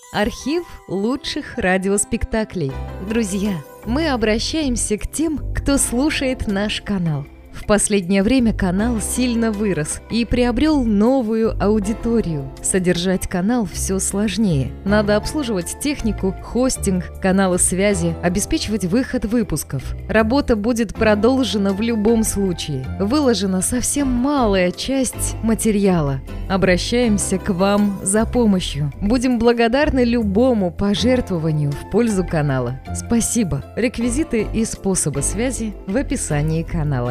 Архив лучших радиоспектаклей. Друзья, мы обращаемся к тем, кто слушает наш канал. В последнее время канал сильно вырос и приобрел новую аудиторию. Содержать канал все сложнее. Надо обслуживать технику, хостинг, каналы связи, обеспечивать выход выпусков. Работа будет продолжена в любом случае. Выложена совсем малая часть материала. Обращаемся к вам за помощью. Будем благодарны любому пожертвованию в пользу канала. Спасибо. Реквизиты и способы связи в описании канала.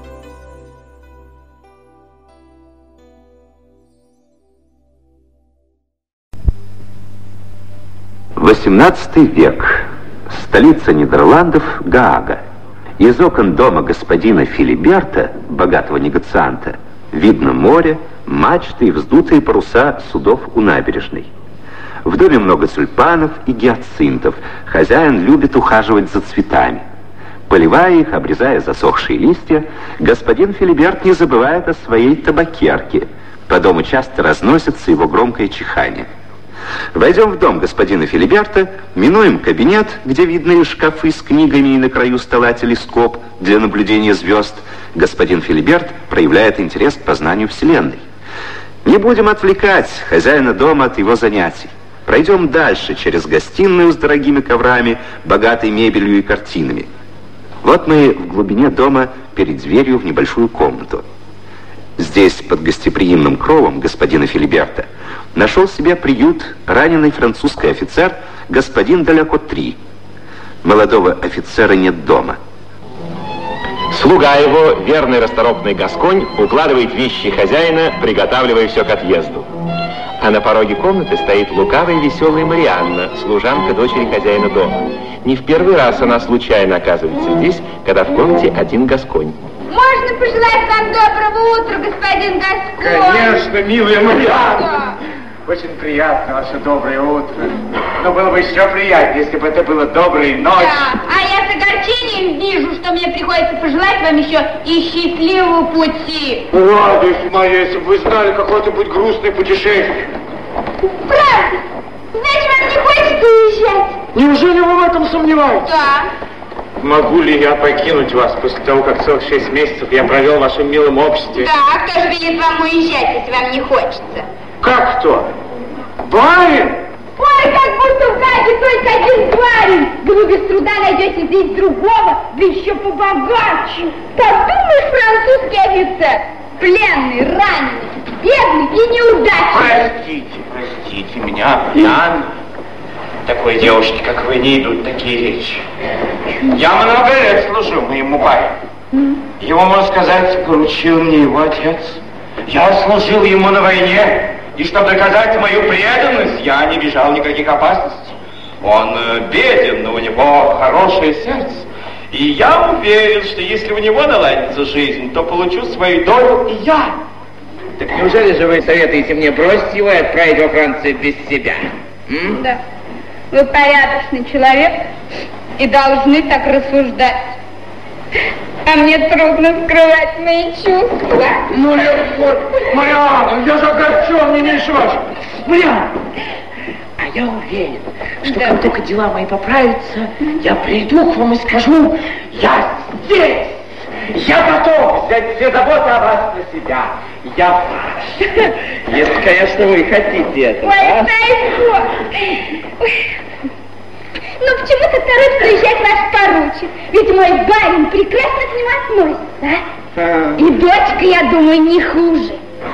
XVIII век. Столица Нидерландов – Гаага. Из окон дома господина Филиберта, богатого негацианта, видно море, мачты и вздутые паруса судов у набережной. В доме много тюльпанов и гиацинтов. Хозяин любит ухаживать за цветами. Поливая их, обрезая засохшие листья, господин Филиберт не забывает о своей табакерке. По дому часто разносится его громкое чихание. Войдем в дом господина Филиберта, минуем кабинет, где видны шкафы с книгами и на краю стола телескоп для наблюдения звезд. Господин Филиберт проявляет интерес к познанию Вселенной. Не будем отвлекать хозяина дома от его занятий. Пройдем дальше, через гостиную с дорогими коврами, богатой мебелью и картинами. Вот мы в глубине дома перед дверью в небольшую комнату. Здесь, под гостеприимным кровом господина Филиберта, нашел себе приют раненый французский офицер господин Даляко-3. Молодого офицера нет дома. Слуга его, верный расторопный гасконь, укладывает вещи хозяина, приготавливая все к отъезду. А на пороге комнаты стоит лукавая и веселая Марианна, служанка дочери хозяина дома. Не в первый раз она случайно оказывается здесь, когда в комнате один гасконь. Можно пожелать вам доброго утра, господин Гасконь? Конечно, милая Марианна. Очень приятно, ваше доброе утро. Но было бы еще приятнее, если бы это было доброй ночи. Да, а я с огорчением вижу, что мне приходится пожелать вам еще и счастливого пути. Радость моя, если бы вы знали какое-нибудь грустное путешествие. Правда? Значит, вам не хочется уезжать? Неужели вы в этом сомневаетесь? Да. Могу ли я покинуть вас после того, как целых 6 месяцев я провел в вашем милом обществе? Да, а кто же велит вам уезжать, если вам не хочется? Как кто? Барин? Ой, как будто в Гаге только один барин. Да вы без труда найдете здесь другого, да еще побогаче. Подумаешь, французский офицер. Пленный, раненый, бедный и неудачный. Простите меня, Ян. Такой девушке, как вы, не идут такие речи. Я много лет служу моему барину. Его, можно сказать, поручил мне его отец. Я служил ему на войне, и чтобы доказать мою преданность, я не бежал никаких опасностей. Он беден, но у него хорошее сердце. И я уверен, что если у него наладится жизнь, то получу свою долю и я. Так неужели же вы советуете мне бросить его и отправить во Францию без себя? Да. Вы порядочный человек и должны так рассуждать. А мне трудно скрывать мои чувства. Марианна, я же огорчен, не меньше вашего. Марианна, а я уверен, что как только дела мои поправятся, я приду к вам и скажу: я здесь! Я готов взять все заботы о вас на себя. Я ваш. Если, конечно, вы хотите этого. Ой, знаешь что? Ну, почему ты торопится уезжать ваш поручик? Ведь мой барин прекрасно к нему относится, а? И дочка, я думаю, не хуже.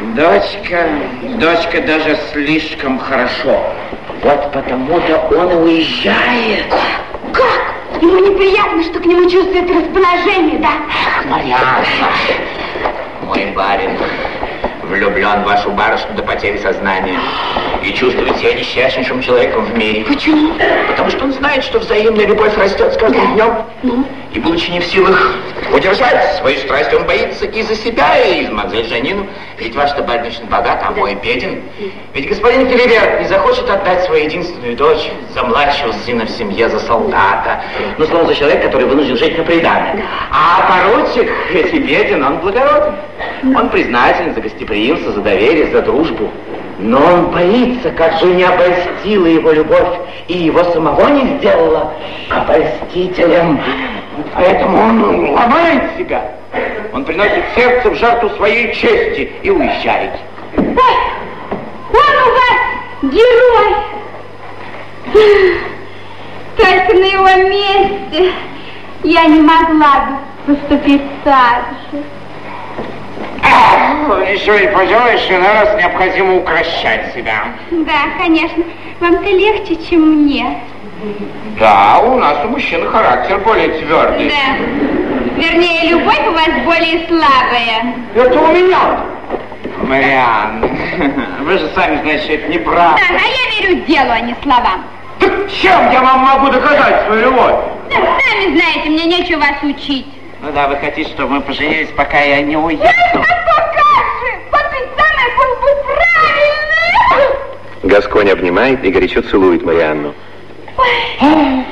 Дочка даже слишком хорошо. Вот потому-то он и уезжает. Как? Ему неприятно, что к нему чувствует расположение, да? Ах, Марианна, мой барин влюблен в вашу барышню до потери сознания и чувствует себя несчастнейшим человеком в мире. Почему? Потому что он знает, что взаимная любовь растет с каждым днем. И, будучи не в силах удержать свою страсть, он боится и за себя, и за мадемуазель Жанину. Ведь ваш-то барин очень богат, а мой беден. Ведь господин Филиберт не захочет отдать свою единственную дочь за младшего сына в семье, за солдата. Ну, словом, за человека, который вынужден жить на приданое. А поручик, хоть и беден, он благороден. Он признателен за гостеприимство, за доверие, за дружбу. Но он боится, как бы не обольстила его любовь и его самого не сделала обольстителем. Поэтому он ломает себя. Он приносит сердце в жертву своей чести и уезжает. Ой, он у вас герой. Только на его месте я не могла бы поступить так же. Ничего не поделаешь, иной раз необходимо укращать себя. Да, конечно. Вам-то легче, чем мне. Да, у нас у мужчин характер более твердый. Да. Вернее, любовь у вас более слабая. Это у меня. Марианна, вы же сами знаете, что это неправда. Да, а я верю делу, а не словам. Так чем я вам могу доказать свою любовь? Да, сами знаете, мне нечего вас учить. Ну да, вы хотите, чтобы мы поженились, пока я не уеду. А то как же? Вот ведь самое было бы правильно. Гасконь обнимает и горячо целует Марианну. Ой.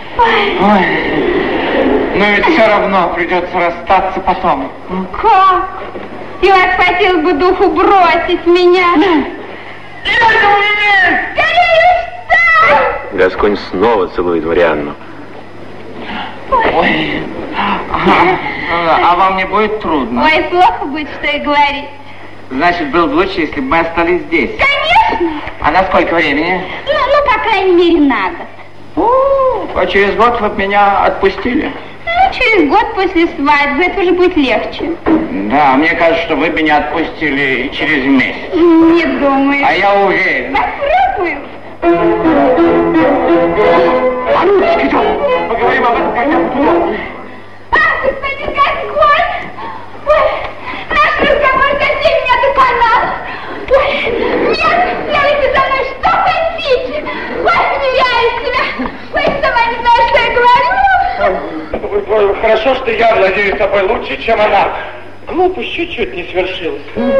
Но ведь все равно придется расстаться потом. Как? И вас хватило бы духу бросить меня. Скорее встань! Гасконь снова целует Марианну. Ой. А вам не будет трудно? Ой, плохо будет, что и говорить. Значит, было бы лучше, если бы мы остались здесь. Конечно. А на сколько времени? Ну, по крайней мере, на год. А через год вы бы меня отпустили? Ну, через год после свадьбы это уже будет легче. Да, мне кажется, что вы бы не отпустили через месяц. Не думаю. А я уверен. Попробую. А ну, идем. Поговорим об этом, когда буду. Господин Гасконь! Ой, наш разговор совсем меня доконал. Ой, нет, делайте со мной что хотите. Ой, теряю себя. Ой, сама не знаю, что я говорю. Хорошо, что я владею тобой лучше, чем она. Глупость чуть-чуть не свершилась.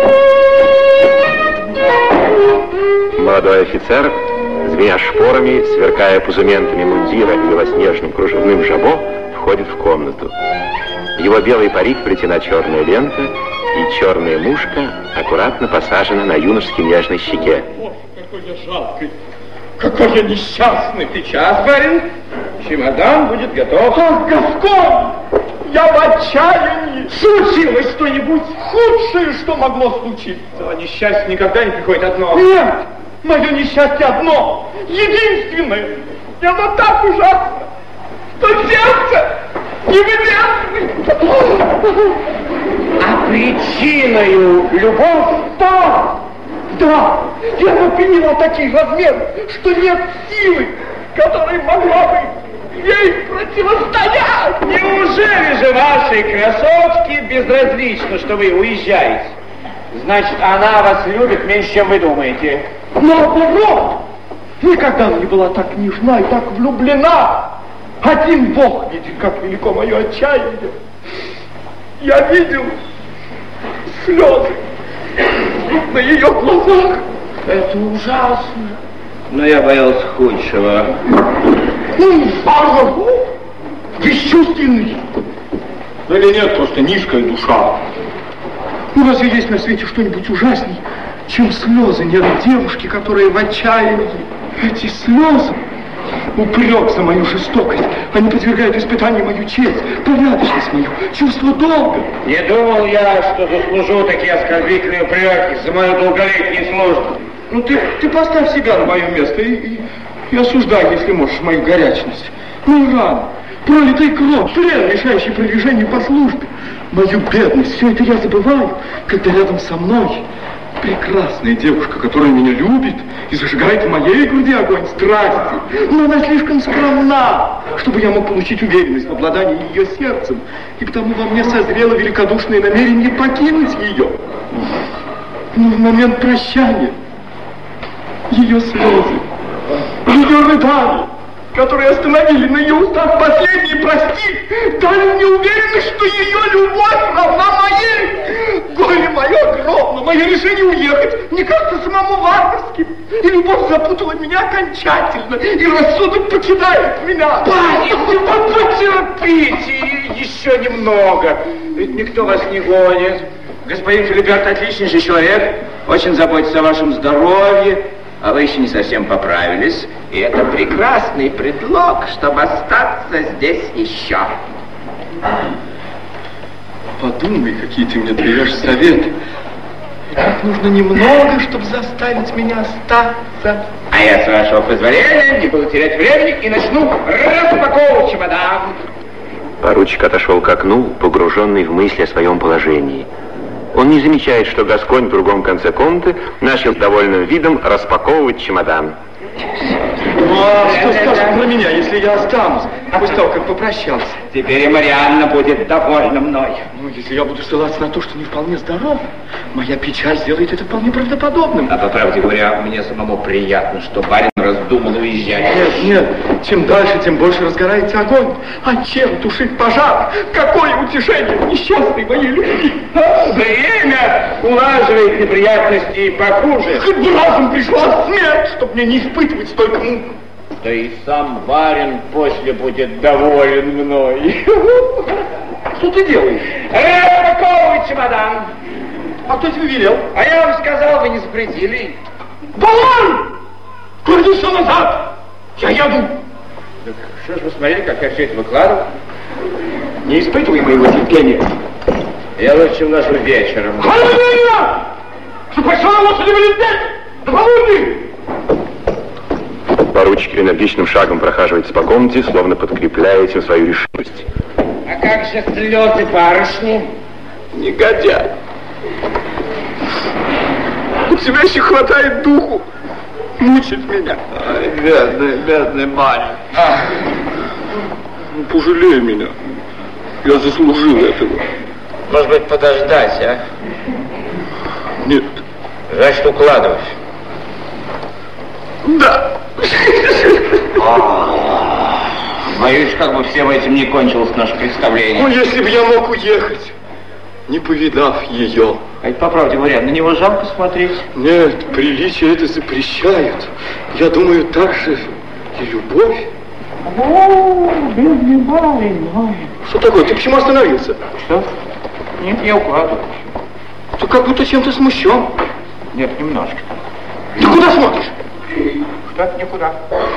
Молодой офицер, звеня шпорами, сверкая пузументами мундира и белоснежным кружевным жабо, входит в комнату. В его белый парик плетена черная лента, и черная мушка аккуратно посажена на юношеской нежной щеке. Ох, какой я жалкий, какой я несчастный. Сейчас, барин, чемодан будет готов. Ах, Гасконь, я в отчаянии. Случилось что-нибудь худшее, что могло случиться? А несчастье никогда не приходит одно. Нет, мое несчастье одно, единственное. И оно так ужасно, что сердце не выдерживает. А причиною любовь? Да, я напилила такие размеры, что нет силы, которая могла бы ей противостоять. Неужели же вашей красотке безразлично, что вы уезжаете? Значит, она вас любит меньше, чем вы думаете. Наоборот, никогда она не была так нежна и так влюблена. Один Бог видит, как велико мое отчаяние. Я видел слезы на ее глазах. Это ужасно. Но я боялся худшего. Варвар, бесчувственный. Или нет, просто низкая душа. Ну, разве есть на свете что-нибудь ужасней, чем слезы нервной девушки, которая в отчаянии? Эти слезы — упрек за мою жестокость. Они подвергают испытанию мою честь, порядочность мою, чувство долга. Не думал я, что заслужу такие оскорбительные упреки за мою долголетнюю службу. Ну, ты поставь себя на мое место и осуждай, если можешь, мою горячность. Мою рану, пролитая кровь, плен, мешающий продвижению по службе. Мою бедность, все это я забываю, когда рядом со мной прекрасная девушка, которая меня любит и зажигает в моей груди огонь страсти. Но она слишком скромна, чтобы я мог получить уверенность в обладании ее сердцем. И потому во мне созрело великодушное намерение покинуть ее. Но в момент прощания ее слезы, ее рыдания, которые остановили на ее устах последний «прости», дали мне уверенность, что ее любовь равна моей. Горе мое огромно, мое решение уехать мне кажется самому варварским. И любовь запутала меня окончательно, и рассудок покидает меня. Потерпите еще немного. Ведь никто вас не гонит. Господин Филиберт отличнейший человек. очень заботится о вашем здоровье, а вы еще не совсем поправились. И это прекрасный предлог, чтобы остаться здесь еще. Подумай, какие ты мне даешь советы. Как нужно немного, чтобы заставить меня остаться. А я, с вашего позволения, не буду терять времени и начну распаковывать чемодан. Поручик отошел к окну, погруженный в мысли о своем положении. Он не замечает, что Гасконь в другом конце комнаты начал с довольным видом распаковывать чемодан. А что скажут про меня, если я останусь, после того, как попрощался? Теперь и Марианна будет довольна мной. Ну, если я буду ссылаться на то, что не вполне здоров, моя печаль сделает это вполне правдоподобным. А по правде говоря, мне самому приятно, что барин раздумал уезжать. Нет, чем дальше, тем больше разгорается огонь. А чем тушить пожар? Какое утешение несчастной моей любви! Время улаживает неприятности и похуже. Хоть бы разум пришла смерть, чтобы мне не испытывать столько мук. Да и сам барин после будет доволен мной. Что ты делаешь? Распаковывай чемодан. А кто тебе велел? А я вам сказал, вы не запретили. Вон! Клади все назад! Я еду! Так что ж вы смотрели, как я все это выкладывал? Не испытывай моего терпения. Я лучше уложу вечером. Холодильно! Что пошла лошади вылететь! Холодный! Поручик энергичным шагом прохаживается по комнате, словно подкрепляя этим свою решимость. А как же слезы барышни? Негодяй! У тебя еще хватает духу мучить меня. Ай, бедный Марин. Ну, пожалей меня. Я заслужил этого. Может быть, подождать, а? Нет. Значит, укладывать. Да. Боюсь, как бы всем этим не кончилось наше представление. Ну, если бы я мог уехать, не повидав ее. А ведь, по правде говоря, на него жалко смотреть. Нет, приличие это запрещает. Я думаю, так же и любовь. О, бедный Марин. Что такое? Ты почему остановился? Что? Нет, я укладываю. Ты как будто чем-то смущен. Нет, немножко. Ты куда смотришь? Что-то никуда.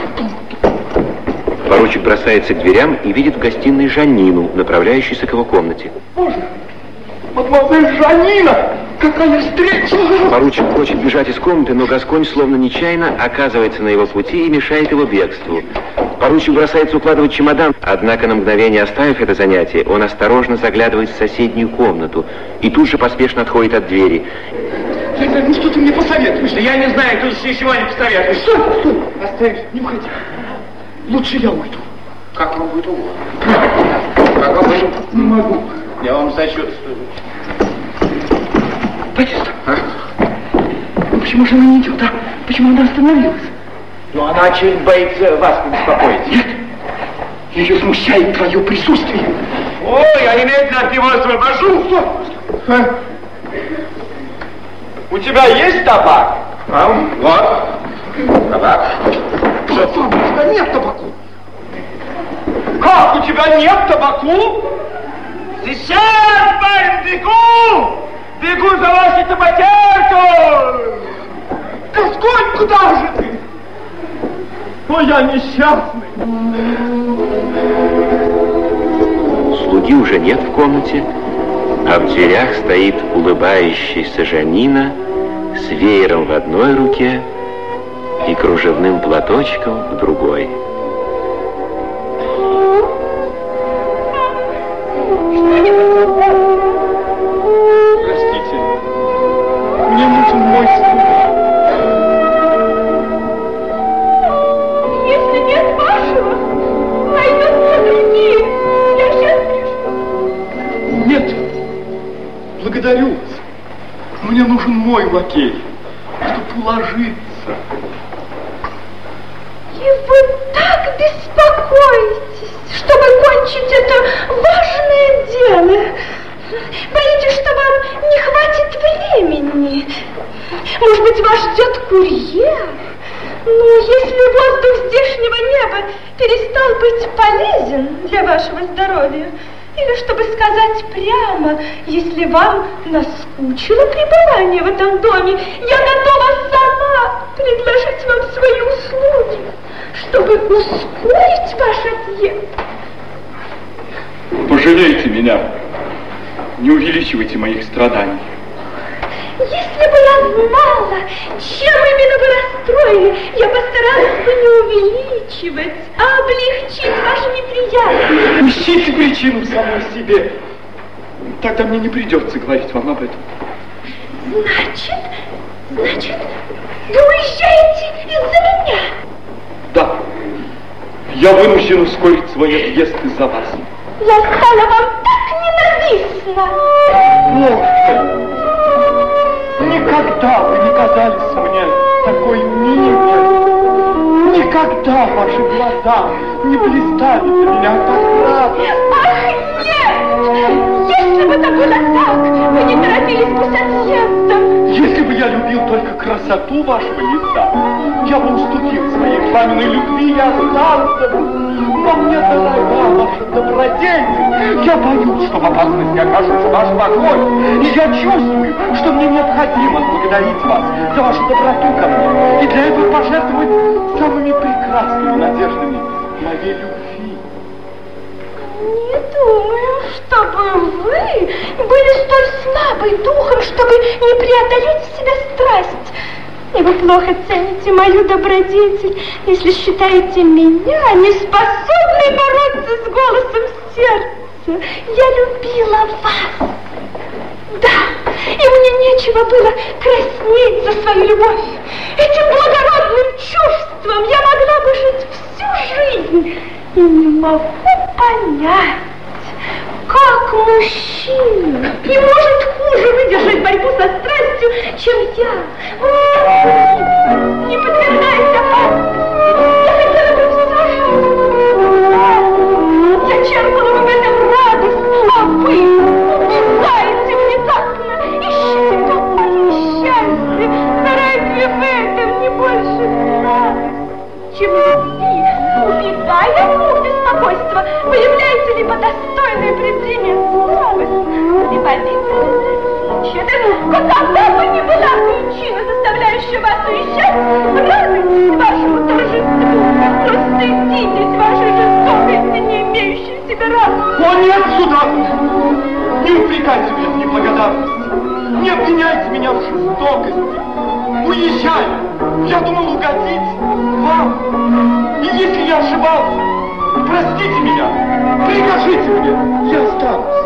Поручик бросается к дверям и видит в гостиной Жаннину, направляющуюся к его комнате. Боже, мадемуазель Жаннина! Какая встреча! Поручик хочет бежать из комнаты, но Гасконь, словно нечаянно, оказывается на его пути и мешает его бегству. Поручик бросается укладывать чемодан, однако на мгновение оставив это занятие, он осторожно заглядывает в соседнюю комнату и тут же поспешно отходит от двери. Ну что ты мне посоветуешь? Да я не знаю, тут ничего не посоветуешь. Стой! Оставь, не уходи. Лучше я уйду. Как вам будет угодно. Как вам будет? Не могу. Я вам сочувствую. Батиста, ну почему же она не идет, а? Почему она остановилась? Ну, она, очевидно, боится вас побеспокоить. Нет, ее смущает твое присутствие. Ой, я немедленно от него освобожу. Что? У тебя есть табак? А? Вот. Табак. Что, у тебя нет табаку? Как, у тебя нет табаку? Сейчас, барин, бегу! Бегу за вашей табакеркой! Гасконь, куда же ты? Ой, я несчастный. Слуги уже нет в комнате, а в дверях стоит улыбающаяся Жаннина с веером в одной руке и кружевным платочком в другой. Простите, мне нужен мой стул. Если нет вашего, найдутся другие. Я сейчас пришлю. Нет, благодарю вас. Мне нужен мой лакей, чтобы уложиться. И вы так беспокоитесь, чтобы кончить это важное дело. Боитесь, что вам не хватит времени. Может быть, вас ждет курьер? Ну, если воздух здешнего неба перестал быть полезен для вашего здоровья, Или, чтобы сказать прямо, если вам наскучило пребывание в этом доме, я готова сама предложить вам свои услуги, чтобы ускорить ваш отъезд. Пожалейте меня, не увеличивайте моих страданий. Если бы я знала, чем именно вы расстроены, я постаралась бы не увеличивать, а облегчить ваши неприятности. Ищите причину в самой себе. Тогда мне не придется говорить вам об этом. Значит, вы уезжаете из-за меня? Да. Я вынужден ускорить свой отъезд из-за вас. Я стала вам так ненавистна. Боже! Никогда вы не казались мне такой милой. Никогда ваши глаза не блистали для меня так радостно. Ах, нет! Если бы это было так, вы не торопились бы с отъездом. Если бы я любил только красоту вашего лица, я бы уступил своей пламенной любви и остался бы. Но мне дорога ваша добродетель. Я боюсь, что в опасности окажется ваш покой. И я чувствую, что мне необходимо благодарить вас за вашу доброту ко мне. И для этого пожертвовать самыми прекрасными надеждами моей любви. Не думаю, чтобы вы были столь слабы духом, чтобы не преодолеть в себе страсть. И вы плохо цените мою добродетель, если считаете меня неспособной бороться с голосом сердца. Я любила вас. Да, и мне нечего было краснеть за свою любовь. Этим благородным чувством я могла бы жить всю жизнь. И не могу понять, как мужчина не может хуже выдержать борьбу со страстью, чем я. Не подвергаясь опасности, я хотела бы всю жизнь. Я черпала бы в этом радость, а вы убиваете внезапно, ищите какое счастье. Но разве в этом не больше радость, чем любви? Убегая от беспокойства, вы являете либо достойное презрение слабость, либо обидное случай. Какова бы ни была причина, заставляющая вас уезжать, радуйтесь вашему торжеству, но стыдитесь вашей жестокости, не имеющей в себе разума. О, нет, сударь! Не упрекайте меня в неблагодарности, не обвиняйте меня в жестокости. Уезжаю, я думал угодить вам. И если я ошибался, простите меня, прикажите мне, я останусь.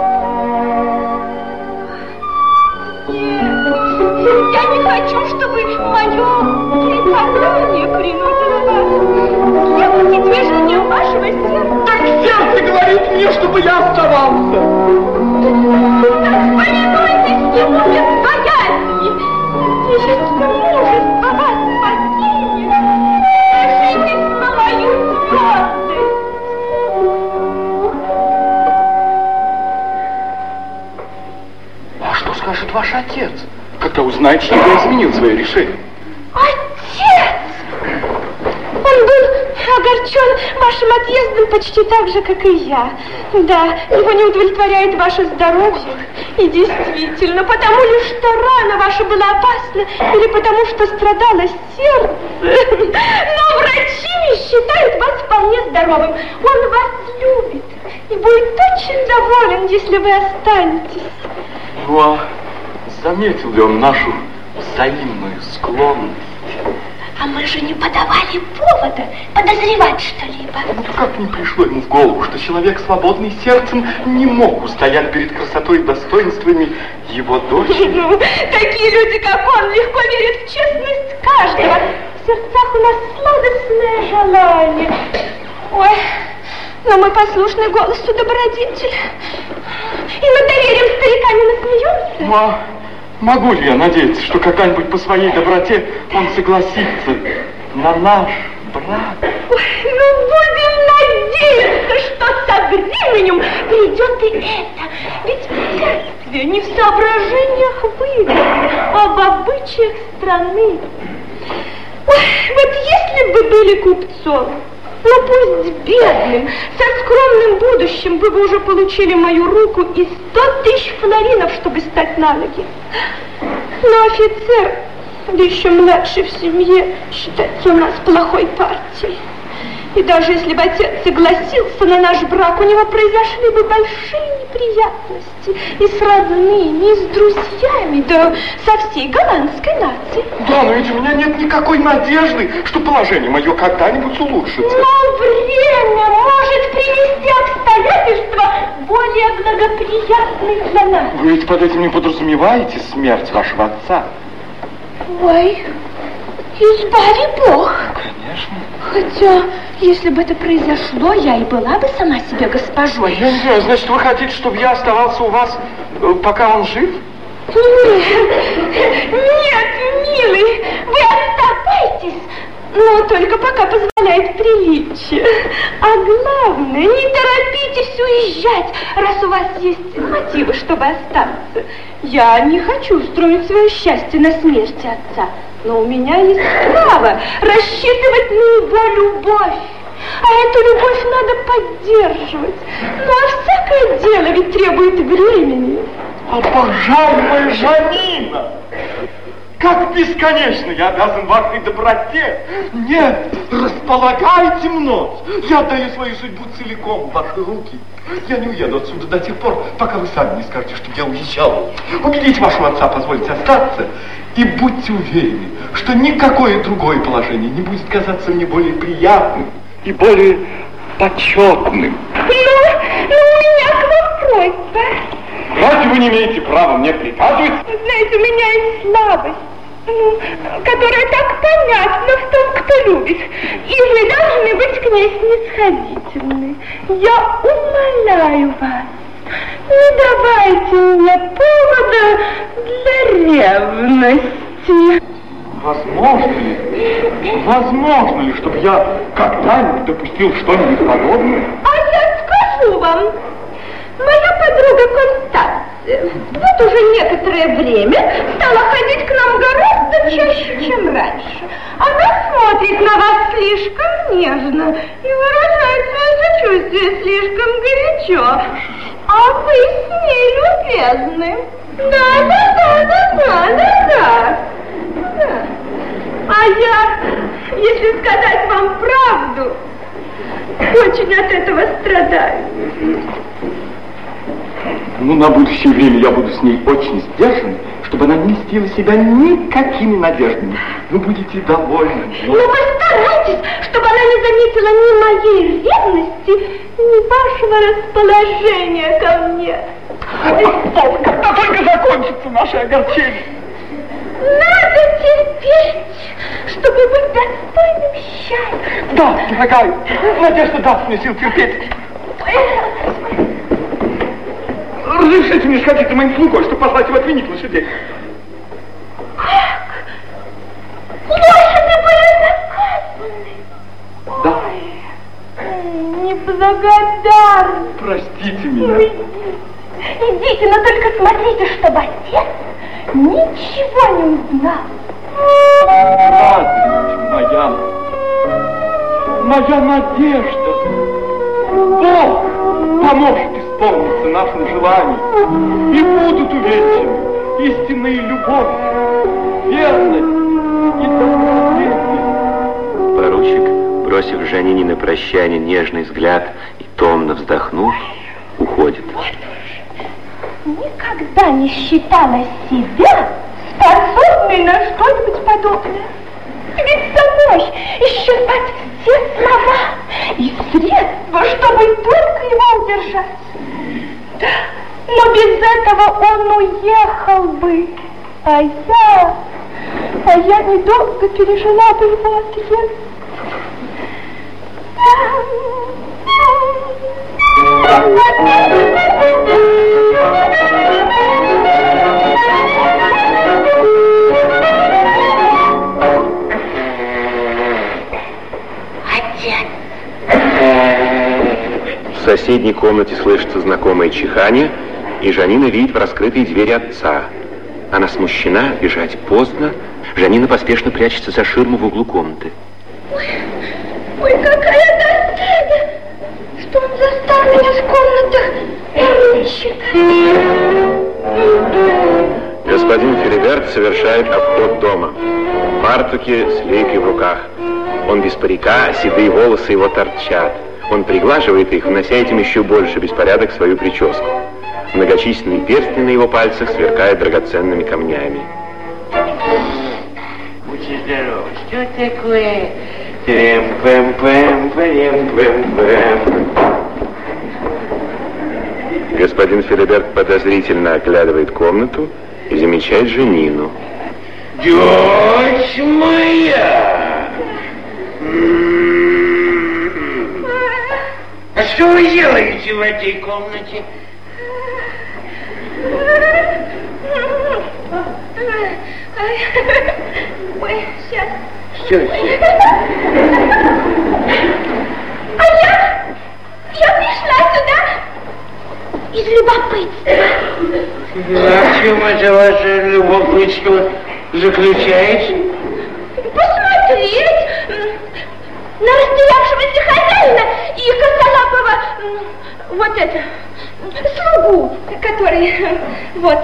Нет, я не хочу, чтобы мое приказание принудило вас. Следуйте движением вашего сердца. Так сердце говорит мне, чтобы я оставался. Так повинуйтесь ему без боязни. Если мужество вас покинет, положитесь на мою твердость. А что скажет ваш отец, когда узнает, что я изменил свое решение? Отец! Он был огорчен вашим отъездом почти так же, как и я. Да, его не удовлетворяет ваше здоровье. И действительно, потому ли, что рана ваша была опасна, или потому, что страдало сердце. Но врачи считают вас вполне здоровым. Он вас любит и будет очень доволен, если вы останетесь. Ну, а заметил ли он нашу взаимную склонность? А мы же не подавали повода подозревать что-либо. Ну, как не пришло ему в голову, что человек, свободный сердцем, не мог устоять перед красотой и достоинствами его дочери? Ну, такие люди, как он, легко верят в честность каждого. В сердцах у нас сладостное желание. Ой, но мы послушны голосу добродетеля. И над доверием стариками насмеемся. Ну, а могу ли я надеяться, что когда-нибудь по своей доброте он согласится на наш брак? Ой, ну будем надеяться, что со временем придет и это. Ведь препятствие не в соображениях выгоды, а в обычаях страны. Ой, вот если бы были купцом, Ну пусть бедным, со скромным будущим вы бы уже получили мою руку и 100 тысяч флоринов, чтобы стать на ноги. Но офицер, да еще младший в семье, считается у нас плохой партией. И даже если бы отец согласился на наш брак, у него произошли бы большие неприятности и с родными, и с друзьями, да со всей голландской нацией. Да, но ведь у меня нет никакой надежды, что положение мое когда-нибудь улучшится. Но время может привести обстоятельства более благоприятные для нас. Вы ведь под этим не подразумеваете смерть вашего отца? Ой, избави Бог. Конечно. Хотя, если бы это произошло, я и была бы сама себе госпожой. Я не знаю, значит, вы хотите, чтобы я оставался у вас, пока он жив? Нет, милый, вы оставайтесь, но только пока позволяет приличие. А главное, не торопитесь уезжать, раз у вас есть мотивы, чтобы остаться. Я не хочу строить свое счастье на смерти отца, но у меня есть право рассчитывать на его любовь. А эту любовь надо поддерживать. Ну, а всякое дело ведь требует времени. Обожаемая Жанина! Как бесконечно я обязан вашей доброте! Нет, располагайте мной! Я отдаю свою судьбу целиком в ваши руки. Я не уеду отсюда до тех пор, пока вы сами не скажете, что я уезжал. Убедите вашего отца позволить остаться, и будьте уверены, что никакое другое положение не будет казаться мне более приятным и более почетным. Ну, у меня к вам просьба. Разве вы не имеете права мне приказывать? Знаете, у меня есть слабость, которая так понятна в том, кто любит. И вы должны быть к ней снисходительны. Я умоляю вас, не давайте мне повода для ревности. Возможно ли, чтобы я когда-нибудь допустил что-нибудь подобное? А я скажу вам. Моя подруга Констанция вот уже некоторое время стала ходить к нам гораздо чаще, чем раньше. Она смотрит на вас слишком нежно и выражает свое сочувствие слишком горячо. А вы с ней любезны. Да. А я, если сказать вам правду, очень от этого страдаю. Ну, на будущее время я буду с ней очень сдержан, чтобы она не льстила себя никакими надеждами. Вы будете довольны. Но постарайтесь, чтобы она не заметила ни моей ревности, ни вашего расположения ко мне. Когда только закончится наше огорчение. Надо терпеть, чтобы быть достойным счастья. Да, дорогая, надежда даст мне сил терпеть. Разрешите мне сходить за моим слугой, чтобы послать его отменить лошадей. Как? Лошади были заказаны. Да. Ой, неблагодарный. Простите меня. Идите, но только смотрите, чтобы отец ничего не узнал. Радость моя надежда. Бог поможет исполниться нашим желаниям. И будут увенчаны истинная любовь, верность и долголетие. Поручик, бросив Жанине на прощание нежный взгляд и томно вздохнув, уходит. Никогда не считала себя способной на что-нибудь подобное. Ведь самой исчерпать все слова и средства, чтобы только его удержать. Но без этого он уехал бы, а я недолго пережила бы его отъезд. В соседней комнате слышится знакомое чихание, и Жанина видит в раскрытой двери отца. Она смущена, бежать поздно. Жанина поспешно прячется за ширму в углу комнаты. Ой, какая совершает обход дома. В фартуке с лейкой в руках. Он без парика, седые волосы его торчат. Он приглаживает их, внося этим еще больше беспорядок в свою прическу. Многочисленные перстни на его пальцах сверкают драгоценными камнями. Будьте здоровы. Что такое? Трем-пэм-пэм-пэм-пэм-пэм. Господин Филиберт подозрительно оглядывает комнату и замечает Жанину. Дочь моя! А что вы делаете в этой комнате? Ой, сейчас. Что сейчас? А я пришла сюда из любопытства. А в чем это ваше любопытство заключается? Посмотреть на растерявшегося хозяина и косолапого, вот это, слугу, который, вот.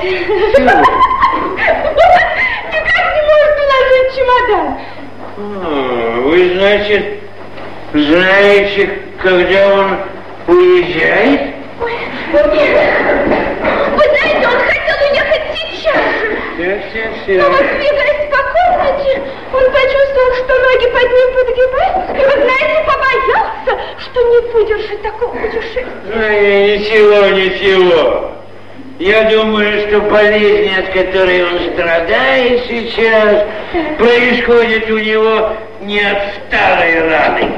Никак не может уложить чемодан. Вы, значит, знаете, когда он уезжает? Ой, нет. Вы знаете, он хотел уехать сейчас же. Но вот, двигаясь по комнате, он почувствовал, что ноги под ним подгибаются. И, вы знаете, побоялся, что не выдержит такого путешествия. Ничего. Я думаю, что болезнь, от которой он страдает сейчас, происходит у него не от старой раны,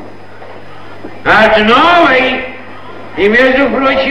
а от новой. И, между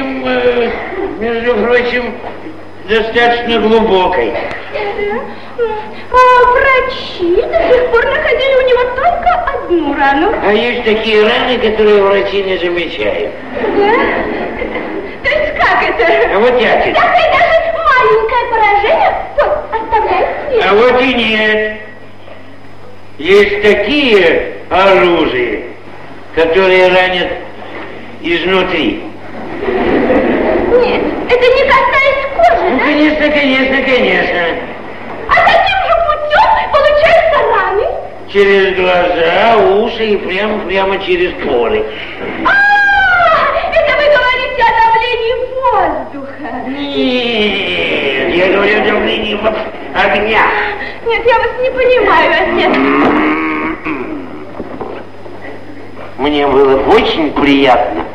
прочим, достаточно глубокой. А врачи до сих пор находили у него только одну рану. А есть такие раны, которые врачи не замечают. Да? То есть как это? А вот я тебе. Такое даже маленькое поражение вот оставляет след. А вот и нет. Есть такие оружия, которые ранят изнутри. Нет, это не касаясь кожи, ну, да? Конечно. А каким же путем получаются раны? Через глаза, уши и прямо через поры. Это вы говорите о давлении воздуха. Нет, я говорю о давлении огня. Нет, я вас не понимаю, отец. Мне было очень приятно,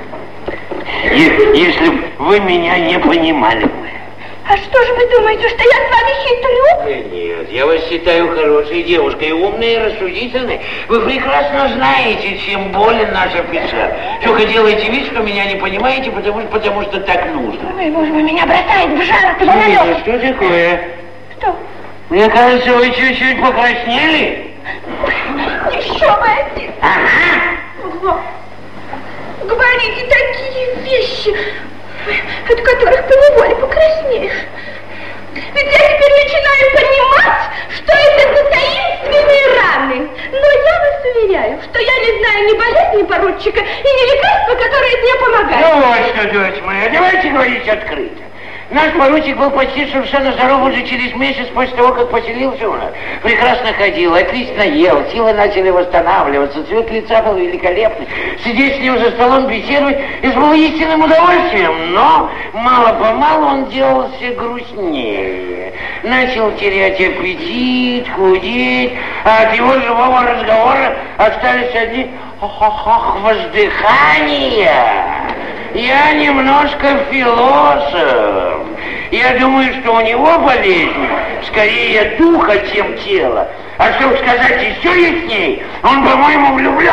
если бы вы меня не понимали. А что же вы думаете, что я с вами хитрю? Нет, я вас считаю хорошей девушкой, умной и рассудительной. Вы прекрасно знаете, чем болен наш офицер. Только делаете вид, что меня не понимаете, потому что так нужно. Ой, боже мой, меня бросает в жар от самолета. Что такое? Что? Мне кажется, вы чуть-чуть покраснели. Еще бы, отец. Ага. Говорите такие вещи, от которых поневоле покраснеешь. Ведь я теперь начинаю понимать, что это за таинственные раны. Но я вас уверяю, что я не знаю ни болезни поручика, и ни лекарства, которые мне помогают. Ну вот что, дочь моя, давайте говорить открыто. Наш поручик был почти совершенно здоров уже через месяц после того, как поселился у нас. Прекрасно ходил, отлично ел, силы начали восстанавливаться, цвет лица был великолепный. Сидеть с ним за столом, беседовать, это было истинным удовольствием, но мало-помалу он делался грустнее. Начал терять аппетит, худеть, а от его живого разговора остались одни воздыхания. Я немножко философ. Я думаю, что у него болезнь скорее духа, чем тела. А чтобы сказать еще ясней, он, по-моему, влюблен.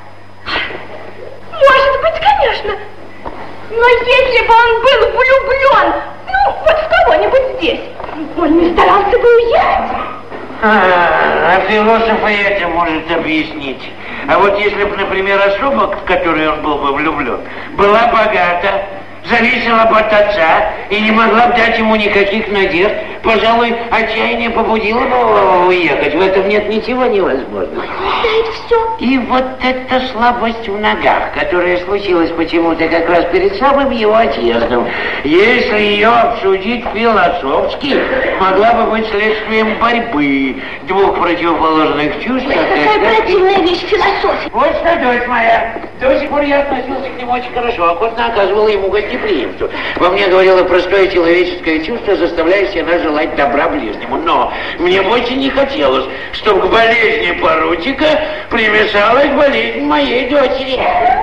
Может быть, конечно. Но если бы он был влюблен, ну, вот в кого-нибудь здесь, он не старался бы уехать. А философ и это может объяснить. А вот если бы, например, особа, в которую он был бы влюблен, была богата, зависела бы от отца и не могла бы дать ему никаких надежд, пожалуй, отчаяние побудило бы его уехать. В этом нет ничего невозможного. Хватает все. И вот эта слабость в ногах, которая случилась почему-то как раз перед самым его отъездом, если ее обсудить философски, могла бы быть следствием борьбы двух противоположных чувств. Какая противная вещь философия. Вот что, дочь моя, до сих пор я относился к нему очень хорошо, охотно оказывала ему гостеприимство. Во мне говорило простое человеческое чувство, заставляющее нас желать добра ближнему. Но мне очень не хотелось, чтобы к болезни поручика примешалась болезнь моей дочери.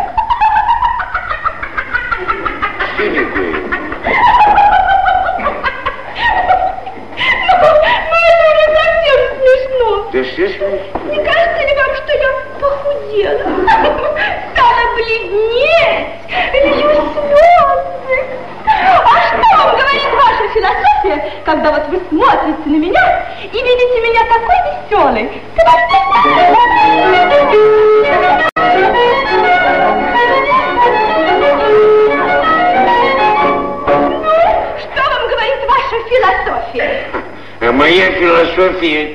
Да что смешно? Не кажется ли вам, что я похудела? Стала бледнеть, лью слезы. А что вам говорит ваша философия, когда вот вы смотрите на меня и видите меня такой веселой? Что вам говорит ваша философия? А моя философия...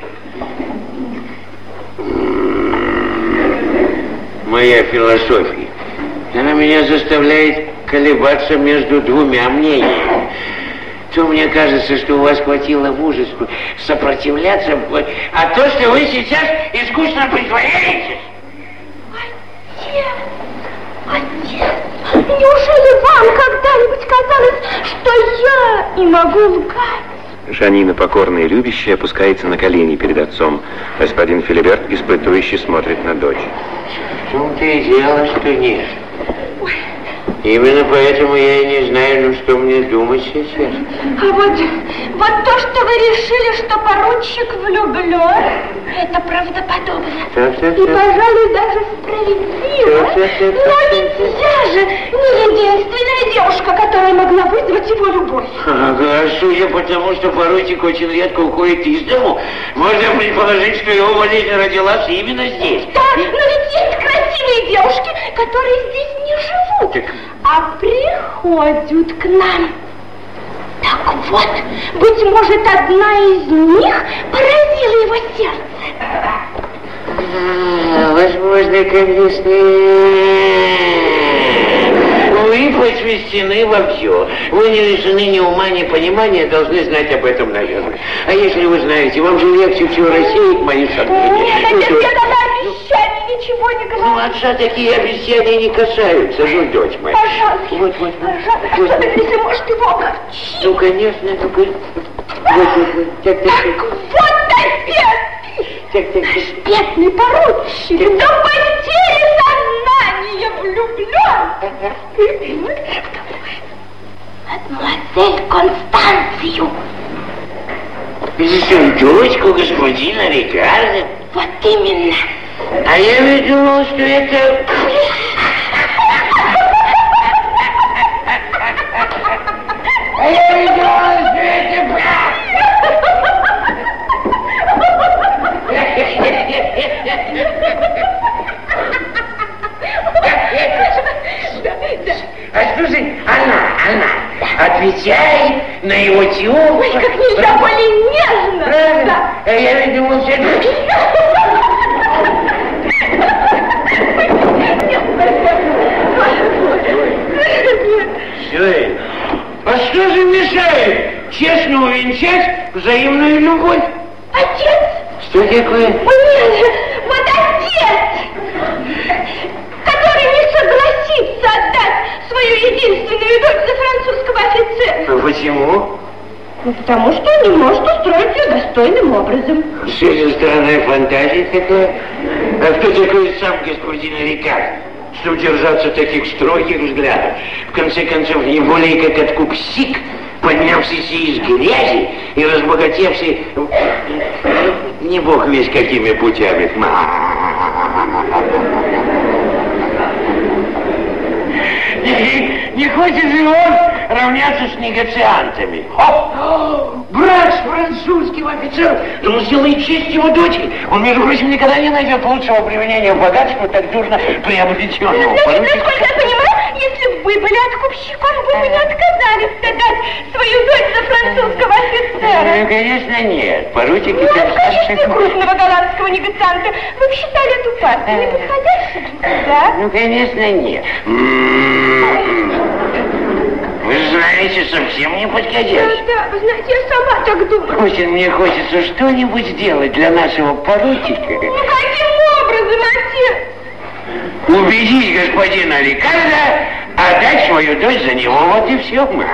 Моя философия, она меня заставляет колебаться между двумя мнениями. То мне кажется, что у вас хватило мужества сопротивляться, а то, что вы сейчас искусно притворяетесь. Отец, неужели вам когда-нибудь казалось, что я и могу лгать? Жанина, покорная и любящая, опускается на колени перед отцом. Господин Филиберт испытующе смотрит на дочь. В том-то и дело, что нет. Именно поэтому я и не знаю, ну что мне думать сейчас. А вот то, что вы решили, что поручик влюблен, это правдоподобно. И, пожалуй, даже справедливо. Но ведь я же не единственная девушка, которая могла вызвать его любовь. Ага, судя по тому, что поручик очень редко уходит из дому, можно предположить, что его болезнь родилась именно здесь. Да, но ведь есть красивые девушки, которые здесь не живут. А приходят к нам. Так вот, быть может, одна из них поразила его сердце. Возможно, конечно. Вы посвящены во все. Вы не лишены ни ума, ни понимания, должны знать об этом, наверное. А если вы знаете, вам же легче всего рассеять мои сомнения. Нет, отец, я дала обещание ничего не говорить. Ну, отца такие обещания не касаются, ну, дочь моя. Пожалуйста, вот. пожалуйста, если может его огорчить. Ну, конечно, ну-ка. Вот. Так. Вот отец! Так. Бедный поручик, до потери сознания влюблен. Мадемуазель Констанцию. Дочку господина Рикардо? Вот именно. А я ведь думал, что это... А я ведь думал, что это брат. А слушай, Анна, отвечай на его теорию. Ой, как нельзя более нежно. Правильно? Да. А я ведь думал, что это... А что же мешает честно увенчать взаимную любовь? Отец! Что такое? Нет, вот отец, который не согласится отдать свою единственную дочь за французского офицера. А почему? Ну, потому что он не может устроить ее достойным образом. Что за странная фантазия такая? А кто такой сам господин Рикардо, чтобы держаться таких строгих взглядов? В конце концов, не более как откупщик, поднявшийся из грязи и разбогатевший, не бог весь какими путями. Не хочет же он равняться с негациантами. Брат с французским офицером, да он сделает честь его дочери. Он, между прочим, никогда не найдет лучшего применения богатства, так дурно приобретенного. Значит, насколько я понимаю, если вы были откупщиком, вы бы не отказались отдать свою дочь за французского офицера. Ну, конечно, нет. Поручик... Ну, конечно, крупного голландского негацианта. Вы бы считали эту партию неподходящей для себя? Ну, конечно, нет. Вы же знаете, совсем не подходящий. Да, вы знаете, я сама так думаю. Очень мне хочется что-нибудь сделать для нашего поручика. Ну, каким образом, отец? Убедить господина Рикардо отдать свою дочь за него, вот и все. Нет!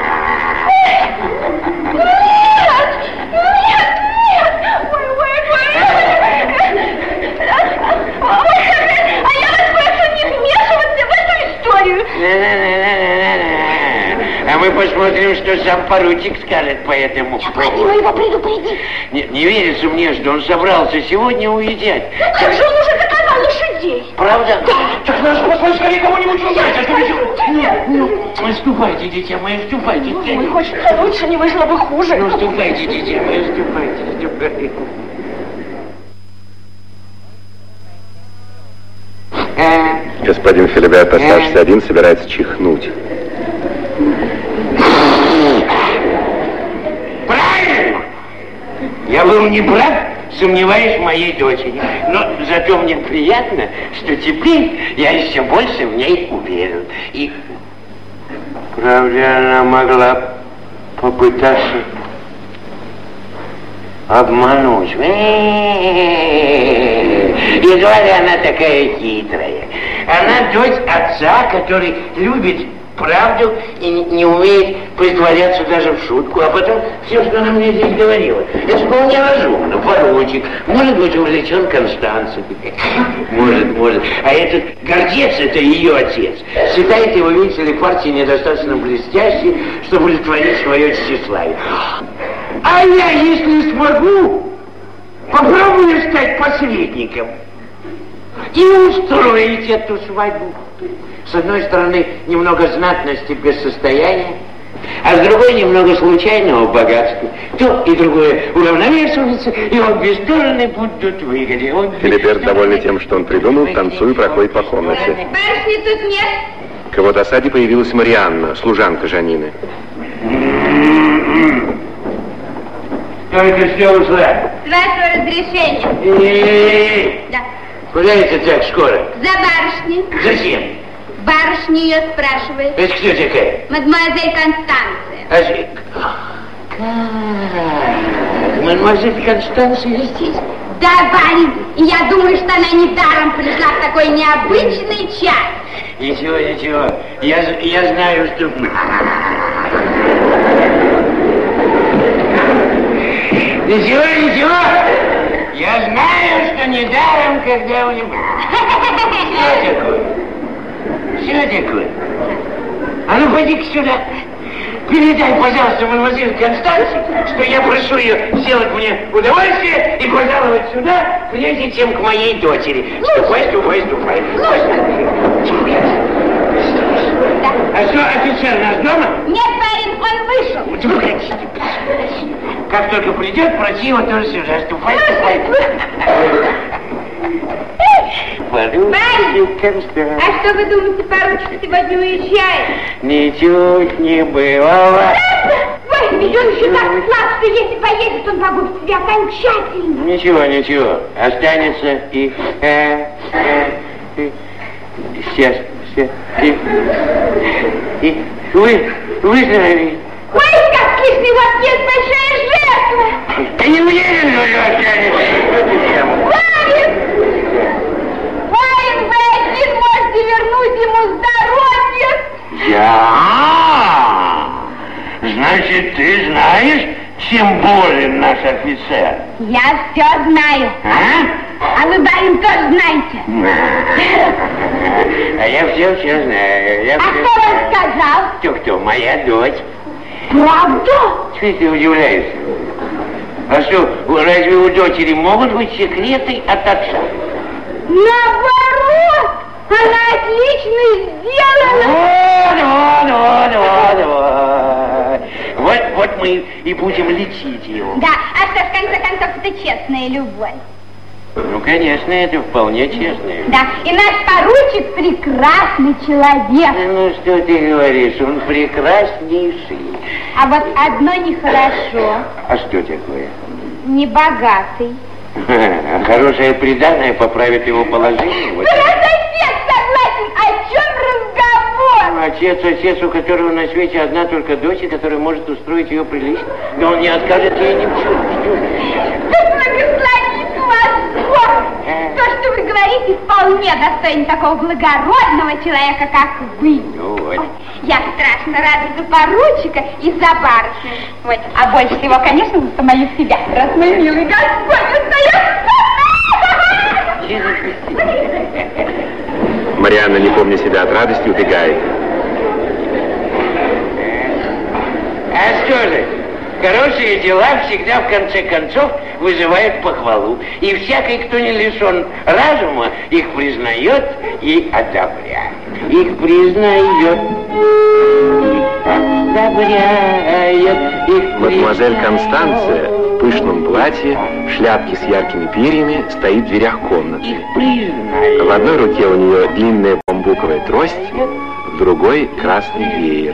А я вас прошу не вмешиваться в эту историю. А мы посмотрим, что сам поручик скажет по этому поводу. Необходимо его предупредить. Не верится мне, что он собрался сегодня уезжать. Ну как же, он уже заказал лошадей. Правда? Да. Так надо послать скорее кого-нибудь узнать. Ну, ступайте, дитя мое, ступайте. Ой, хочется лучше, не вышло бы хуже. Ну, ступайте, дитя мое, ступайте. Господин Филиберт, оставшийся один, собирается чихнуть. Правильно! Я был не прав, сомневаюсь в моей дочери. Но зато мне приятно, что теперь я еще больше в ней уверен. И, правда, она могла попытаться обмануть. Едва ли она такая хитрая. Она дочь отца, который любит правду и не умеет притворяться даже в шутку. А потом все, что она мне здесь говорила, это вполне разумно. Поручик может быть увлечен Констанцией. Может. А этот гордец, это ее отец. Считает его, видите ли, партии недостаточно блестящей, чтобы удовлетворить свое тщеславие. А я, если смогу, попробую стать посредником и устроить эту свадьбу. С одной стороны, немного знатности без состояния, а с другой немного случайного богатства. То и другое уравновешивается, и обе стороны будут в выгоде. Филиберт, довольный тем, что он придумал, танцуя, проходит по комнате. Барышни тут нет. К его досаде появилась Марианна, служанка Жанины. Только что ушла. С вашего разрешения. Да. Куда это так скоро? За барышней. Зачем? Барышня ее спрашивает. Это кто такая? Мадемуазель Констанция. Мадемуазель Констанция здесь? Да, барин. И я думаю, что она недаром пришла в такой необычный час. Ничего. Я знаю, что... Ничего. Я знаю, что недаром, когда у него... Что такое? А ну, пойди-ка сюда. Передай, пожалуйста, мадемуазель Констанции, что я прошу ее сделать мне удовольствие и пожаловать сюда, прежде чем к моей дочери. Ступай. А что, офицер наш дома? Нет, барин, он вышел. Как только придет, проси его тоже сюда. Ступай. Барин, а что вы думаете, поручик сегодня уезжает? Ничуть не бывало. Ой, ведь он еще так слаб, что если поедет, он погубит себя окончательно. Ничего. Останется и... Сейчас. И выздоровеет. Ой, как слишком, у вас есть большая жертва. Ты не уверен, что останется? Барин, вы один можете вернуть ему здоровье. Я? Значит, ты знаешь, чем болен наш офицер? Я все знаю. А вы, барин, тоже знаете. А я все знаю. Кто вам сказал? Кто? Моя дочь. Правда? Что ты удивляешься? А что, разве у дочери могут быть секреты от отца? Наоборот! Она отлично сделана! Вот мы и будем лечить его. Да, а что, в конце концов, это честная любовь. Ну, конечно, это вполне честно. Да, и наш поручик прекрасный человек. Ну, что ты говоришь, он прекраснейший. А вот одно нехорошо. А что такое? Не богатый. Хорошее приданое поправит его положение. Вот. Отец согласен, о чем разговор? Отец, у которого на свете одна только дочь, которая может устроить ее прилично. Но он не откажет ей ни в чем. Да благословит вас Бог! То, что вы говорите, вполне достойно такого благородного человека, как вы. Ну вот. Ой, я страшно рада за поручика и за барышню. Вот. А больше всего, конечно, за самую себя. Раз мой милый Господь остается. Марианна, не помня себя от радости, убегает. А что же, хорошие дела всегда в конце концов вызывают похвалу. И всякий, кто не лишен разума, их признает и одобряет. Их признает и одобряет. Мадемуазель Констанция в пышном платье, в шляпке с яркими перьями, стоит в дверях комнаты. В одной руке у нее длинная бамбуковая трость, в другой красный веер.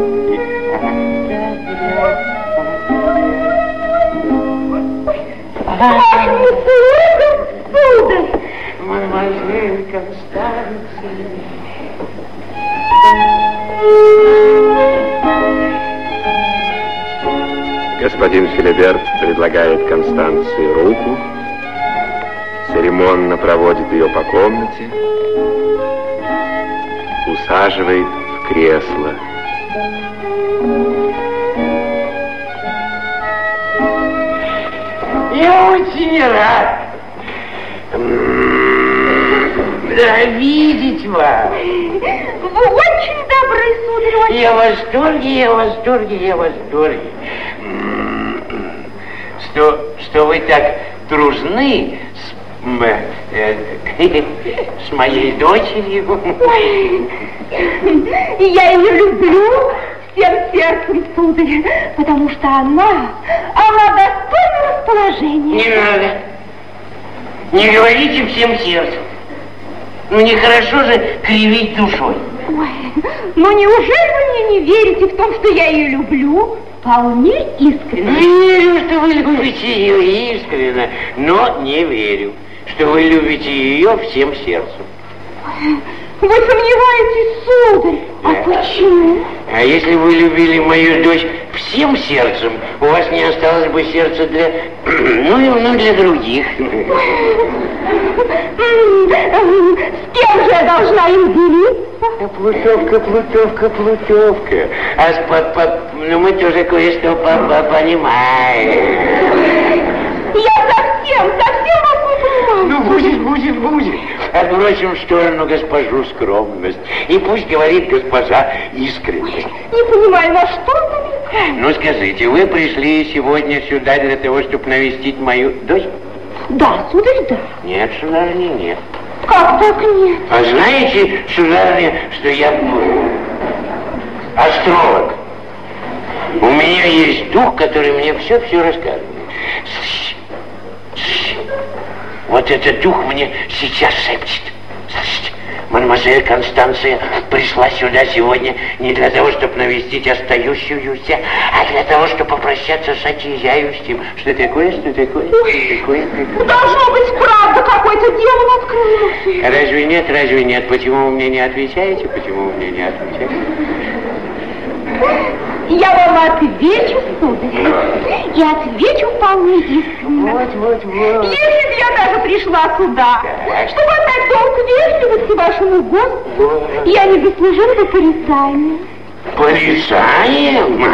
Мадемуазель Констанция. Господин Филиберт предлагает Констанции руку, церемонно проводит ее по комнате, усаживает в кресло. Я очень рад видеть вас. Вы очень добры, сударь. Я в восторге, я в восторге, я в восторге. Что вы так дружны с моей дочерью. Я ее люблю всем сердцем, сударь, потому что она достойна расположения. Не надо. Не говорите всем сердцем. Ну, нехорошо же кривить душой. Ой, ну неужели вы мне не верите в том, что я ее люблю? Вполне искренне. Верю, что вы любите ее искренне, но не верю, что вы любите ее всем сердцем. Вы сомневаетесь, сударь? Да. А почему? А если вы любили мою дочь всем сердцем, у вас не осталось бы сердца для... для других. С кем же я должна им делиться? Плутовка. Мы тоже кое-что понимаем. Я совсем вас не понимаю. Ну, будет. Отбросим в сторону госпожу скромность. И пусть говорит госпожа искренность. Не понимаю, на что намекает? Ну, скажите, вы пришли сегодня сюда для того, чтобы навестить мою дочь? Да, сударь, да. Нет, сударыня, нет. Как так нет? А знаете, сударыня, что я астролог? У меня есть дух, который мне все рассказывает. Вот этот дух мне сейчас шепчет. Слышите, мадемуазель Констанция пришла сюда сегодня не для того, чтобы навестить остающуюся, а для того, чтобы попрощаться с отъезжающим. Что такое? Должно быть правда, какой-то демон открылся. Разве нет? Почему вы мне не отвечаете? Я вам отвечу, сударь. И отвечу вполне искренне. Вот. Если бы я даже пришла сюда, чтобы отдать долг вежливости вашему гостю, я не заслужила бы порицания. Порицанием?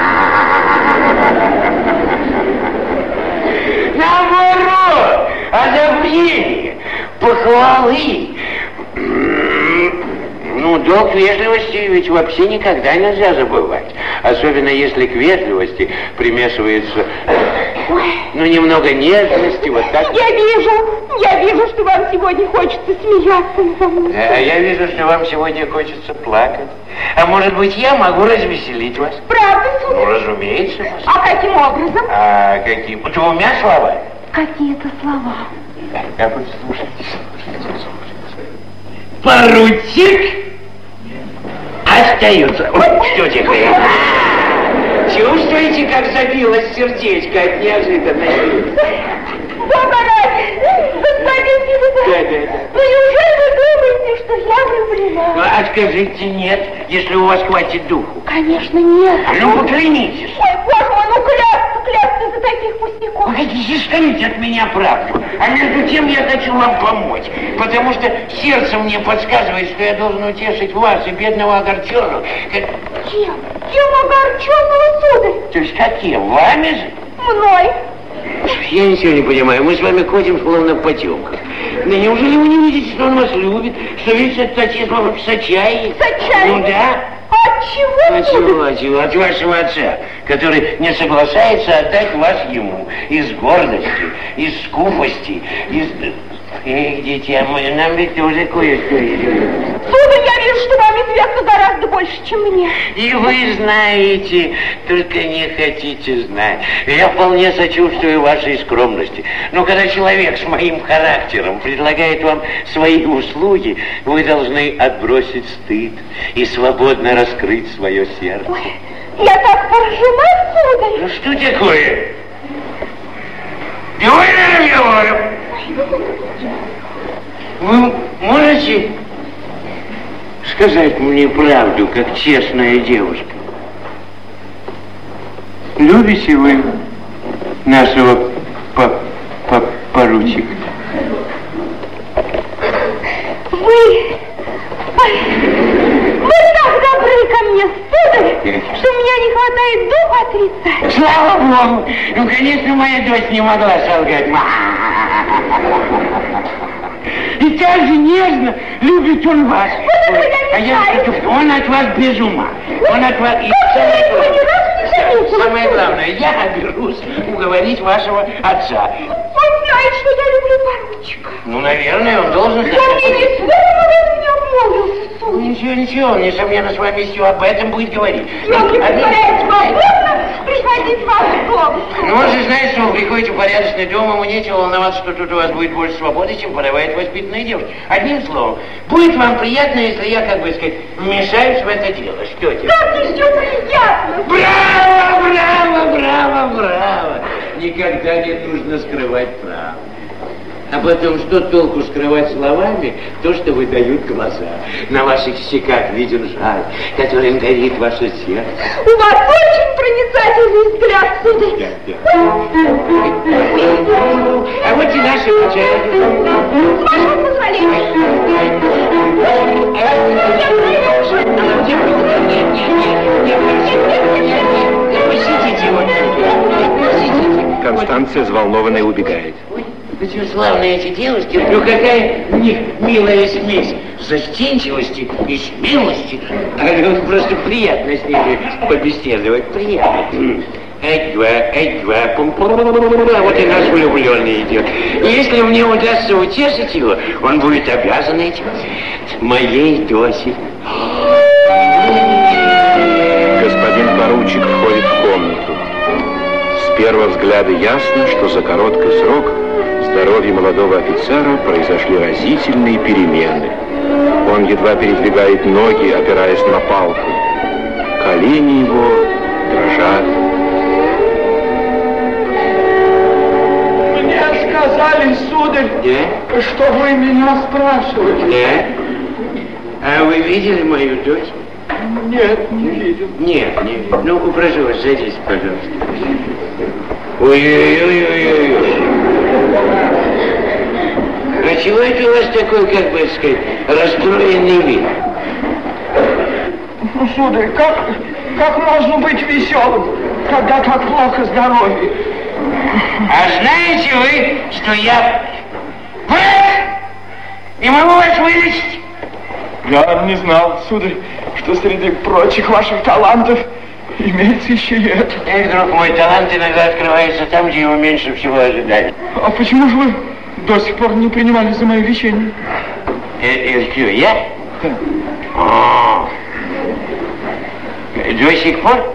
Наоборот, одобрение, похвалы. Ну, долг вежливости ведь вообще никогда нельзя забывать. Особенно если к вежливости примешивается, немного нежности, вот так. Я вижу, что вам сегодня хочется смеяться надо мной. Да, я вижу, что вам сегодня хочется плакать. А может быть, я могу развеселить вас? Правда, сударь? Ну, разумеется. А каким образом? Двумя словами. Какие-то слова. Да, слушайте. Поручик остается. Вот что теперь. Чувствуете, как забилось сердечко от неожиданности? Господин Филипп, ну неужели вы думаете, что я влюблена? Ну, а скажите нет, если у вас хватит духу. Конечно, нет. А ну, поклянитесь. Ой, боже мой, ну клясться за таких пустяков. Погодите, скажите от меня правду. А между тем я хочу вам помочь, потому что сердце мне подсказывает, что я должен утешить вас и бедного огорченного. Чем? Чем огорченного, сударь? То есть каким? Вами же? Мной. Я ничего не понимаю. Мы с вами ходим словно в потемках. Да неужели вы не видите, что он вас любит? Что видите, этот отец вам с отчаянием? С отчаянием? Ну да. От чего? От чего? От вашего отца, который не соглашается отдать вас ему. Из гордости, из скупости, из... Эх, дитя мое, нам ведь тоже кое-что идет. Сударь, я вижу, что вам известно гораздо больше, чем мне. И вы знаете, только не хотите знать. Я вполне сочувствую вашей скромности. Но когда человек с моим характером предлагает вам свои услуги, вы должны отбросить стыд и свободно раскрыть свое сердце. Ой, я так поражена, сударь. Ну что такое? Говорю. Вы можете сказать мне правду, как честная девушка? Любите вы нашего поручика? Вы так добры ко мне, сударь, что у меня не хватает духу отрицать. Слава Богу! Ну, конечно, моя дочь не могла солгать. И так же нежно любит он вас. Он от вас без ума. Он от вас... Самое главное, я оберусь уговорить вашего отца. Он знает, что я люблю поручика. Ну, наверное, он должен знать. Но мне ни слова об этом не обмолвился, сударь. Ничего, он, несомненно, с вами все об этом будет говорить. Если представляете, возможно приходить вас в дом. Ну, он же знает, что вы приходите в порядочный дом, ему нечего волноваться, что тут у вас будет больше свободы, чем подавает воспитанная девушка. Одним словом, будет вам приятно, если я, как бы сказать, вмешаюсь в это дело. Что тебе? Как еще приятно! Браво! Никогда не нужно скрывать правду. А потом, что толку скрывать словами то, что выдают глаза? На ваших щеках виден жар, которым горит ваше сердце. У вас очень проницательный взгляд, сударь. А вот и наши печали. С вашего позволения. Посидите вот тут. Констанция, взволнованная, убегает. Очень славные эти девушки, ну какая у них милая смесь застенчивости и смелости. А просто приятно с ними побеседовать, приятно. Ай-два, пум-пум-пум-пум-пум, вот и наш влюбленный идет. И если мне удастся утешить его, он будет обязан этим моей Досе. Господин поручик входит в комнату. С первого взгляда ясно, что за короткий срок в здоровье молодого офицера произошли разительные перемены. Он едва передвигает ноги, опираясь на палку. Колени его дрожат. Мне сказали, сударь, Да? что вы меня спрашивали. Да? А вы видели мою дочь? Нет, не видел. Нет, не видел. Ну, прошу вас, садитесь, пожалуйста. Ой-ой-ой-ой-ой. А чего это у вас такой, как бы сказать, расстроенный вид? Ну, сударь, как можно быть веселым, когда так плохо здоровье? А знаете вы, что я не могу вас вылечить? Я не знал, сударь, что среди прочих ваших талантов имеется еще и это. Эх, друг мой, талант иногда открывается там, где его меньше всего ожидают. А почему же вы до сих пор не принимали за мое лечение? Что, я? Да. До сих пор?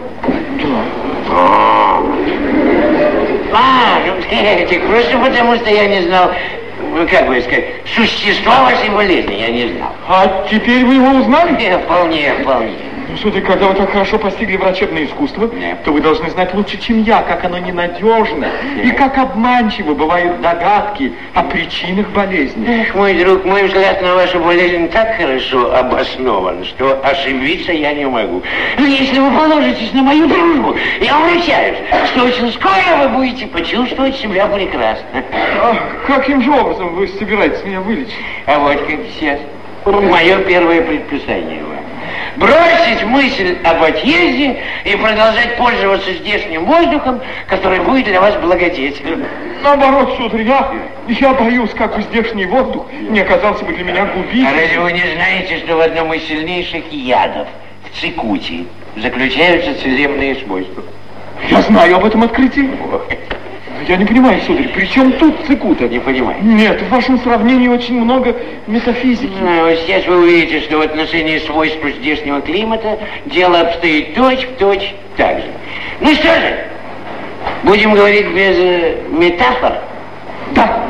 Да. Ну, просто потому что я не знал, как бы сказать, существо вашей болезни я не знал. А теперь вы его узнали? Вполне. Ну, сударь, когда вы так хорошо постигли врачебное искусство, то вы должны знать лучше, чем я, как оно ненадежно и как обманчиво бывают догадки о причинах болезни. Эх, мой друг, мой взгляд на вашу болезнь так хорошо обоснован, что ошибиться я не могу. Но если вы положитесь на мою дружбу, я вам ручаюсь, что очень скоро вы будете почувствовать себя прекрасно. А каким же образом вы собираетесь меня вылечить? А вот как сейчас. Мое первое предписание вам. Бросить мысль об отъезде и продолжать пользоваться здешним воздухом, который будет для вас благодетелем. Наоборот, сударь, я боюсь, как бы здешний воздух не оказался бы для меня губительным. А разве вы не знаете, что в одном из сильнейших ядов, в цикуте, заключаются целебные свойства? Я знаю об этом открытии. Я не понимаю, сударь, при чем тут цикута? Не понимаю. Нет, в вашем сравнении очень много метафизики. Вот сейчас вы увидите, что в отношении свойств здешнего климата дело обстоит точь-в-точь так же. Ну что же, будем говорить без метафор? Да.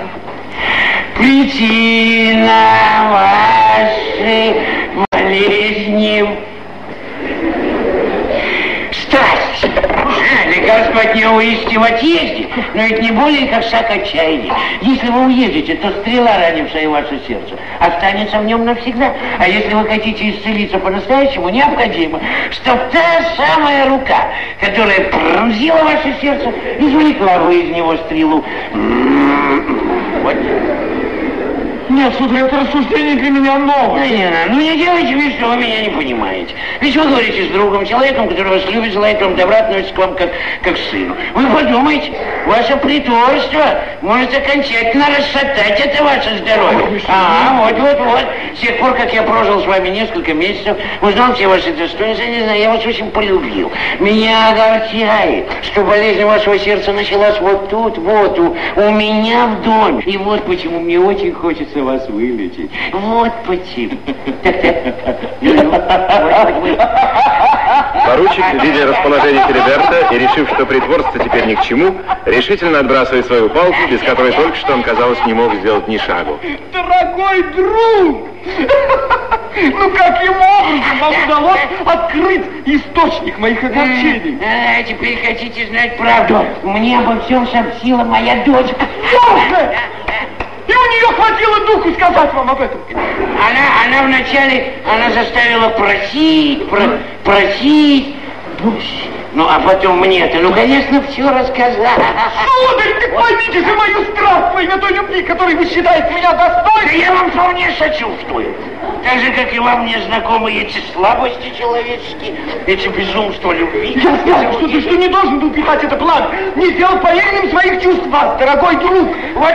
Причина вашей болезни — страсть. Лекарство от нее увести в отъезде, но ведь не более как шаг отчаяния. Если вы уедете, то стрела, ранившая ваше сердце, останется в нем навсегда. А если вы хотите исцелиться по-настоящему, необходимо, чтобы та самая рука, которая пронзила ваше сердце, извлекла бы из него стрелу. Вот. Нет, сударь, это рассуждение для меня новое. Да не делайте вид, что вы меня не понимаете. Ведь вы говорите с другом, человеком, который вас любит, желает вам добра, относится к вам как к сыну. Вы подумайте, ваше притворство может окончательно расшатать это ваше здоровье. Вот. С тех пор, как я прожил с вами несколько месяцев, узнал все ваши достоинства, не знаю, я вас очень полюбил. Меня огорчает, что болезнь вашего сердца началась вот тут, вот, у меня в доме. И вот почему мне очень хочется вас вылечить. Вот почему. Поручик, видя расположение Филиберта и решив, что притворство теперь ни к чему, решительно отбрасывает свою палку, без которой только что он, казалось, не мог сделать ни шагу. Дорогой друг! Ну каким образом вам удалось открыть источник моих огорчений? А теперь хотите знать правду? Мне обо всем сообщила моя дочь. И у нее хватило духу сказать вам об этом. Она вначале, заставила просить. Ну, а потом мне-то, конечно, все рассказала. Сударь, так поймите же мою страсть во имя той любви, которой вы считаете меня достойным. Да я вам вполне сочувствую. Так же, как и вам не знакомы эти слабости человеческие, эти безумства любви. Я знаю, что ты не должен был питать это пламя, не сделал поверенным своих чувств вас, дорогой друг. Вот.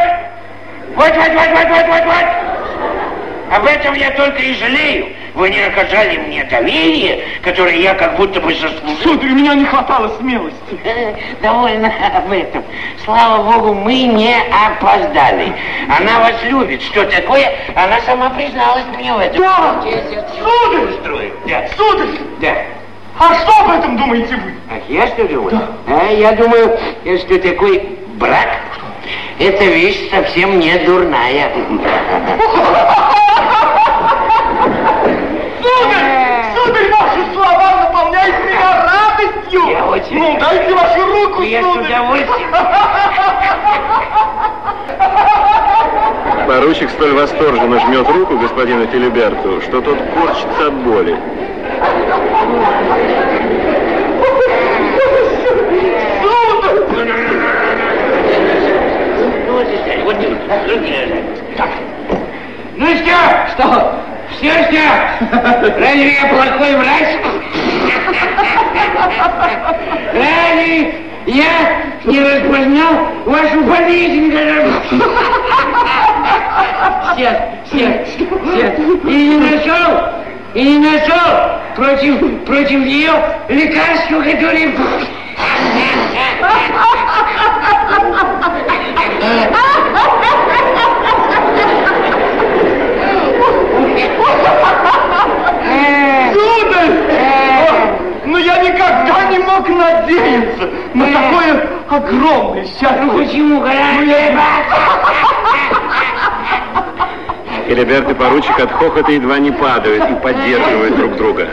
Об этом я только и жалею. Вы не оказали мне доверие, которое я как будто бы заслужил. Сударь, у меня не хватало смелости. Довольно об этом. Слава Богу, мы не опоздали. Она вас любит. Что такое? Она сама призналась мне в этом. Да! Сударь! Да. А что об этом думаете вы? А я что думаю? Да. Я думаю, что такой брак — это вещь совсем не дурная. Сударь, ваши слова наполняют меня радостью. Я очень... Ну, дайте вашу руку, я с удовольствием. Поручик столь восторженно жмет руку господину Филиберту, что тот корчится от боли. Ну что? Что? Все? Разве я плохой врач? Разве я не распознал вашу болезнь? Сейчас. И не нашел против нее лекарства, которые... Сударь! Но я никогда не мог надеяться на такое огромное счастье. Ну почему, Филиберт и поручик от хохота едва не падают и поддерживают друг друга.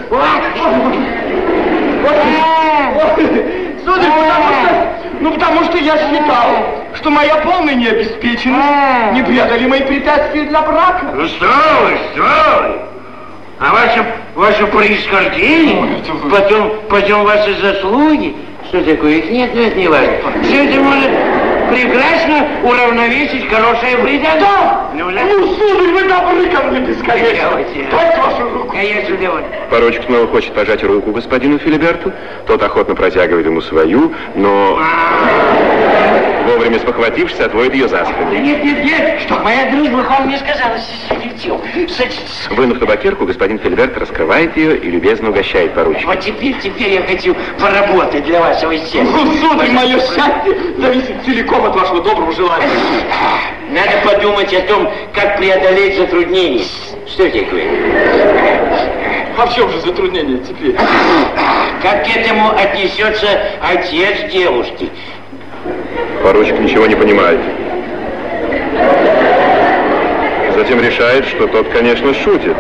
Сударь, потому что я считал, что моя полная необеспеченность, непреодолимые препятствия для брака. Ну что вы? А ваше происхождение, потом ваши заслуги, что такое? Их нет, но это не важно. Все это может прекрасно уравновесить хорошее предательство. Да! Ну, сударь, вы добры ко мне бесконечно. Дайте вашу руку. А я с удовольствием. Поручик снова хочет пожать руку господину Филиберту. Тот охотно протягивает ему свою, но вовремя спохватившись, отводит ее за спину. Нет, что моя дружба к вам не сказалась с Филибертом. Вынув табакерку, господин Филиберт раскрывает ее и любезно угощает поручика. Вот теперь я хочу поработать для вашего счастья. Ну, сударь, мое счастье зависит целиком от вашего доброго желания. Надо подумать о том, как преодолеть затруднения. Что такое? А в чем же затруднение теперь? Как к этому отнесется отец девушки? Поручик ничего не понимает. Затем решает, что тот, конечно, шутит.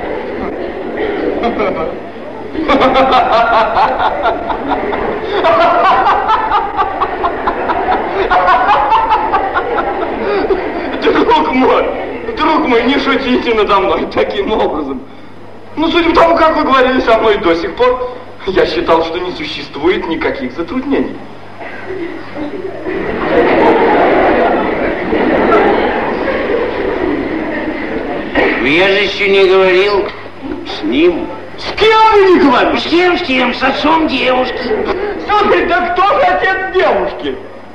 Друг мой, не шутите надо мной таким образом. Ну, судя по тому, как вы говорили со мной до сих пор, я считал, что не существует никаких затруднений. Я же еще не говорил с ним. С кем вы не говорите? С кем? С отцом девушки. Слушай, да кто же отец девушки?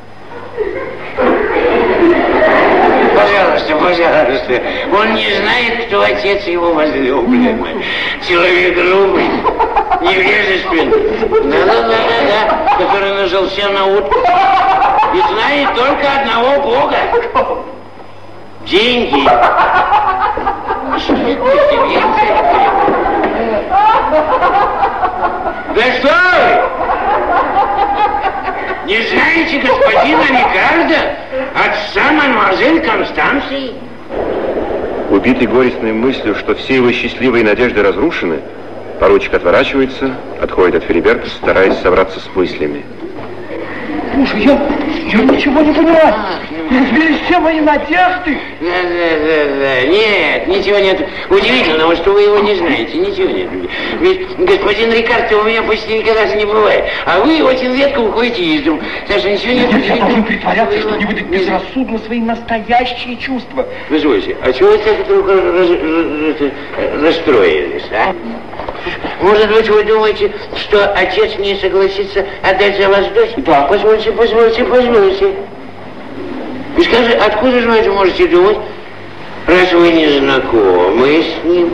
Пожалуйста. Он не знает, кто отец его возлюбленной. Человек грубый, невежественный. Да, который нажился на утку. И знает только одного Бога. Деньги. Да что вы? Не знаете господина Рикардо, отца мадемуазель Констанции? Убитый горестной мыслью, что все его счастливые надежды разрушены, поручик отворачивается, отходит от Филиберта, стараясь собраться с мыслями. Слушай, я ничего не понимаю. Разбились все мои надежды. Да. Нет, ничего нет. Удивительно, что вы его не знаете. Ничего нет. Ведь господин Рикардо у меня почти никогда же не бывает. А вы очень редко уходите из дома. Так что ничего нет. Я должен притворяться, что не выдать безрассудно свои настоящие чувства. Послушайте, а чего вы так вдруг расстроились, а? Может быть, вы думаете, что отец не согласится отдать за вас дочь? Да, позвольте. И скажи, откуда же вы это можете думать, раз вы не знакомы с ним?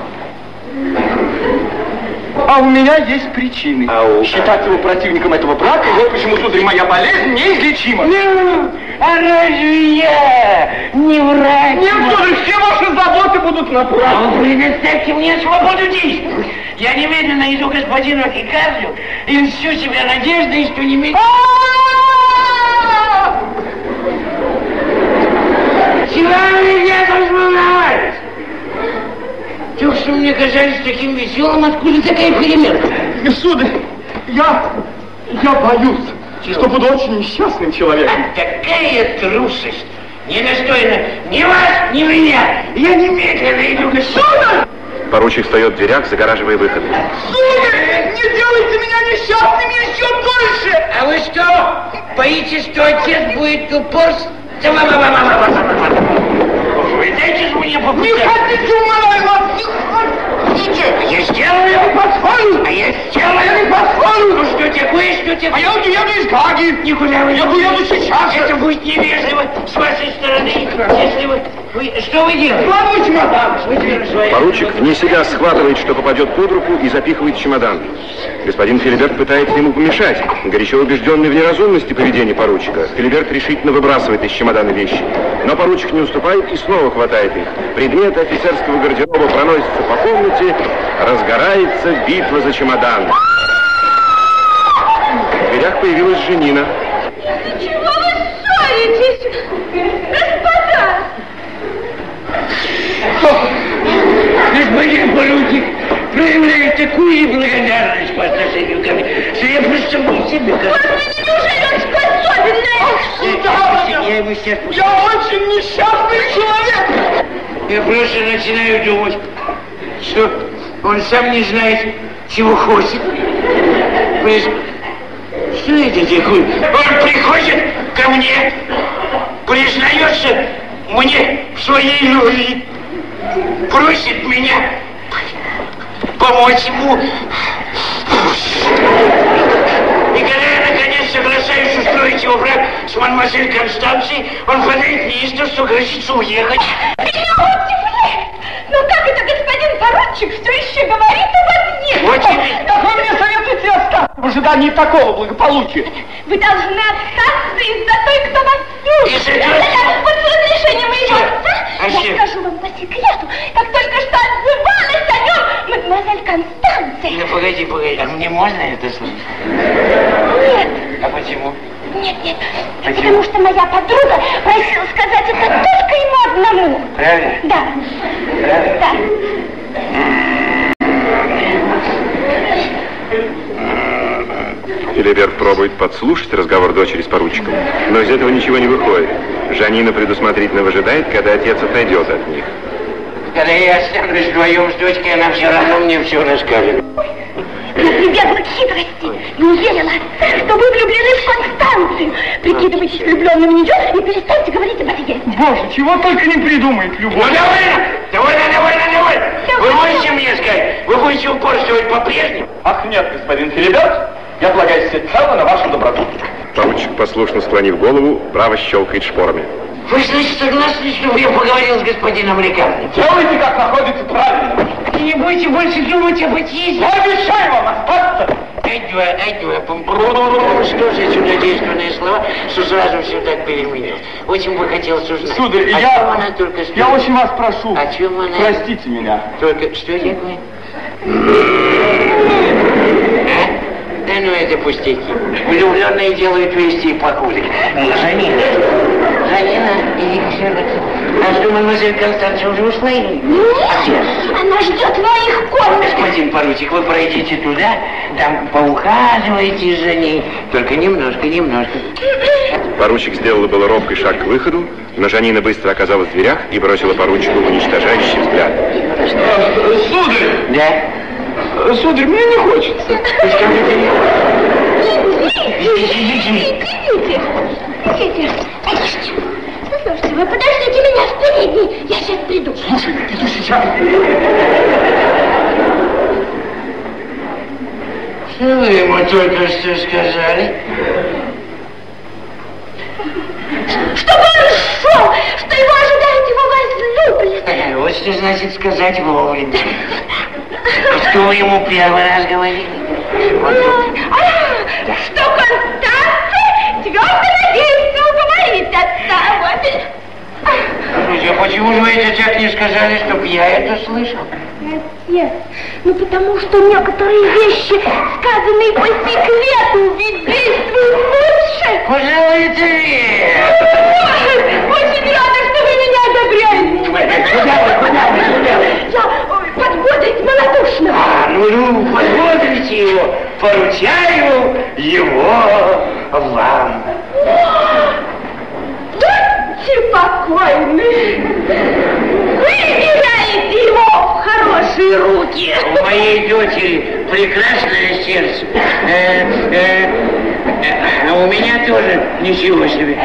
А у меня есть причины. Считать его противником этого брака, вот почему, сударь, моя болезнь неизлечима. А разве я не врач? Нет, сударь, все ваши заботы будут напрасны. Вы предоставьте мне свободу действовать. Я немедленно иду к господину Рикардо и всю себя надеждой, что немедленно... Чего вы, ребята, волновались? То, что мне казались таким веселым, откуда такая переменка? Сударь, я боюсь, что буду очень несчастным человеком. Такая трусость недостойна ни вас, ни меня. Я немедленно иду к суду. Поручик встает в дверях, загораживая выход. Сударь, не делайте меня несчастным еще больше! А вы что, боитесь, что отец будет упорствовать? Вы дайте же мне попытать. Не хотите, умоляю вас, не хотите! Я сделаю! Я не позволю! А я сделаю! Я не позволю! Ну что такое? А я уеду из Гаги! Никуда вы не уеду сейчас! Это будет невежливо с вашей стороны, если вы... Что вы делаете? Ладно, чемодан! Поручик вне себя схватывает, что попадет под руку, и запихивает в чемодан. Господин Филиберт пытается ему помешать. Горячо убежденный в неразумности поведения поручика, Филиберт решительно выбрасывает из чемодана вещи. Но поручик не уступает и снова хватает их. Предметы офицерского гардероба проносятся по комнате, разгорается битва за чемодан. В дверях появилась Жанина. Из-за чего вы ссоритесь, господа? Господин поручик проявляет такую неблагодарность по отношению ко мне, что я просто не себе как... Неужели он способен на это? Я ему сейчас... Я очень несчастный человек! Я просто начинаю думать, что он сам не знает, чего хочет. Понимаешь, что это такое? Он приходит ко мне, признается мне в своей любви, просит меня помочь ему. И когда я наконец соглашаюсь устроить его брак с мадемуазель Констанцией, он подает неистовство, грозится уехать. Но как это господин поручик все еще говорит обо мне? Вот тебе... Как вы мне советуете остаться в ожидании такого благополучия? Вы должны остаться из-за той, кто вас любит. Из-за той? Под разрешением моего отца. А Я скажу вам по секрету, как только что отзывалась о нем мадемуазель Констанция. Ну, погоди, а мне можно это слышать? Нет. А почему? Нет. Потому что моя подруга просила сказать это только ему одному. Правда? Да. Правда? Да. Филиберт пробует подслушать разговор дочери с поручиком, но из этого ничего не выходит. Жанина предусмотрительно выжидает, когда отец отойдет от них. Когда я останусь вдвоем с дочкой, она все равно мне все расскажет. Я прибегла к хитрости. Не уверила отца, что вы влюблены в Констанцию. Прикидывайтесь влюбленным в нее и перестаньте говорить об отъезде. Боже, чего только не придумает любовь. Ну, довольно! Вы можете мне сказать? Вы будете упорствовать по-прежнему? Ах, нет, господин Филиберт, я полагаюсь всецело на вашу доброту. Поручик, послушно склонив голову, браво щелкает шпорами. Вы, значит, согласны, чтобы я поговорил с господином лекарем? Делайте, как находится правильно. И не будете больше думать об отъезде. Я обещаю вам остаться. Что за чудодейственные слова, что сразу все так переменилось? Очень бы хотелось узнать. Сударь, о чем она только что... я очень вас прошу. О чем она... Простите меня. Только... Что такое? Да ну это пустяки. Влюбленные делают вести и покули. Жанина и Шерлок. А что, мадемуазель Констанция уже ушла или? Нет, она ждет моих комнат. Господин поручик, вы пройдите туда, там поухаживайте за ней. Только немножко. Поручик сделала было робкий шаг к выходу, но Жанина быстро оказалась в дверях и бросила поручику уничтожающий взгляд. Сударь! Да? Сударь, мне не хочется. Идите. Слушайте, вы подождите меня в передней. Я сейчас приду. Слушай, иду сейчас. Что вы ему только что сказали? Чтобы он шел, что его ожидает его возлюбленный. Вот что значит сказать вовремя. Что вы ему первый раз говорили? Что Констанция твердо надеется уговорить отца. Слушайте, а почему же вы это так не сказали, чтоб я это слышал? Отец, потому что некоторые вещи, сказанные по секрету, ведь действуют лучше. Пожалуй, это верно. Очень рада, что вы меня одобряете. Я подбодрить малодушно. Ну, подбодрите его, поручаю его вам. Будьте покойны. Вы теряете его в хорошие руки. У моей дочери прекрасное сердце. А у меня тоже ничего себе.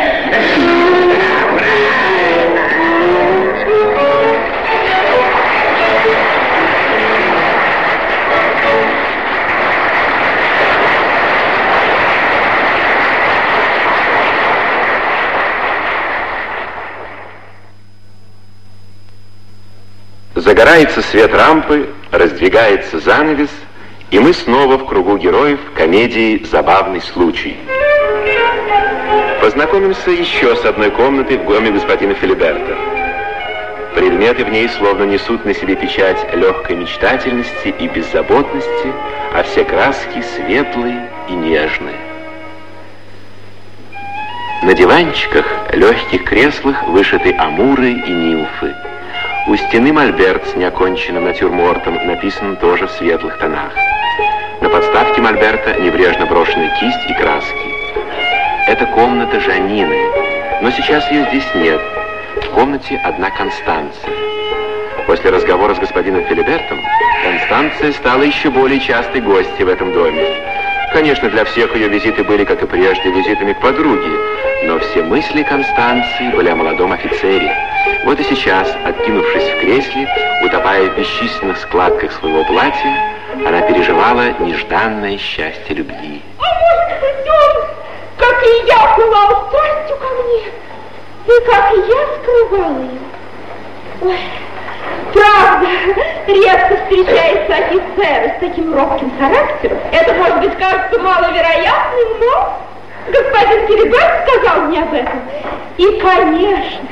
Загорается свет рампы, раздвигается занавес, и мы снова в кругу героев комедии «Забавный случай». Познакомимся еще с одной комнатой в доме господина Филиберта. Предметы в ней словно несут на себе печать легкой мечтательности и беззаботности, а все краски светлые и нежные. На диванчиках, легких креслах вышиты амуры и нимфы. У стены мольберт с неоконченным натюрмортом написан тоже в светлых тонах. На подставке мольберта небрежно брошены кисть и краски. Это комната Жанины, но сейчас ее здесь нет. В комнате одна Констанция. После разговора с господином Филибертом Констанция стала еще более частой гостьей в этом доме. Конечно, для всех ее визиты были, как и прежде, визитами к подруге, но все мысли Констанции были о молодом офицере. Вот и сейчас, откинувшись в кресле, утопая в бесчисленных складках своего платья, она переживала нежданное счастье любви. А может быть, он, как и я, пылал страстью ко мне, и как и я скрывала ее. Ой, правда, редко встречаются офицеры с таким робким характером. Это, может быть, кажется маловероятным, но господин Филиберт сказал мне об этом. И, конечно,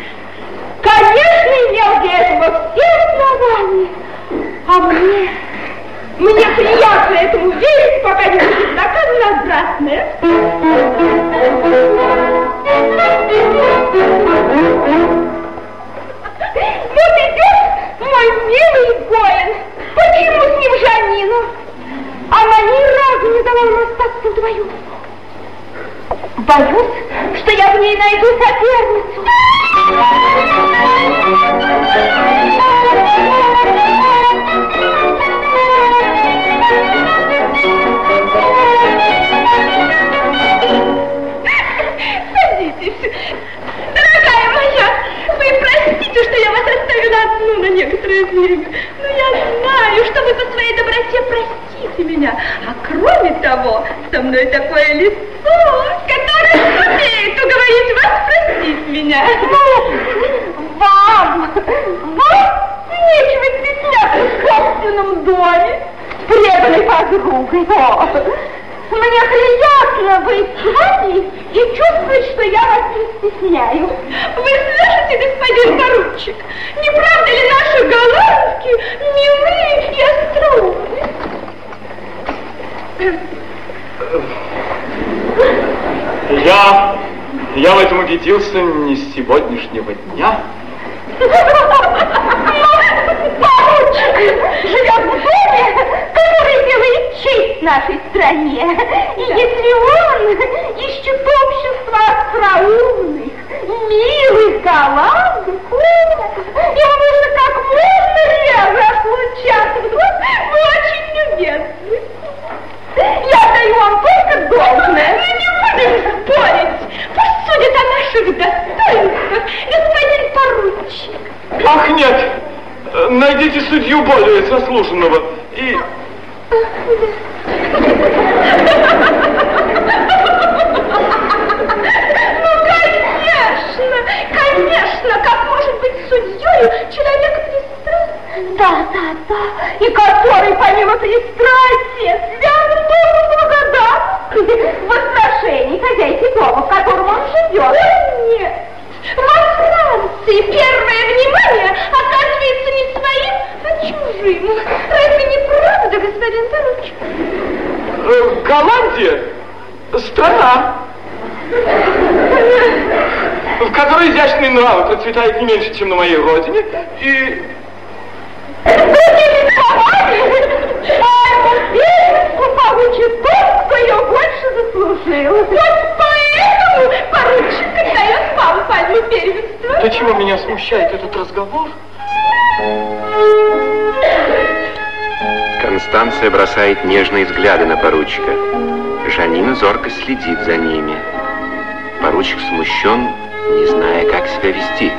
имел для этого все основания. А мне приятно этому верить, пока не будет доказано обратное. Вот идет мой милый воин. Почему с ним Жанина? Она ни разу не дала нам остаться вдвоем. Боюсь, что я в ней найду соперницу. Садитесь. Дорогая моя, вы простите, что я вас оставила одну на некоторое время. Но я знаю, что вы по своей доброте простите меня. А кроме того, со мной такое лицо, которое сумеет уговорить вас простить меня. Вам нечего стесняться в собственном доме с преданной подругой. Мне приятно быть с вами и чувствовать, что я вас не стесняю. Вы слышите, господин поручик, не правда ли наши голландки милые и остроумные? Я в этом убедился не с сегодняшнего дня. Поручик живет в доме, который делает честь нашей стране. И если он ищет общество остроумных, милых голландцев, ему нужно как можно реже отлучаться. Вы очень любезны. Я даю вам только должное. Мы не будем спорить. Пусть судит о наших достоинствах господин поручик. Ах, нет! Найдите судью более заслуженного и... Ну, конечно, как может быть судьёю человек пристрастный? Да. И который, помимо пристрастия, связан тоже благодарностью в отношении хозяйки дома, в котором он живет. Нет. Во Франции первое внимание оказывается не своим, а чужим. Это неправда, господин поручик? Голландия – страна, в которой изящные нравы процветают не меньше, чем на моей родине, и... Другими словами, первенство получит тот, кто ее больше заслужил. Вот поэтому поручик дает вам пальму первенства. До чего меня смущает этот разговор? Констанция бросает нежные взгляды на поручика. Жанина зорко следит за ними. Поручик смущен, не зная, как себя вести.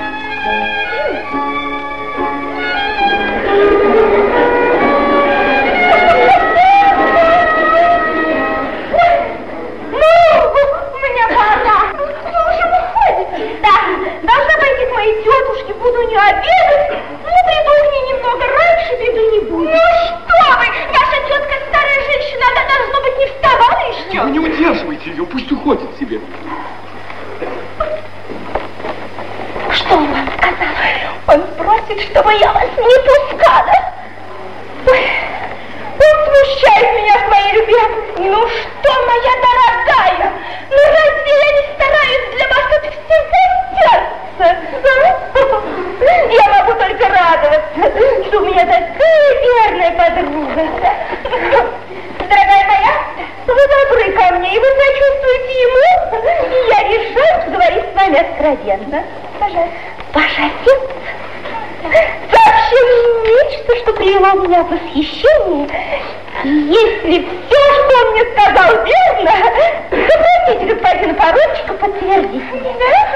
Тетушки, буду не обедать, но приду к ней немного раньше, беды не будет. Ну что вы, ваша тетка старая женщина, она, должно быть, не вставала еще. Вы не удерживайте ее, пусть уходит себе. Что он вам сказал? Он просит, чтобы я вас не пускала. Ой, он смущает меня своей любезностью. Ну что, моя дорогая, ну разве я не стараюсь для вас Можно, пожалуйста. Ваш отец сообщил мне нечто, что привело меня в восхищение. Если все, что он мне сказал, верно, запросите господина поручика подтвердить мне.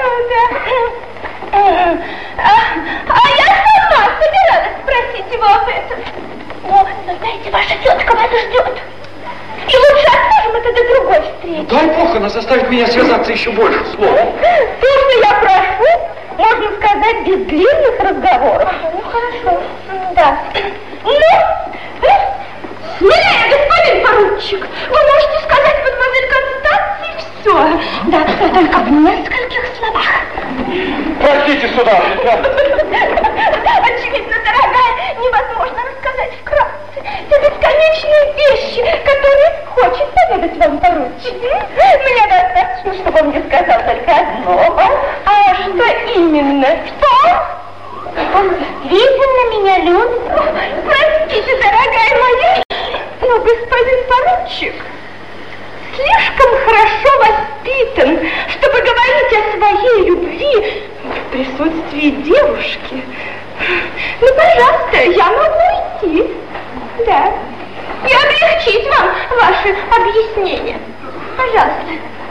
А я сама собиралась спросить его об этом. Но знаете, ваша тетка вас ждет. И лучше отложим это до другой встречи. Дай Бог, она заставит меня связаться еще больше словом. То, что я прошу, можно сказать, без длинных разговоров. Ну, хорошо. Да. Ну, смелее, господин поручик. Вы можете сказать мадемуазель Констанции все. Да, все, только в нескольких словах. Простите, сударыня. Очевидно, дорогая, невозможно рассказать вкратце. Это бесконечные вещи, которые хочет поведать вам поручик. Мне достаточно, чтобы он мне сказал только одно. А что именно? Что? Он действительно меня любит. Простите, дорогая моя, но господин поручик слишком хорошо воспитан, чтобы говорить о своей любви в присутствии девушки. Ну, пожалуйста, я могу идти. Да. И облегчить вам ваши объяснения. Пожалуйста.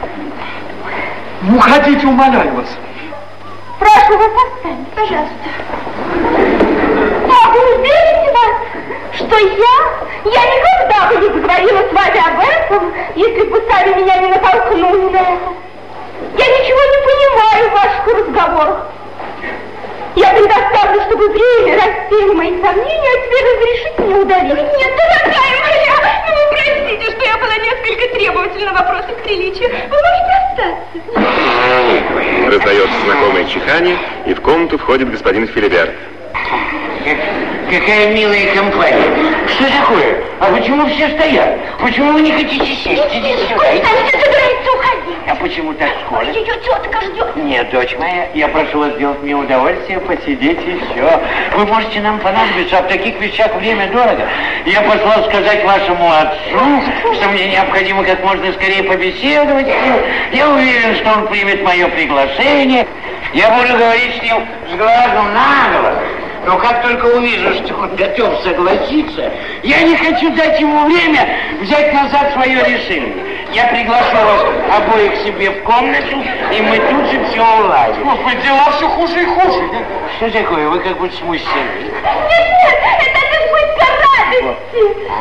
Уходите, умоляю вас. Прошу вас оставить, пожалуйста. А вы уверите вас, что я никогда бы не поговорила с вами об этом, если бы сами меня не натолкнули на это? Я ничего не понимаю в ваших разговорах. Я предоставлю, чтобы время рассеяло мои сомнения, а теперь разрешите мне удалиться. Нет, дорогая моя, вы простите, что я была несколько требовательна в вопросах приличия. Вы можете остаться. Раздается знакомое чихание, и в комнату входит господин Филиберт. Какая милая компания. Что такое? А почему все стоят? Почему вы не хотите сесть? Идите сюда. Констанция собирается уходить. А почему так скоро? Ее тетка ждет. Нет, дочь моя, я прошу вас сделать мне удовольствие, посидеть и все. Вы можете нам понадобиться, а в таких вещах время дорого. Я послал сказать вашему отцу, что мне необходимо как можно скорее побеседовать с ним. Я уверен, что он примет мое приглашение. Я буду говорить с ним с глазу на глаз. Но как только увижу, что он готов согласиться, я не хочу дать ему время взять назад свое решение. Я приглашу вас обоих к себе в комнату, и мы тут же все уладим. Господи, дела все хуже и хуже. Что такое? Вы как будто смущены. Нет, это от избытка радости.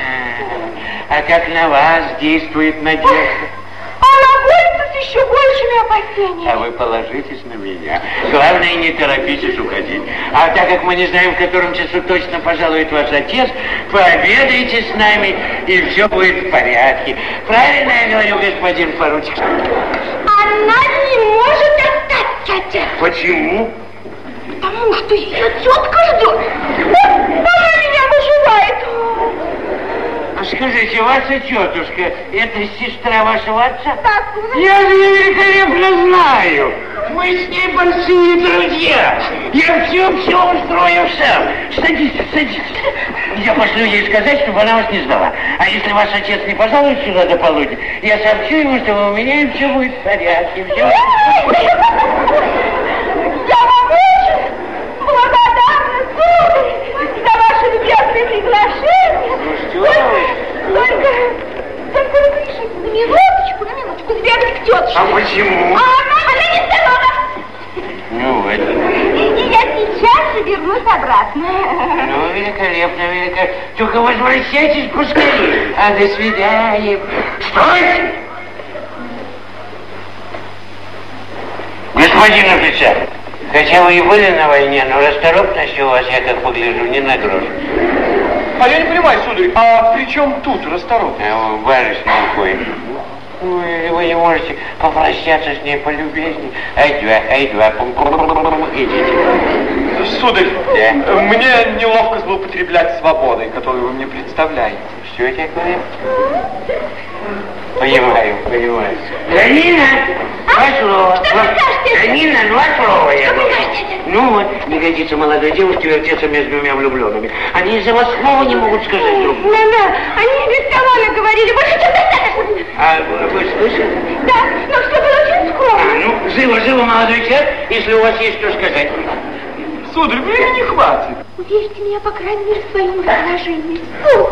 А как на вас действует надежда? Она борется с еще большими опасениями. А вы положитесь на меня. Главное, не торопитесь уходить. А так как мы не знаем, в котором часу точно пожалует ваш отец, пообедайте с нами, и все будет в порядке. Правильно я говорю, господин поручик? Она не может остаться, отец. Почему? Потому что ее тетка ждет. Она меня выживает. А скажите, ваша тетушка, это сестра вашего отца? Так. Я же ее великолепно знаю. Мы с ней большие друзья. Я все устрою сам. Садитесь, садитесь. Я пошлю ей сказать, чтобы она вас не ждала. А если ваш отец не пожалует сюда до полудня, я сообщу ему, что вы у меня, и все будет в порядке. Все. Я вам очень благодарна, сударь, за ваше любезное приглашение. Ну что вы? Только разрешите на минуточку сбегать к тетушке. А почему? Она не здорова. Ну, это... И я сейчас же вернусь обратно. Ну, великолепно, великолепно. Только возвращайтесь поскорее. А до свидания. Стойте! Господин офицер, хотя вы и были на войне, но расторопность у вас, я как погляжу, не на грош. А я не понимаю, сударь, а при чем тут расторопность? Барышня уходит. Вы не можете попрощаться с ней полюбезней. Ай-два, идите. Сударь, Да. мне неловко злоупотреблять свободой, которую вы мне представляете. Что такое? Понимаю. Ранина, два слова. Что вы скажете? Ранина, два слова, я Что вы говорю. скажете? Ну вот, не годится молодой девушке вертеться между двумя влюбленными. Они из-за вас слова не могут сказать друг другу. Да, они без того говорили. Больше, чем достаточно. А вы слышали? Да, но все было очень скромно. Живо, молодой человек, если у вас есть что сказать. Сударь, времени не хватит. Уверьте меня, по крайней мере, в своем расположении.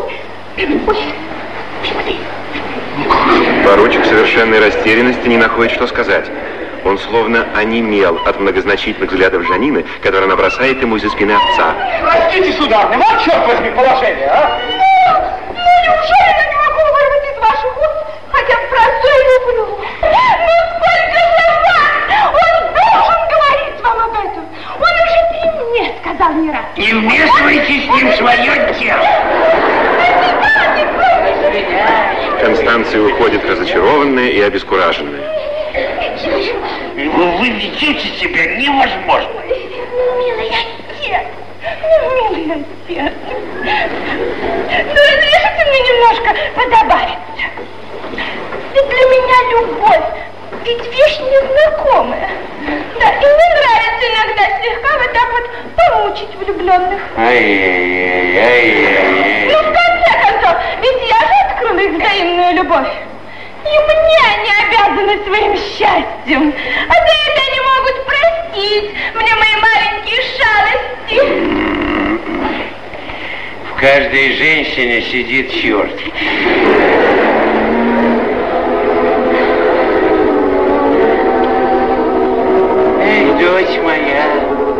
Поручик в совершенной растерянности не находит, что сказать. Он словно онемел от многозначительных взглядов Жанины, которые она бросает ему из-за спины отца. Простите, сударыня, вот черт возьми положение, а? Неужели я не могу вырвать из ваших уст хотя бы простое люблю? Сколько же раз он должен говорить вам об этом? Он уже при мне сказал не раз. Не вмешивайтесь с ним в свое дело. Констанция уходит разочарованная и обескураженная. Вы ведете себя невозможно. Милый отец, милый отец. Разрешите мне немножко подобавиться. Ведь для меня любовь, ведь вещь незнакомая. Да, и мне нравится иногда слегка вот так вот помучить влюбленных. Ай-яй-яй. Ну, в конце концов, ведь я же открыла их взаимную любовь. И мне они обязаны своим счастьем. А за это они могут простить мне мои маленькие шалости. В каждой женщине сидит черт. Эй, дочь моя,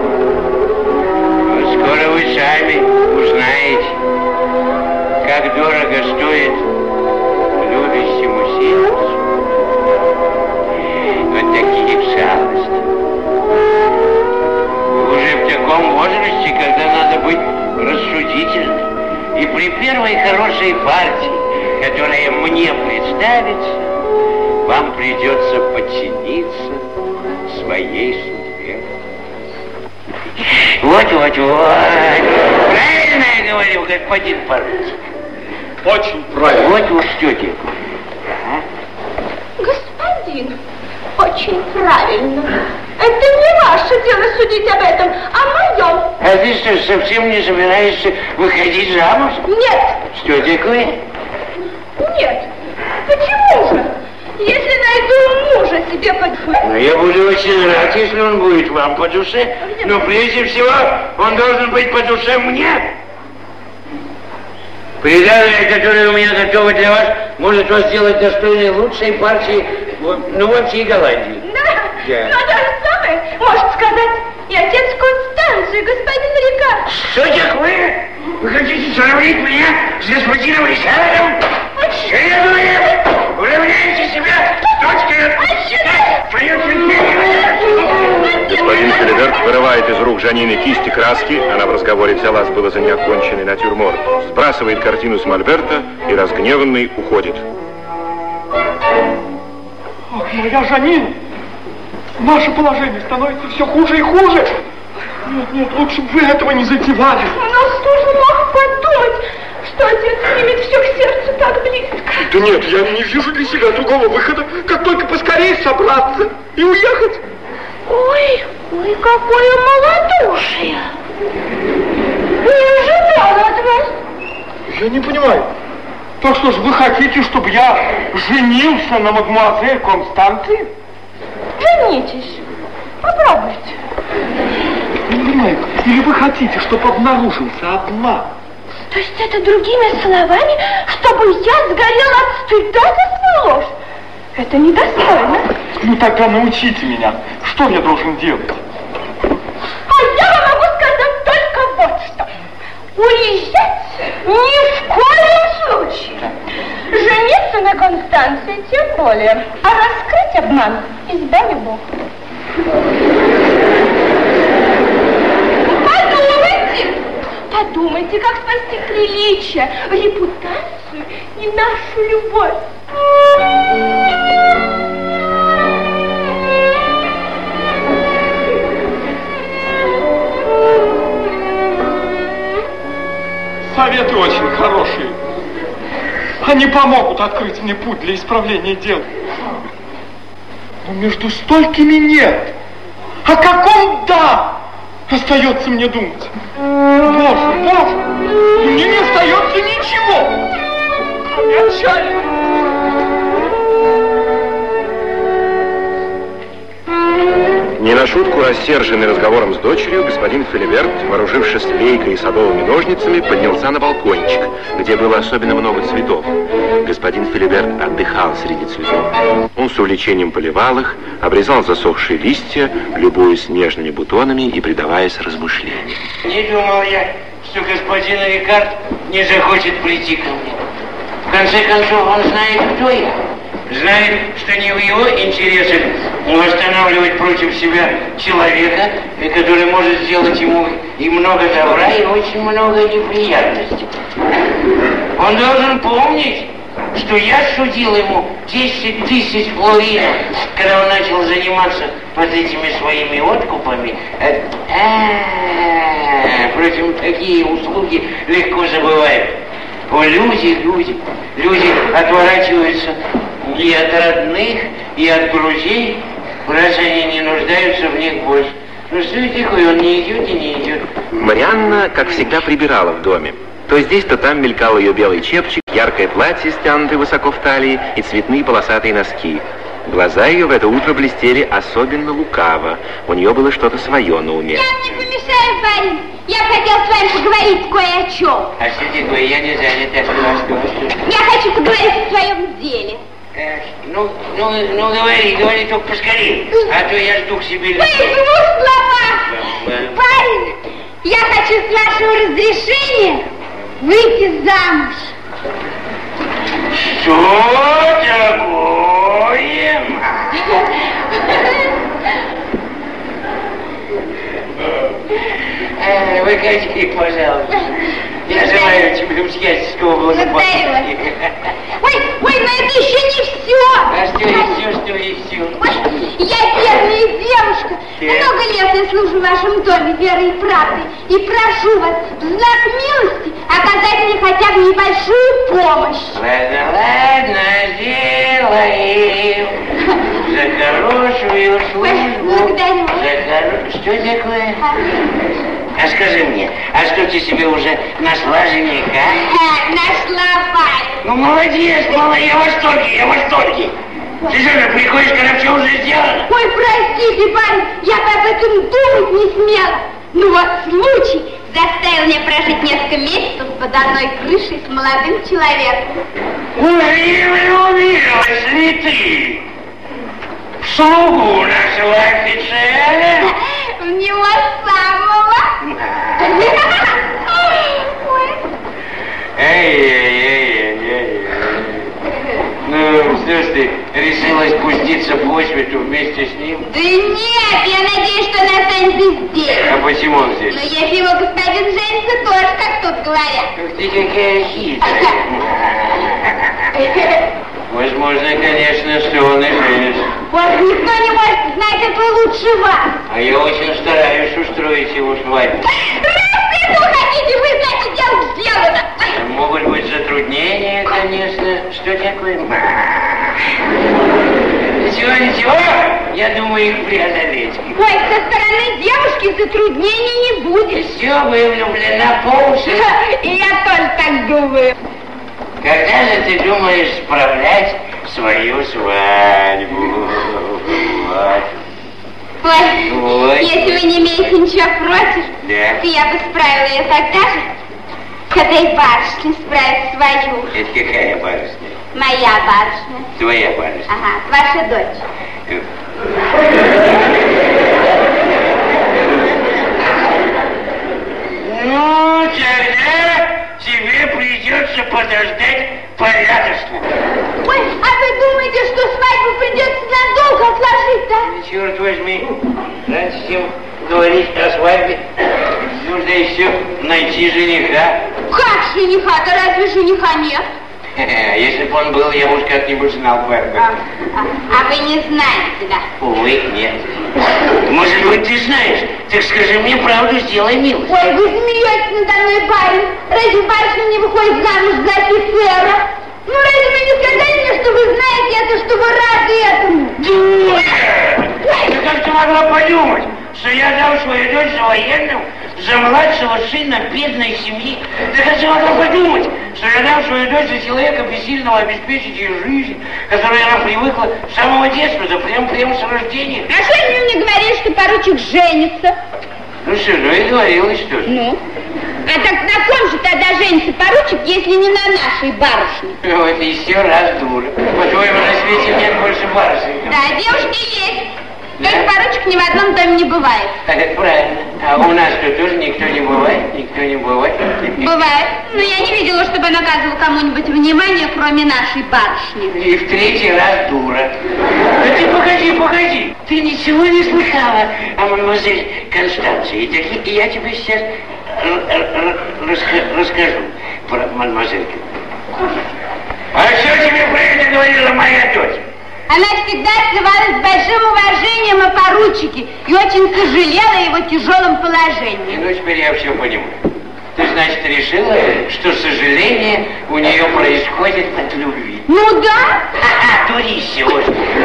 скоро вы сами узнаете, как дорого стоит любящему сердцу вот такие шалости. Уже в таком возрасте, когда надо быть рассудительным, и при первой хорошей партии, которая мне представится, вам придется подчиниться своей судьбе. Вот. Правильно я говорю, господин поручик? Очень правильно. Вот что тебе. Господин, очень правильно. Это не ваше дело судить об этом, а моем. А ты что, совсем не собираешься выходить замуж? Нет. Что такое? Нет. Почему же? Если найду мужа себе по душе. Ну, я буду очень рад, если он будет вам по душе. Но прежде всего, он должен быть по душе мне. Приданное, которое у меня готово для вас, может вас сделать достойной лучшей партии во всей Голландии. Да. Но то же самое может сказать и отец Констанции, господин Рикард. Что такое? Вы хотите сравнить меня с господином Рикардом? Следует, уравняйте себя с точкой отсчитать свое терпение. Господин Филиберт вырывает из рук Жанины кисти краски, она в разговоре взялась было за неоконченный натюрморт, сбрасывает картину с мольберта и разгневанный уходит. Ах, моя Жанина! Наше положение становится все хуже и хуже. Нет, лучше бы вы этого не затевали. Но кто же мог подумать, что отец примет все к сердцу так близко? Да нет, я не вижу для себя другого выхода, как только поскорее собраться и уехать. Ой, какое малодушие. Не ожидала от вас. Я не понимаю. Так что же вы хотите, чтобы я женился на мадемуазель Констанции? Женитесь. Попробуйте. Не понимаю, или вы хотите, чтобы обнаружился обман? То есть это другими словами, чтобы я сгорела от стыда за свою ложь? Это недостойно. Ну тогда научите меня, что я должен делать? А я вам могу сказать только вот что. Уезжать ни в коем случае. Жениться на Констанции тем более. А раскрыть обман избави Бог. Подумайте, как спасти приличие, репутацию и нашу любовь. Советы очень хорошие. Они помогут открыть мне путь для исправления дел. Но между столькими нет. О каком «да» остается мне думать? Боже, мне не остается ничего, кроме отчаяния. на шутку, рассерженный разговором с дочерью, господин Филиберт, вооружившись лейкой и садовыми ножницами, поднялся на балкончик, где было особенно много цветов. Господин Филиберт отдыхал среди цветов. Он с увлечением поливал их, обрезал засохшие листья, любуясь нежными бутонами и предаваясь размышлениям. Не думал я, что господин Рикард не захочет прийти ко мне. В конце концов, он знает, кто я. Знает, что не в его интересах восстанавливать против себя человека, который может сделать ему и много добра, и очень много неприятностей. Он должен помнить, что я судил ему 10 тысяч флоринов, когда он начал заниматься вот этими своими откупами. Впрочем, такие услуги легко забывают. Люди отворачиваются и от родных, и от друзей, раз они не нуждаются в них больше. Ну что это такое, он не идет и не идет. Марианна, как всегда, прибирала в доме. То здесь, то там мелькал ее белый чепчик, яркое платье, стянутое высоко в талии, и цветные полосатые носки. Глаза ее в это утро блестели особенно лукаво. У нее было что-то свое на уме. Я не помешаю, парень. Я хотел с вами поговорить кое о чем. А что такое? Я не занят. Я хочу поговорить о своем деле. Ну, говори, только поскорее. А то я жду к себе... Вы в двух словах. Парень, я хочу с вашего разрешения выйти замуж. Что такое? Выходи, пожалуйста. Я желаю тебе всяческого благополучия. Ой, но это еще не все. А что и все? Ой, я бедная девушка. Много лет я служу в вашем доме верой и правдой. И прошу вас в знак милости оказать мне хотя бы небольшую помощь. Ладно, сделаем. За хорошую службу. Благодарю. Что такое? А скажи мне, а что ты себе уже нашла жениха? Нашла, парень. Ну, молодец, я в восторге. Ты что же приходишь, когда все уже сделано? Ой, простите, парень, я об этом думать не смела. Ну вот случай заставил меня прожить несколько месяцев под одной крышей с молодым человеком. Влюбилась ли ты в слугу нашего офицера? В него самого. Ну, что ж ты, решилась пуститься по свету вместе с ним? Да нет, я надеюсь, что он останется здесь. А почему он здесь? Ну, если его господин женится, тоже, как тут говорят. Ух ты, какая хитрая. Возможно, конечно, что он и женится. Вот никто не может знать этого лучше вас. А я очень стараюсь устроить его свадьбу. Раз вы хотите, вы знаете, дело сделано. Могут быть затруднения, конечно. Что такое? Ничего, я думаю, их преодолеть. Ой, со стороны девушки затруднений не будет. Все, вы влюблена по уши. И я тоже так думаю. Когда же ты думаешь справлять свою свадьбу? Ой, если вы не имеете ничего против, да, то я бы справила ее тогда же, когда и барышня справит свою. Это какая барышня? Моя барышня. Твоя барышня? Ага, ваша дочь. Ну, тогда тебе придется подождать порядочно. Ой, а вы думаете, что свадьбу придется надолго отложить, да? Черт возьми, раньше чем говорить о свадьбе, нужно еще найти жениха. Как жениха? Да разве жениха нет? Если бы он был, я уж как-нибудь знал бы. А вы не знаете, да? Увы, нет. Может быть, ты знаешь. Так скажи мне правду, сделай милость. Ой, вы смеетесь надо мной, парень. Разве барышня не выходит замуж за офицера? Ну, разве вы не сказали мне, что вы знаете это, что вы рады этому? Дура! Ты как ты могла подумать, что я дал свою дочь за военным, за младшего сына бедной семьи? Ты как ты могла подумать, что я дам свою дочь за человека, бессильного обеспечить ее жизнь, которой она привыкла с самого детства, да прямо с рождения. А что они мне говорили, что поручик женится? Ну что, ну и говорилось, что ж. Ну? А так на ком же тогда женится поручик, если не на нашей барышне? Вот еще раз дура. По-твоему, на свете нет больше барышни. Да, девушки есть. Только поручик ни в одном доме не бывает. Так это правильно. А у нас-то тоже никто не бывает, никто не бывает. Бывает. Но я не видела, чтобы он оказывал кому-нибудь внимание, кроме нашей барышни. И в третий раз дура. Да ты погоди. Ты ничего не слыхала о мадемуазель Констанции. И я тебе сейчас расскажу про мадемуазель. А что тебе про это говорила моя дочь? Она всегда отзывалась с большим уважением о поручике и очень сожалела о его тяжелом положении. Ну, теперь я все понимаю. Ты, значит, решила, что сожаление у нее происходит от любви? Ну да. Дурище, вот.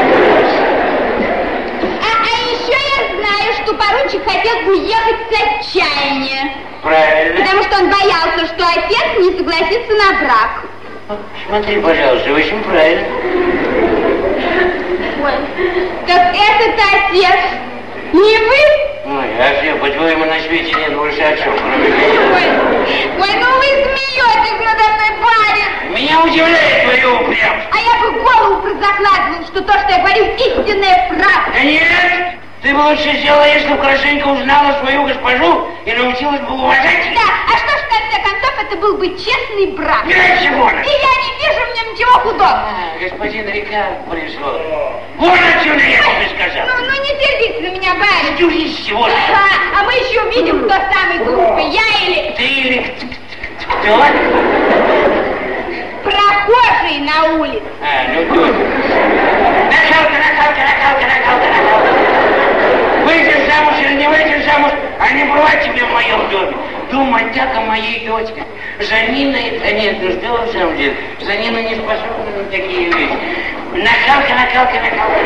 А еще я знаю, что поручик хотел уехать с отчаяния. Правильно. Потому что он боялся, что отец не согласится на брак. Смотри, пожалуйста, очень правильно. Ой, так этот отец не вы? Ой, а все, по-твоему, на свете нет больше отцов, кроме меня. Ой, ну вы смеетесь надо мной, барин. Меня удивляет твое упрямство. А я бы голову прозакладывал, что то, что я говорю, истинная правда. Да нет, ты бы лучше сделала, если бы хорошенько узнала свою госпожу и научилась бы уважать ее. Да, а что ж, в конце концов, это был бы честный брак. Чего? И я не вижу в нем ничего худого. Господин Рикард пришел. Вот отсюда я тебе сказал. Ну не сердитесь на меня, барин. Дюрись, вот. А мы еще увидим, кто самый глупый, я или... Ты или кто? Прохожий на улице. Ну тут. Накалка. Выйдешь замуж или не выйдешь замуж, а не бывать тебе в моем доме. Думать так о моей дочке. Жанина, да нет, ну что в самом деле, Жанина не способна на такие вещи. Накалка.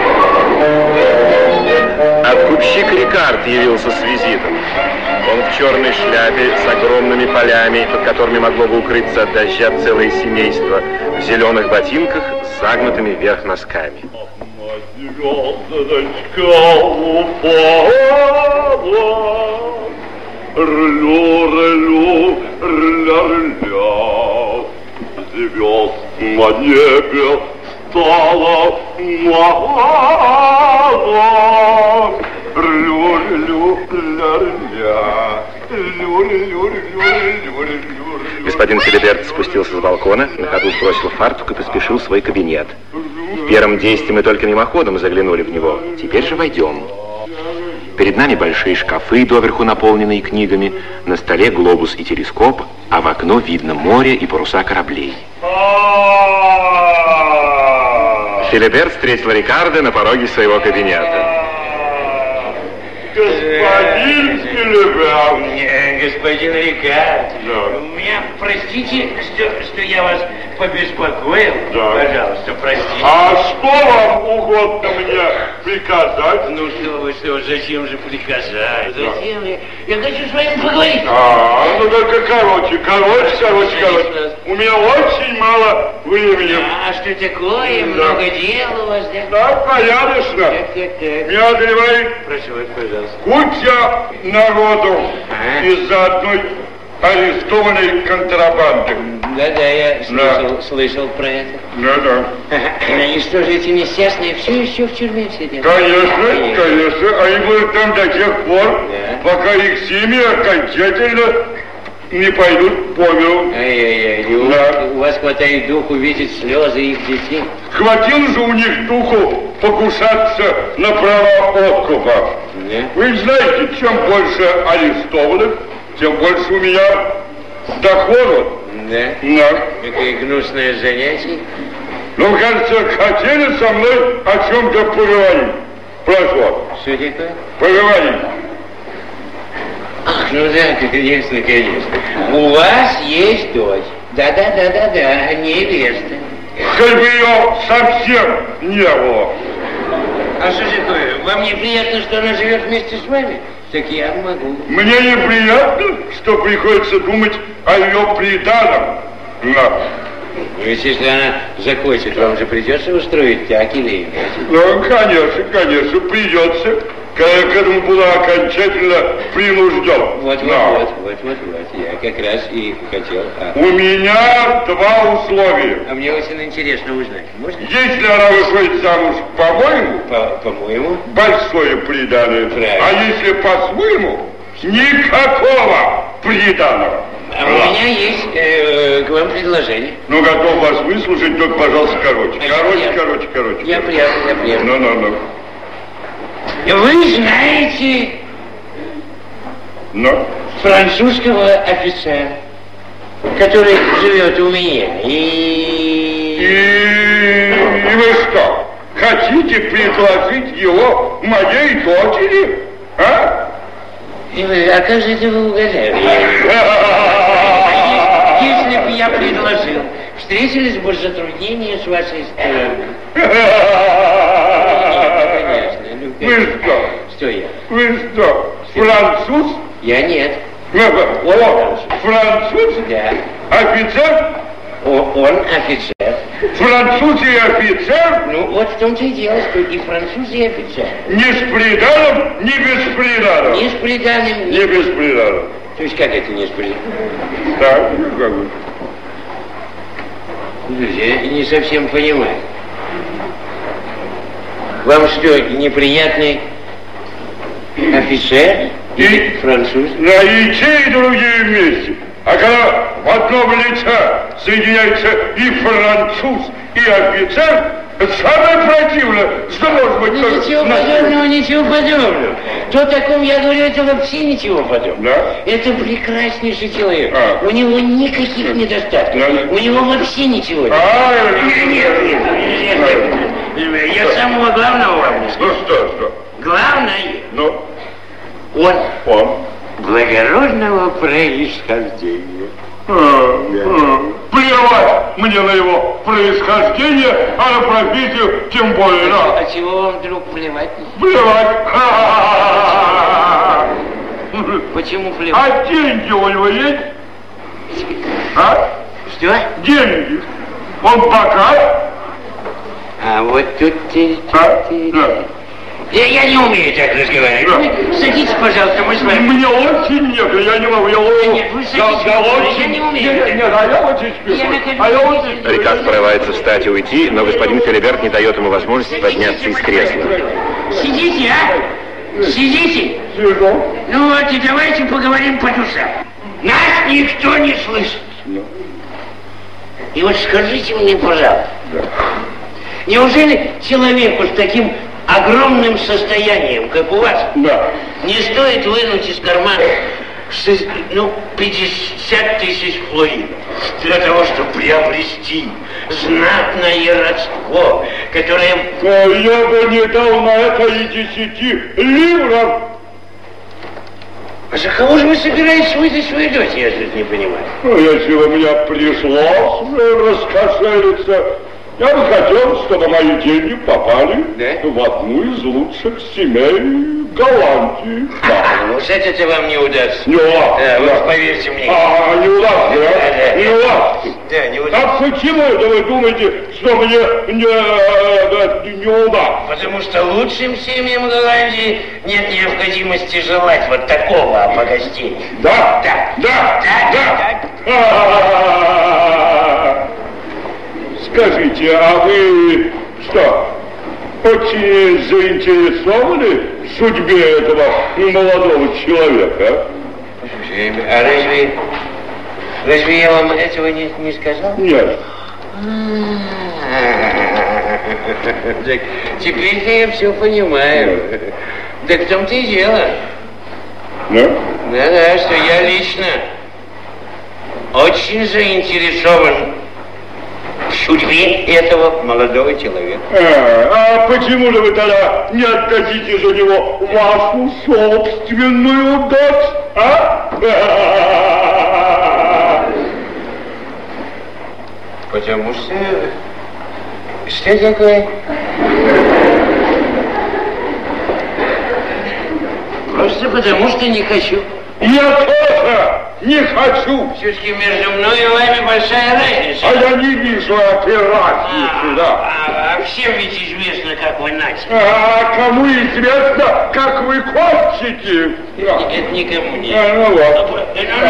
Откупщик Рикард явился с визитом. Он в черной шляпе с огромными полями, под которыми могло бы укрыться от дождя целое семейство, в зеленых ботинках с загнутыми вверх носками. Звездочка упала, рля, звезд на небе стало мало, Господин Филиберт спустился с балкона, на ходу сбросил фартук и поспешил в свой кабинет. В первом действии мы только мимоходом заглянули в него. Теперь же войдем. Перед нами большие шкафы, доверху наполненные книгами, на столе глобус и телескоп, а в окно видно море и паруса кораблей. Филиберт встретил Рикардо на пороге своего кабинета. Господин Филиберт. Господин Рикард, меня простите, что я вас побеспокоил. Да. Пожалуйста, простите. А что вам угодно мне приказать? Ну что, зачем же приказать? Зачем? Я хочу с вами поговорить. Ну только короче. У меня очень мало времени. А что такое? Много дел у вас, да? Да, порядочно. Так. Меня одолевает Прошу вас, пожалуйста. куча народу из-за одной арестованной контрабанды. Да, я слышал про это. Да. И что же эти несчастные все еще в тюрьме сидят? Конечно. Они будут там до тех пор, пока их семьи окончательно не пойдут по миру. У вас хватает духу видеть слезы их детей? Хватило же у них духу покушаться на права откупа. Вы знаете, чем больше арестованных, тем больше у меня доходов. Да? Какое гнусное занятие. Ну, кажется, хотели со мной о чем-то поговорить. Прошу. Что такое? Поговорить. Ну да, конечно. У вас есть дочь. Да, невеста. Хоть бы ее совсем не было. А что такое? Вам неприятно, что она живет вместе с вами? Так я могу. Мне неприятно, что приходится думать о ее приданом. Да. Ну, если она захочет, вам же придется устроить так или иначе. Ну, конечно, придется. К этому была окончательно принужден. Вот, я как раз и хотел. У меня два условия. А мне очень интересно узнать. Можно? Если она выходит замуж по-моему, по-моему, большое приданое. Правильно. А если по-своему, никакого приданого. А у меня есть к вам предложение. Ну, готов вас выслушать, только, пожалуйста, короче. Короче. Я приятно. Ну. Вы знаете французского офицера, который живет у меня. И вы что, хотите предложить его моей дочери? А? А как же это вы угадали? Если бы я предложил, встретились бы затруднения с вашей стороны. Вы что? Что я? Вы что, француз? Я нет. Француз? Да. Офицер? Он офицер. Француз и офицер? Ну, вот в том-то и дело, что и француз, и офицер. Не с приданым, не без приданого. Не с приданым, не без приданого. То есть как это не с приданым? Так, как бы. Я не совсем понимаю. Вам что, неприятный офицер и француз? Да, и те, и другие вместе. А когда в одном лице соединяется и француз, и офицер, это самое противное, что может быть... Ничего подобного. То, о таком я говорю, это вообще ничего подобного. Да? Это прекраснейший человек. У него никаких недостатков. У него вообще ничего нет. Нет. Я самого главного вам не скажу. Ну что? Главное. Ну? Он. Благородного происхождения. Плевать мне на его происхождение, а на профессию тем более. А чего вам вдруг плевать? Плевать. Почему плевать? А деньги у него есть? А? Что? Деньги. Он богат? А вот тут... Я не умею так разговаривать. Да. Садитесь, пожалуйста, мы с вами... Мне очень некогда, я не могу, Нет, вы садитесь, я не умею. Нет, а я очень спешу. Рикас порывается встать и уйти, но господин Филиберт не дает ему возможности подняться из кресла. Сидите, а? Сидите. Сижу. Ну вот, и давайте поговорим по душам. Нас никто не слышит. И вот скажите мне, пожалуйста, неужели человеку с таким огромным состоянием, как у вас, не стоит вынуть из кармана 50 тысяч флоринов для того, чтобы приобрести знатное родство, которое... Я бы не дал на это и 10 ливров. А за кого же вы собираетесь выдать свою дочь, я тут не понимаю? Ну, если бы мне пришлось раскошелиться, я бы хотел, чтобы мои деньги попали в одну из лучших семей Голландии. Ну, с это вам не удастся. Не удастся. Вы поверьте мне. Не удастся, Не удастся. не удастся. А почему это вы думаете, что мне не удастся? Потому что лучшим семьям Голландии нет необходимости желать вот такого обогащения. Да. Скажите, а вы что, очень заинтересованы в судьбе этого молодого человека? А разве я вам этого не сказал? Нет. Так теперь-то я все понимаю. Так в том-то и дело. Да? Да, что я лично очень заинтересован в судьбе этого молодого человека. А почему же вы тогда не отдадите за него вашу собственную дочь, а? Потому что... Что такое? Просто потому что не хочу. Я тоже Не хочу. Все-таки между мной и вами большая разница. А я не вижу этой разницы, да. А всем ведь известно, как вы начали. А кому известно, как вы кончите? Это никому не Ну вот.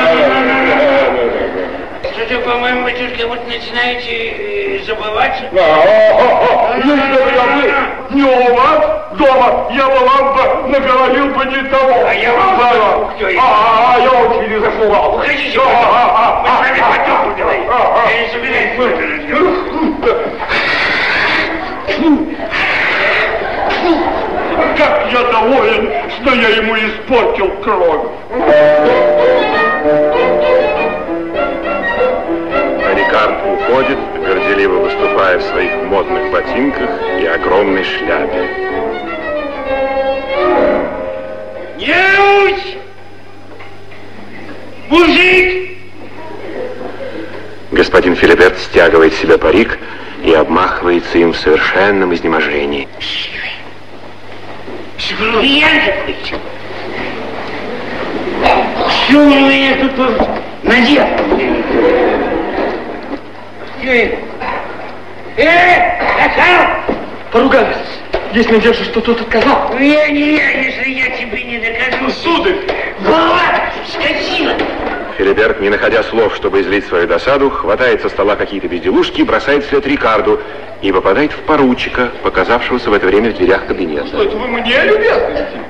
Что-то, по-моему, батюшка, вот начинаете забываться. Если бы я был не у вас дома, я бы вам бы наговорил бы не того. А я вам скажу, кто я. Я очень не запугал. Уходите, пожалуйста. Мы с вами потом поговорим. Я не собираюсь больше разговаривать. Как я доволен, что я ему испортил кровь. Рикард уходит, горделиво выступая в своих модных ботинках и огромной шляпе. Неуч! Мужик! Господин Филиберт стягивает с себя парик и обмахивается им в совершенном изнеможении. Бриллиант какой-то. Что у меня тут надел? Отцал! Поругались. Если надеешься, что тот отказал. Не я, если я тебе не докажу. Сударь! Голова, скотина! Филиберт, не находя слов, чтобы излить свою досаду, хватает со стола какие-то безделушки и бросает вслед Рикарду и попадает в поручика, показавшегося в это время в дверях кабинета. Что это вы мне, любезности?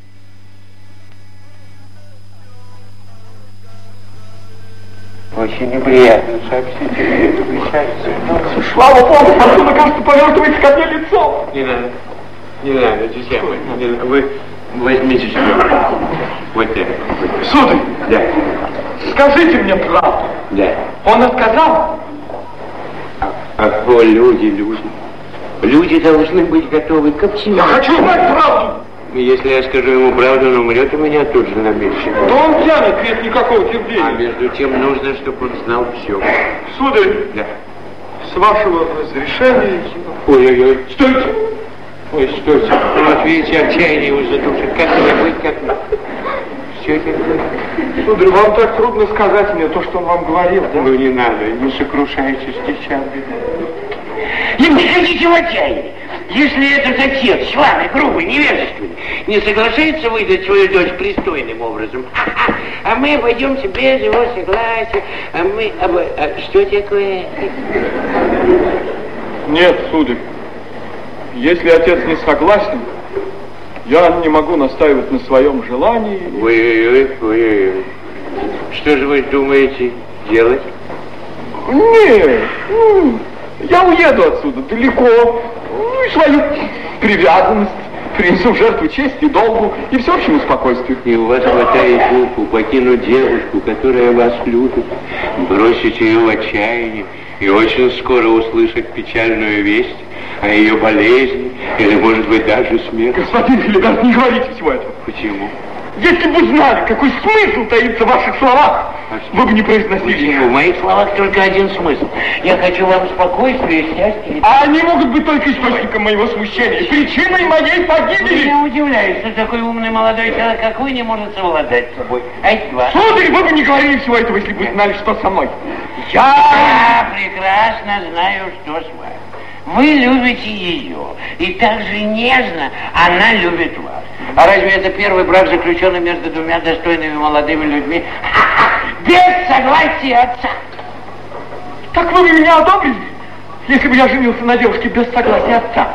Очень неприятно сообщить. Это присядется. Слава Богу, фортуна, кажется, повертывается ко мне лицом. Не надо, друзья мои. Вы возьмите себя. Вот это. Сударь, Да. скажите мне правду. Да. Он отказал? А кто люди? Люди должны быть готовы ко всему. Я хочу знать правду. Если я скажу ему правду, он умрет у меня тут же на месте. Да он тянет, нет никакого терпения. А между тем нужно, чтобы он знал все. Сударь, Да. с вашего разрешения... Ой-ой-ой. Стойте! Ой, стойте. Вот видите, отчаяние его задушит. Как мне быть, как мне? Все это... Сударь, вам так трудно сказать мне то, что он вам говорил, да? Ну не надо, не сокрушайтесь, девчонки. Не приходите в отчаяние. Если этот отец, слабый, грубый, невежественный, не соглашается выдать свою дочь пристойным образом, а мы обойдемся без его согласия, что такое? Нет, сударь, если отец не согласен, я не могу настаивать на своем желании. Ой-ой-ой. Что же вы думаете делать? Нет, я уеду отсюда далеко, и свою привязанность принесу в жертву чести, долгу и всеобщему спокойствию. И у вас хватает духу покинуть девушку, которая вас любит, бросить ее в отчаяние и очень скоро услышать печальную весть о ее болезни или, может быть, даже смерти. Господин Филиберт, не говорите всего этого. Почему? Если бы знали, какой смысл таится в ваших словах, вы бы не произносили их. В моих словах только один смысл. Я хочу вам спокойствия и счастья. А они могут быть только источником моего смущения, причиной моей погибели. Я удивляюсь, что такой умный молодой человек, как вы, не может совладать с собой. Сударь, вы бы не говорили всего этого, если бы знали, что со мной. Я прекрасно знаю, что с вами. Вы любите ее, и так же нежно она любит вас. А разве это первый брак, заключенный между двумя достойными молодыми людьми, без согласия отца? Так вы бы меня одобрили, если бы я женился на девушке без согласия отца?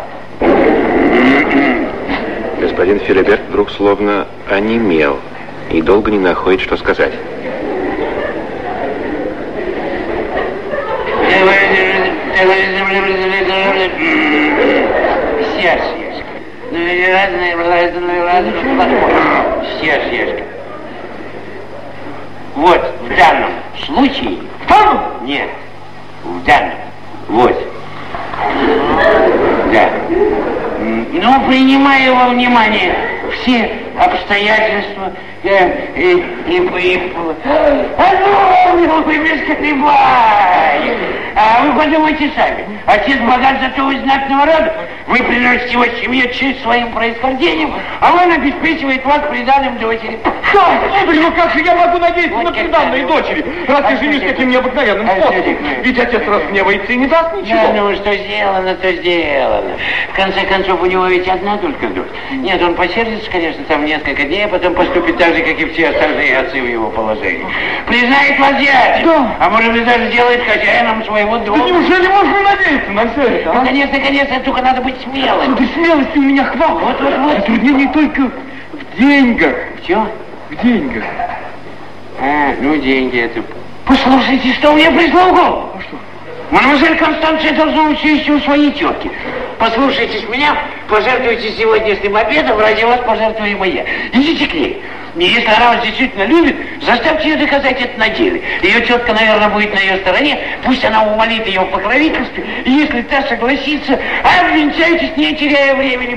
Господин Филиберт вдруг словно онемел и долго не находит, что сказать. Сердечко. Вот, в данном случае... В данном? Нет, в данном. Вот. Да. Ну, принимая во внимание все обстоятельства А вы подумайте сами. Отец богат, зато из знатного рода. Вы приносите его семье честь своим происхождением, а он обеспечивает вас приданым дочери. Сударь, ну как же я могу надеяться на приданные дочери, раз я женюсь таким необыкновенным способом? Ведь отец разгневается и не даст ничего. Да, ну что сделано, то сделано. В конце концов, у него ведь одна только дочь. Нет, он посердится, конечно, там несколько дней, а потом поступит так же, как и все остальные отцы в его положении. Признает вас зятем, да. А может быть даже сделает хозяином своего дома. Да неужели можно надеяться на все это, а? Ну, конечно, только надо быть смелым. Сударь, смелости у меня хватит. Вот. Затруднение только в деньгах. Чего? В деньгах. Ну деньги это... Послушайте, что мне пришло в голову. А что? Мадемуазель Констанция должна учесть у своей тетки. Послушайтесь меня, пожертвуйте сегодняшним обедом, ради вас пожертвую и моя. Идите к ней. И если она вас действительно любит, заставьте ее доказать это на деле. Ее тетка, наверное, будет на ее стороне, пусть она умолит ее в покровительстве, и если та согласится, обвенчайтесь, не теряя времени.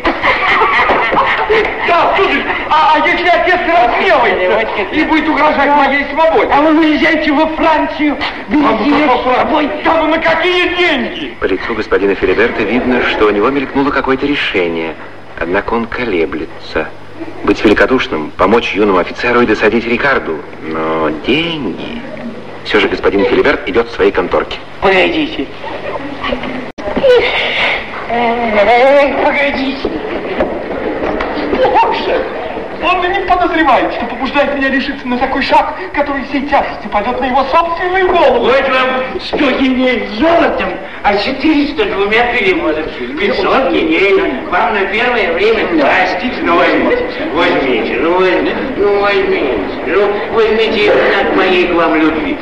Да, сударь, а если отец разгневается и будет угрожать моей свободе? А вы уезжаете во Францию, берите ее с собой. Да ну на какие деньги? По лицу господина Филиберта видно, что у него мелькнуло какое-то решение. Однако он колеблется. Быть великодушным, помочь юному офицеру и досадить Рикарду. Но деньги... Все же господин Филиберт идет в своей конторке. Погодите. Погодите. Боже! Он не подозревает, что побуждает меня решиться на такой шаг, который всей тяжестью падет на его собственную голову. Вот вам 100 геней золотом, а 400 двумя переводами. 500 геней. Вам на первое время простите, но возьмите. Ну возьмите от моей к вам любви.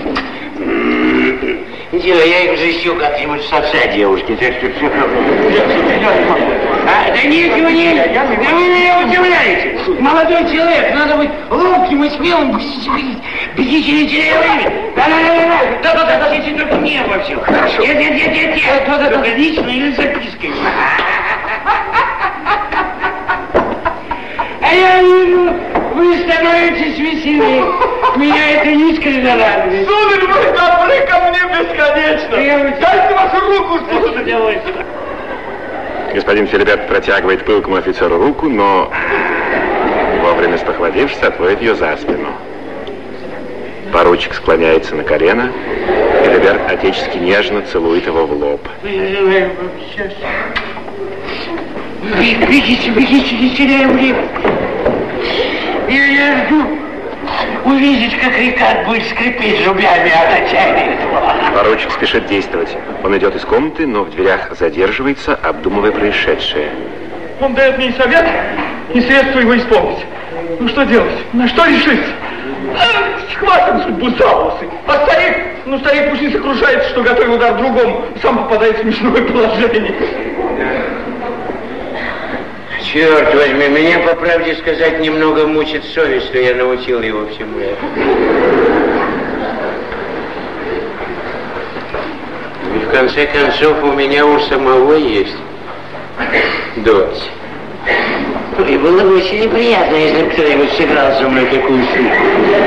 Дело, я их взыщу как-нибудь с отца девушки, так что все равно. Да ничего нет, да вы меня удивляете. Молодой человек, надо быть ловким и смелым, бегите, не теряя времени. Да, хотите только мне во всем. Хорошо. Нет, только лично или запиской. А я вижу, вы становитесь веселее. Меня это искренне радует. Сударь, вы добры ко мне бесконечно. Дайте вашу руку, сударь. Господин Филиберт протягивает пылкому офицеру руку, но вовремя спохватившись, отводит ее за спину. Поручик склоняется на колено, Филиберт отечески нежно целует его в лоб. Бегите, не теряем время. Я жду увидеть, как Рикард будет скрипеть зубами от отчаяния. Поручик спешит действовать. Он идет из комнаты, но в дверях задерживается, обдумывая происшедшее. Он дает мне и совет, и средства его исполнить. Ну что делать? На что решиться? Схватим судьбу за волосы. А старик пусть не сокрушается, что готовил удар другому, сам попадает в смешное положение. Черт возьми, меня, по правде сказать, немного мучит совесть, что я научил его всему этому. И в конце концов у меня у самого есть дочь. И было бы очень неприятно, если бы кто-нибудь сыграл со мной такую шутку.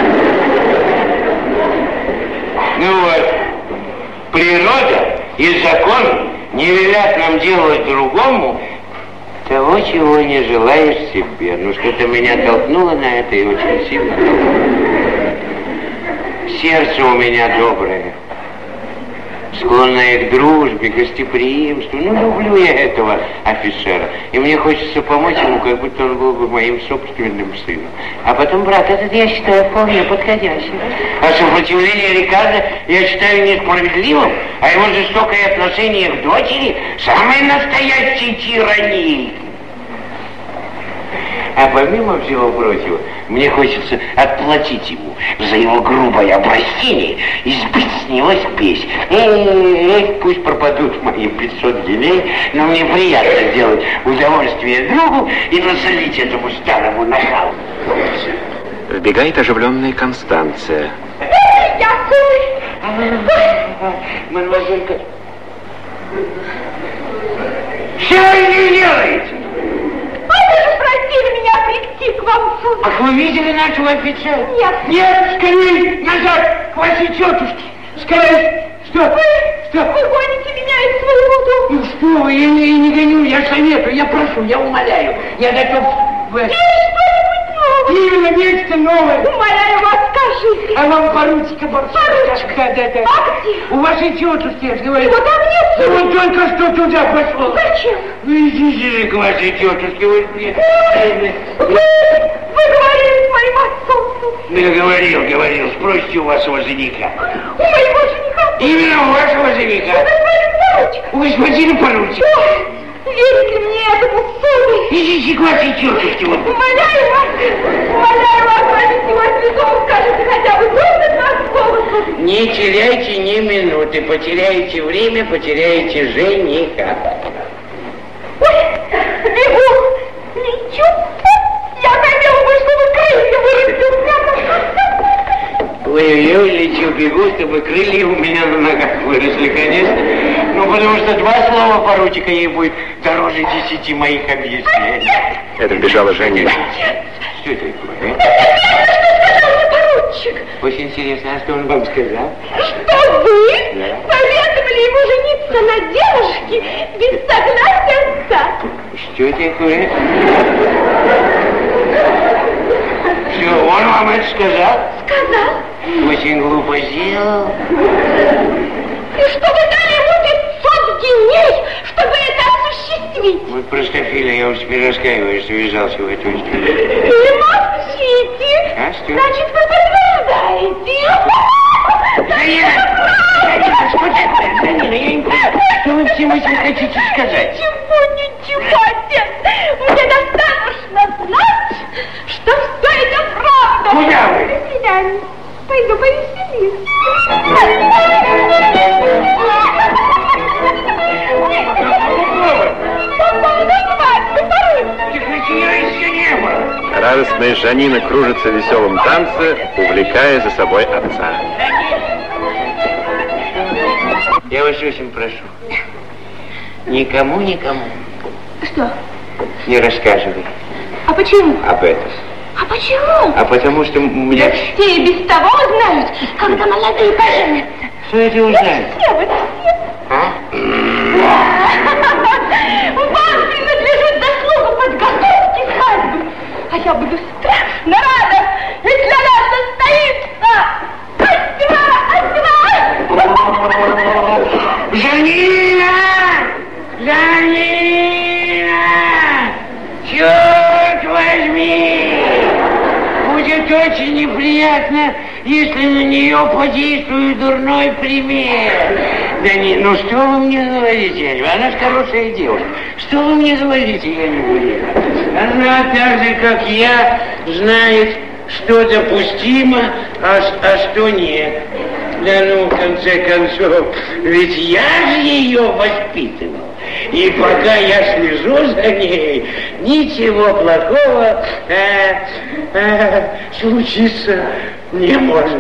Ну вот, природа и закон не велят нам делать другому того, чего не желаешь себе. Ну, что-то меня толкнуло на это и очень сильно. Сердце у меня доброе, склонное к дружбе, гостеприимству. Ну, люблю я этого офицера. И мне хочется помочь ему, как будто он был бы моим собственным сыном. А потом брат этот, я считаю, вполне подходящим. А сопротивление Рикарда я считаю несправедливым, а его жестокое отношение к дочери самой настоящей тиранией. А помимо всего прочего, мне хочется отплатить ему за его грубое обращение и сбить с него спесь. Пусть пропадут мои 500 геней, но мне приятно сделать удовольствие другу и насолить этому старому нахалу. Вбегает оживленная Констанция. Мадемуазель, что вы не делаете? Вы же просили меня прийти Ах, вы видели нашего офицера? Нет. Нет, скорей, назад, к вашей тетушке. Скорей. Что? Что? Вы гоните меня из своего дома. Ну что вы, я не гоню, я советую, я прошу, я умоляю. Я готов... Что-нибудь новое. Именно нечто новое. Умоляю вас, скажите. А вам поручика Борченко. Поручик? Да. А где? У вашей тетушки, я же говорю. Его там нет. Он только что туда пошел. Зачем? Ну идите же к вашей тетушке. Вы говорили с моим отцом. Да говорил. Спросите у вашего жениха. У моего жениха? Именно у вашего жениха. У господина поручика. Верите мне этому суду? Идите к вашей тетушке. Вот. Умоляю вас, возьмите его святого, скажите хотя бы просто два слова. Не теряйте ни минуты, потеряете время, потеряете жениха. Ой, бегу, лечу. Я хотела бы, чтобы крылья выросли. Ой-ой-ой, лечу, бегу, чтобы крылья у меня на ногах выросли, конечно. Ну, потому что два слова поручика ей будет дороже 10 моих объяснений. Это бежала Жанина. Что это такое? Что сказал мне поручик? Очень интересно, а что он вам сказал? Что вы советовали ему жениться на девушке без согласия отца. Что такое? Что, он вам это сказал? Сказал. Очень глупо сделал. И что вы дали ему 500 геней, чтобы это осуществить? Вот простофиля, я уж теперь раскаиваюсь, что ввязался в эту историю. Не молчите. А что? Значит, вы подтверждаете. Жанина, что такое? Жанина, я не понимаю, что вы всем этим хотите сказать? Ничего, отец. Мне достаточно знать, что все это правда. Куда вы? До свидания. Пойду повеселиться. Радостная Жанина кружится в веселом танце, увлекая за собой отца. Я вас очень прошу. Никому. Что? Не рассказывай А почему? об этом. А почему? А потому что у меня... Все и без того знают, когда молодые поженятся. Что это узнают? Все. А? Вам принадлежит заслуга подготовки свадьбы. А я буду страшно рада, если она состоится. Жанина! Черт возьми! Будет очень неприятно, если на нее подействует дурной пример. Да не, ну что вы мне говорите? Она же хорошая девушка. Что вы мне говорите, я не понимаю. Она так же, как я, знает, что допустимо, а что нет. Да ну, в конце концов, ведь я же ее воспитывал. И пока я слежу за ней, ничего плохого случиться не может.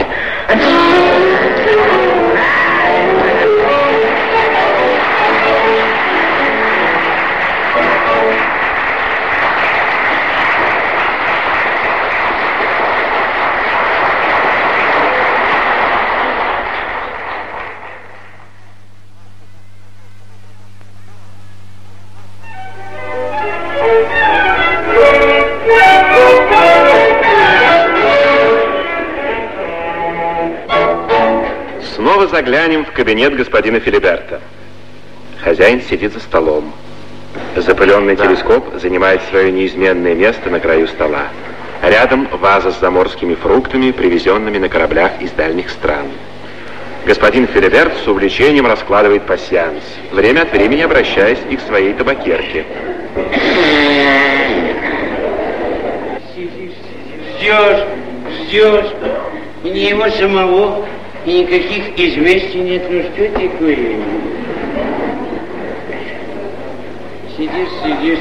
Снова заглянем в кабинет господина Филиберта. Хозяин сидит за столом. Запыленный телескоп занимает свое неизменное место на краю стола. Рядом ваза с заморскими фруктами, привезенными на кораблях из дальних стран. Господин Филиберт с увлечением раскладывает пасьянс, время от времени обращаясь и к своей табакерке. Ждешь. И ни его самого, и никаких известий нет. Ну что такое? Сидишь.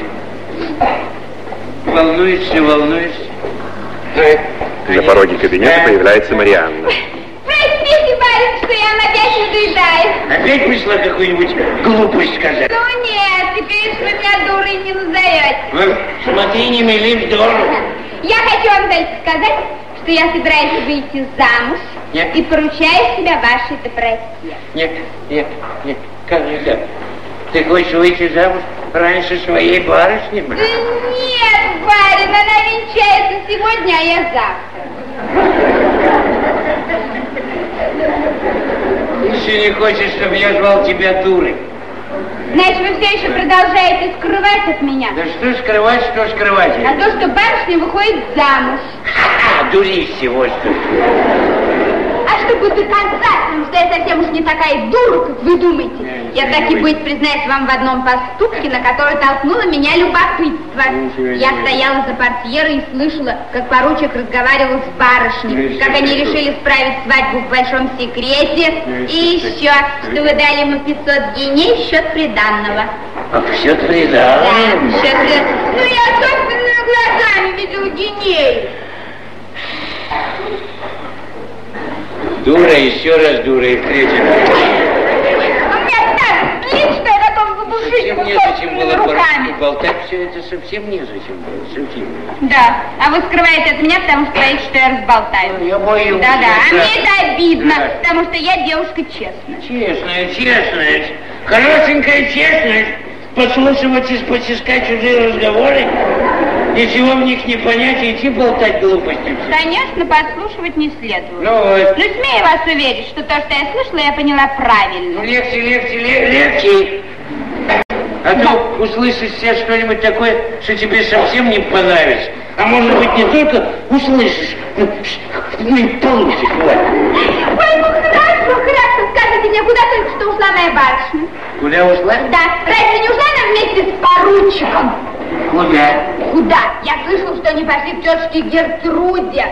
Волнуешься. На пороге кабинета появляется Марианна. Простите, барин, что я вам опять надоедаю. Опять пришла какую-нибудь глупость сказать? Ну нет, теперь вы меня дурой не назовете. Смотри, не мели вздор. Я хочу вам только сказать, что я собираюсь выйти замуж. Нет. И поручаю себя вашей доброте. Нет, нет, нет, как же так? Ты хочешь выйти замуж раньше своей барышни? Да нет, барин, она венчается сегодня, а я завтра. Еще не хочешь, чтобы я звал тебя дурой? Значит, вы все еще продолжаете скрывать от меня? Да что скрывать, что скрывать? А то, что барышня выходит замуж. Ха-ха, дури всего, что ли. А чтобы доказать вам, что я совсем уж не такая дура, как вы думаете, я так и быть признаюсь вам в одном поступке, на который толкнуло меня любопытство. Я стояла за портьерой и слышала, как поручик разговаривал с барышней, как они решили справить свадьбу в большом секрете, и еще, что вы дали ему 500 геней в счет приданного. А в счет приданного? Да, в счет приданного. Ну, я собственными глазами видела геней. Дура, еще раз дура, и в третий раз. У меня так злит, что я готова задушить его собственными руками. Болтать все это совсем незачем было, совсем. Да, а вы скрываете от меня, потому что боитесь, что я разболтаю. Я боюсь. Да-да, а мне это обидно, потому что я девушка честная. Честная, честная, хорошенькая честность. Подслушивать из-под тишка чужие разговоры, ничего в них не понять и идти болтать глупости. Конечно, подслушивать не следует. Ну вот. Но смею вас уверить, что то, что я слышала, я поняла правильно. Ну, легче. А то услышишь все что-нибудь такое, что тебе совсем не понравится. А может быть, не только услышишь, ну и получишь. Ой, ну хорошо, скажите мне, куда только что ушла моя барышня? Куда ушла? Да, разве не ушла она вместе с поручиком? Куда? Куда? Я слышала, что они пошли к тетушке Гертруде.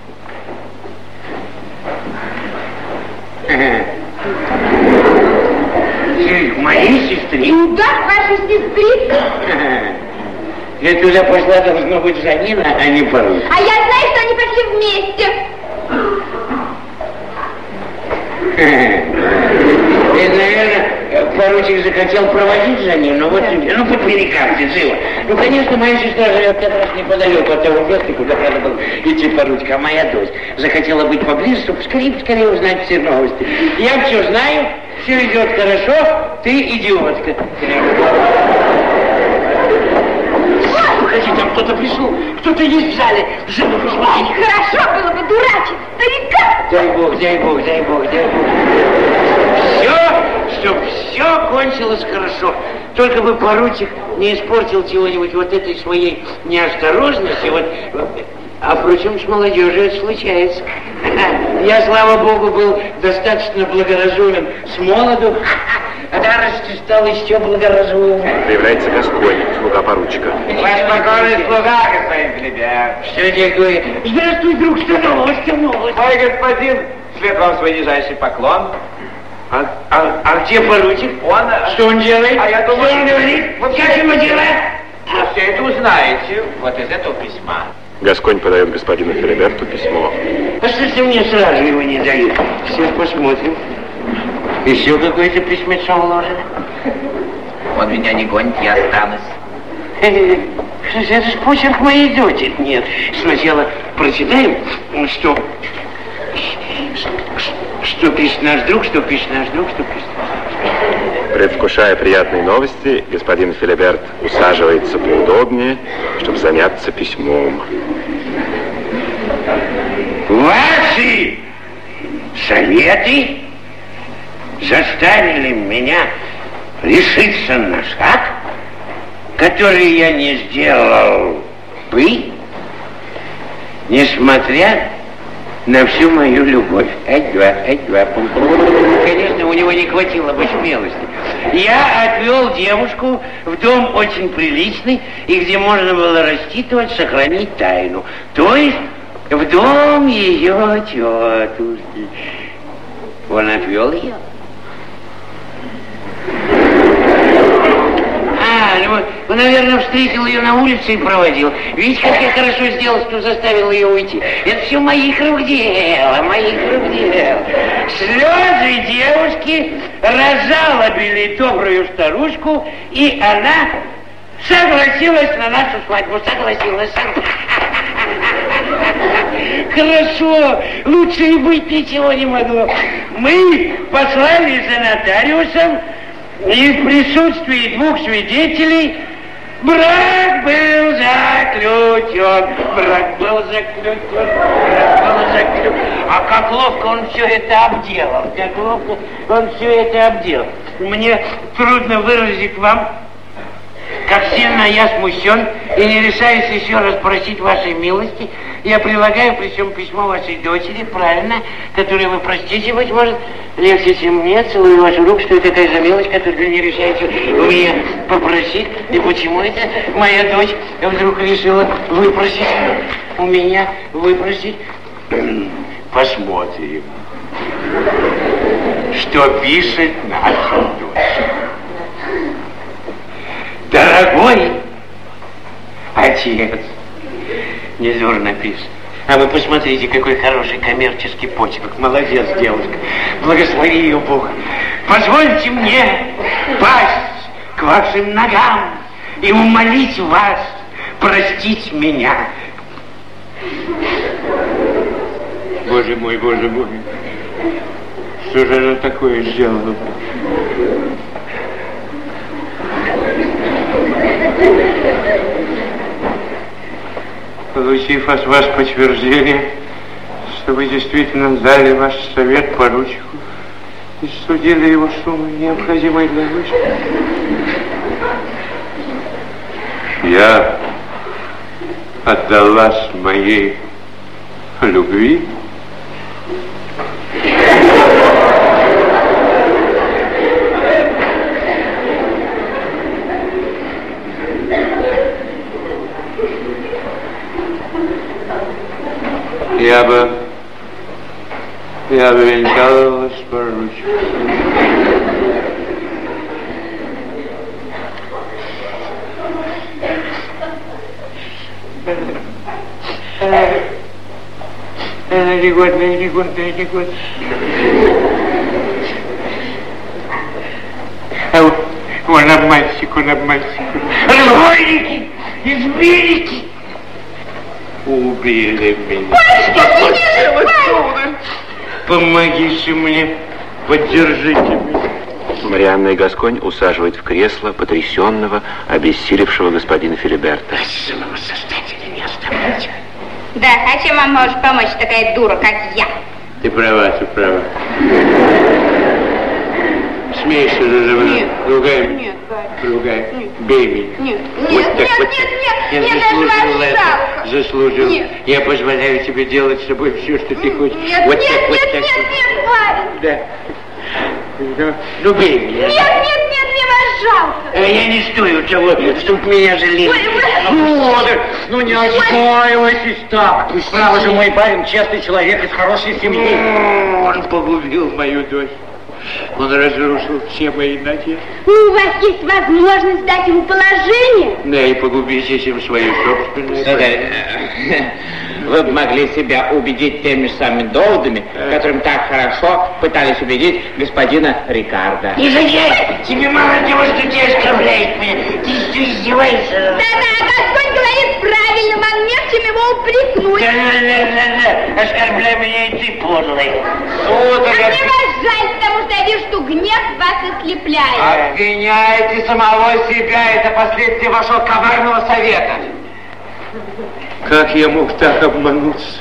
К моей сестре? Да, к вашей сестре. Я туда пошла, должно быть, Жанина, а не поручик. А я знаю, что они пошли вместе. И, наверное, поручик захотел проводить Жанину, вот, ну, по перекарте, живо. Ну, конечно, моя сестра живет как раз неподалеку от того места, куда надо было идти поручик, а моя дочь захотела быть поближе, чтобы скорее узнать все новости. Я все знаю, все идет хорошо, ты идиотка. Погоди, там кто-то пришел, кто-то есть в зале. Жену посмотри. Хорошо было бы дурачить старика. Дай Бог. Чтоб все кончилось хорошо. Только бы поручик не испортил чего-нибудь вот этой своей неосторожности. Вот. А впрочем, с молодежью это случается. Я, слава Богу, был достаточно благоразумен с молоду, а старости стал еще благоразумнее. Появляется Гасконь, слуга поручика. Ваш покорный слуга, господин Филиберт. Что такое? Здравствуй, друг, что новость? Мой господин, след вам свой нижайший поклон. А где поручик? Он... Что он делает? А я думаю... Что он говорит? Как его дела? Вы все это узнаете вот из этого письма. Гасконь подает господину Филиберту письмо. А что ты мне сразу его не даешь? Все посмотрим. Еще какое-то письмецо уложено. Он меня не гонит, я останусь. Это же почерк моей дочери. Нет, сначала прочитаем, что пишет наш друг, Предвкушая приятные новости, господин Филиберт усаживается поудобнее, чтобы заняться письмом. Ваши советы заставили меня решиться на шаг, который я не сделал бы, несмотря на всю мою любовь. Конечно, у него не хватило бы смелости. Я отвел девушку в дом очень приличный, и где можно было рассчитывать сохранить тайну. То есть в дом ее тетушки. Он отвел ее. Он, наверное, встретил ее на улице и проводил. Видите, как я хорошо сделал, что заставил ее уйти. Это все моих рук дело. Слезы девушки разжалобили добрую старушку, и она согласилась на нашу свадьбу. Согласилась. Хорошо, лучше и быть ничего не могло. Мы послали за нотариусом, и в присутствии 2 свидетелей брак был заключен. Брак был заключен. А как ловко он все это обделал. Как ловко он все это обделал. Мне трудно выразить вам, как сильно я смущен и не решаюсь еще раз просить вашей милости. Я прилагаю при всем письмо вашей дочери, правильно, которое вы простите, быть может, легче, чем мне. Целую вашу руку, что это такая же мелочь, которую не решаете у меня попросить. И почему это моя дочь вдруг решила выпросить у меня, выпросить? Посмотрим, что пишет наша дочь. Дорогой отец, недурно написано. А вы посмотрите, какой хороший коммерческий почерк. Молодец, девушка. Благослови ее Бог. Позвольте мне пасть к вашим ногам и умолить вас простить меня. Боже мой, Боже мой. Что же она такое сделала? Получив от вас подтверждение, что вы действительно дали ваш совет поручику и судили его сумму, необходимой для вышки, я отдалась моей любви. Я бы венчал вас поручику. Не год. Он обманщик. Разбойники, изменники. Убили меня. Помогите мне, поддержите меня. Марианна и Гасконь усаживают в кресло потрясенного, обессилевшего господина Филиберта. Самого создателя не оставляйте. Да, а чем вам может помочь такая дура, как я? Ты права. Смейся надо мной. Ругай. Нет, батюшка. Ругай. Бей меня. Нет, Я заслужил это. Заслужил. Нет. Я позволяю тебе делать с собой все, что ты хочешь. Нет, вот нет, так, нет, вот так. нет, барин. Да. Ну, бей меня. Нет, мне вас жалко. Я не стою того, чтобы меня жалели. Ну не отчаивайтесь так. Право же, мой барин честный человек из хорошей семьи. Он погубил мою дочь. Он разрушил все мои надежды. У вас есть возможность дать ему положение? Да, и погубить этим свою собственную. Вы бы могли себя убедить теми же самыми доводами, которым так хорошо пытались убедить господина Рикардо. Не задей! Тебе мало того, что тебя оскорбляет меня. Ты что, издеваешься? Да, Гасконь говорит правильно, вам не в чем его упрекнуть. Да. Оскорбляй меня и ты, подлый. А мне вас жаль, потому что я вижу, что гнев вас ослепляет. Обвиняете самого себя, это последствия вашего коварного совета. Как я мог так обмануться?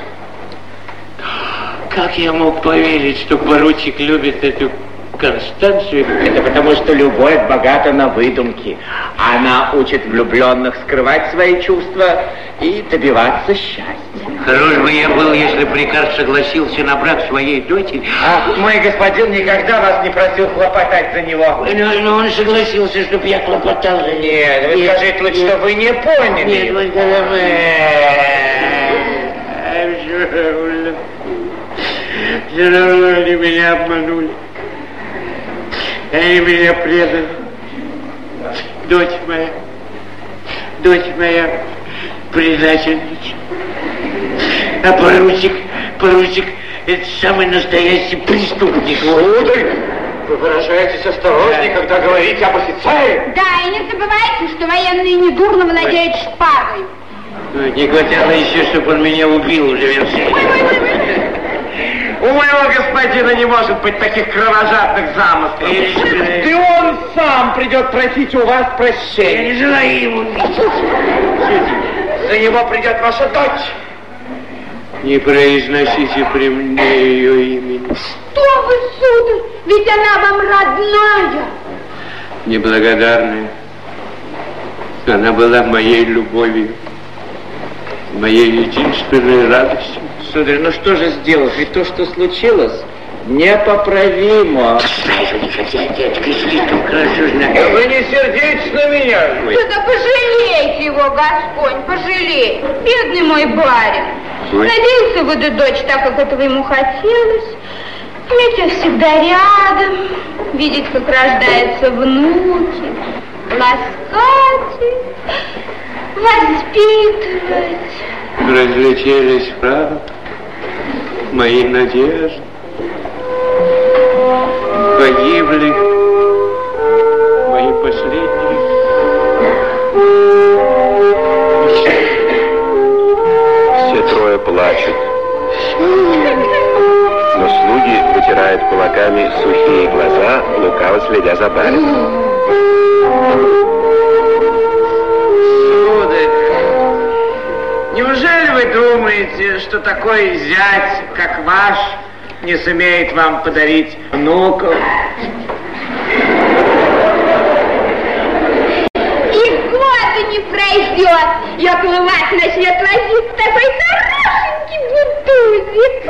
Как я мог поверить, что поручик любит эту Констанцию? Это потому, что любовь богата на выдумки. Она учит влюбленных скрывать свои чувства и добиваться счастья. Хорош бы я был, если бы Рикард согласился на брак своей дочери. А мой господин никогда вас не просил хлопотать за него. Но он согласился, чтобы я хлопотал за него. Нет, вы скажите лучше, что вы не поняли. Нет, вот когда мы... Все равно они меня обманули. Они меня предали. Дочь моя предательница. А поручик, это самый настоящий преступник. Сударь, вы выражаетесь осторожнее, когда говорите об офицере. Да, и не забывайте, что военные недурно владеют шпагой. Не хватало еще, чтобы он меня убил уже вершине. У моего господина не может быть таких кровожадных замыслов. И он сам придет просить у вас прощения. Я не желаю ему видеть. За него придет ваша дочь. Не произносите при мне ее имени. Что вы, сударь? Ведь она вам родная. Неблагодарная. Она была моей любовью, моей единственной радостью. Сударь, ну что же сделать? Ведь то, что случилось, непоправимо. Знаешь, не хотите, это слишком хорошо знаю. Вы не сердитесь на меня. Да пожалейте его, Гасконь, пожалейте. Бедный мой барин. Надеялся выдать дочь так, как этого ему хотелось. Иметь ее всегда рядом, видеть, как рождаются внуки, ласкать их, воспитывать. Разлетелись, правда, мои надежды. Погибли мои последние. Все трое плачут. Но слуги вытирают кулаками сухие глаза, лукаво следя за барином. Сударь, неужели вы думаете, что такой зять, как ваш, не сумеет вам подарить внуков? И года не пройдет, як у вас начнет возиться такой хорошенький бутузик.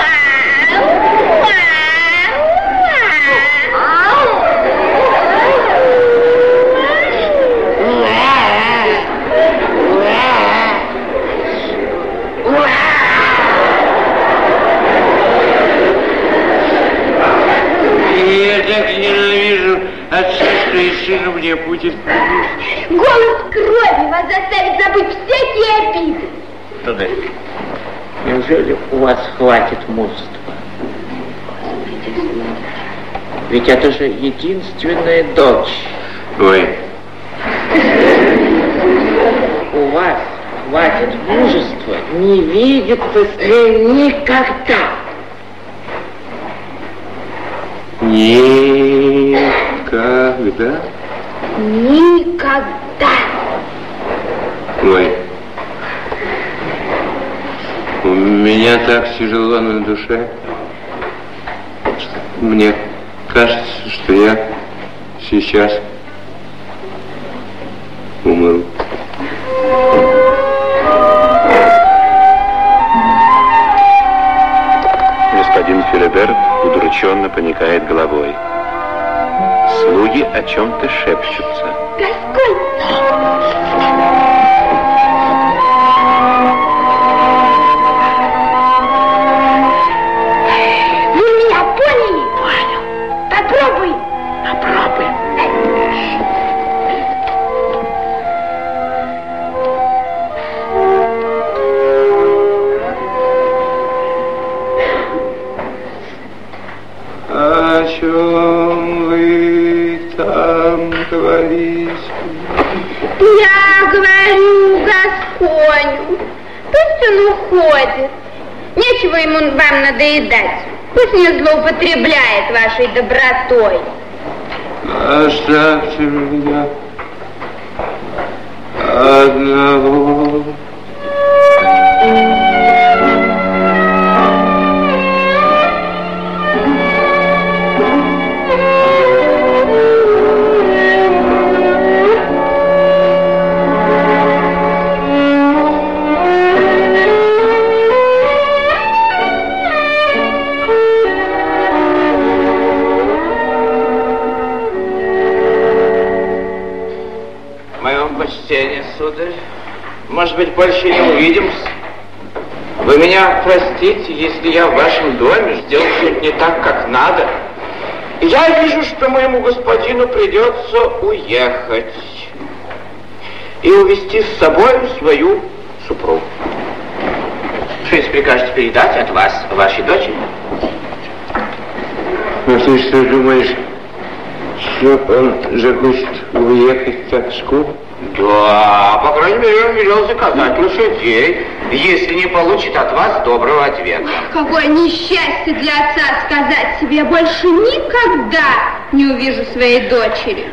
Я так ненавижу отца, что и сыну мне будет. Голос крови вас заставит забыть всякие обиды. Сударь, неужели у вас хватит мужества? Ведь это же единственная дочь. Ой. У вас хватит мужества не видеться с ней никогда. Никогда? Никогда. Ой. У меня так тяжело на душе. Мне кажется, что я сейчас умру. Господин Филиберт удрученно поникает головой. Слуги о чем-то шепчутся. Гасконь! Вы меня поняли? Понял. Попробуй. Попробуй. О чем вы там говорите? Я говорю Гасконю. Пусть он уходит. Нечего ему вам надоедать. Пусть не злоупотребляет вашей добротой. Оставьте меня одного. Сударь, может быть, больше не увидимся. Вы меня простите, если я в вашем доме сделал что-то не так, как надо. И я вижу, что моему господину придется уехать и увезти с собой свою супругу. Что, если прикажете передать от вас вашей дочери? Ну, ты что думаешь, Что, он же хочет уехать от школы? Да, по крайней мере, он велел заказать лошадей, если не получит от вас доброго ответа. Какое несчастье для отца сказать себе: я больше никогда не увижу своей дочери.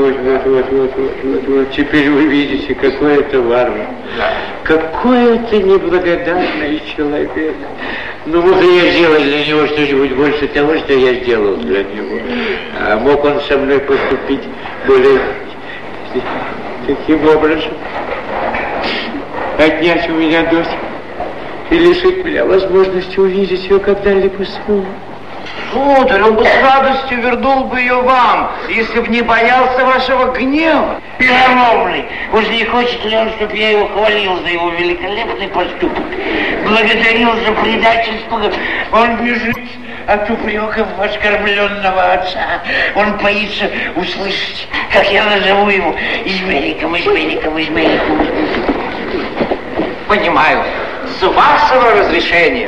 Вот. Теперь вы видите, какой это варвар. Да. Какой это неблагодарный человек. Ну, мог ли я сделать для него что-нибудь больше того, что я сделал для него? А мог он со мной поступить более... Таким образом, отнять у меня дочь и лишить меня возможности увидеть ее когда-либо снова. Сударь, он бы с радостью вернул бы ее вам, если бы не боялся вашего гнева. Вероломный, уж не хочет ли он, чтобы я его хвалил за его великолепный поступок, благодарил за предательство? Он бежит от упреков оскорбленного отца. Он боится услышать, как я назову его изменником. Понимаю. С вашего разрешения.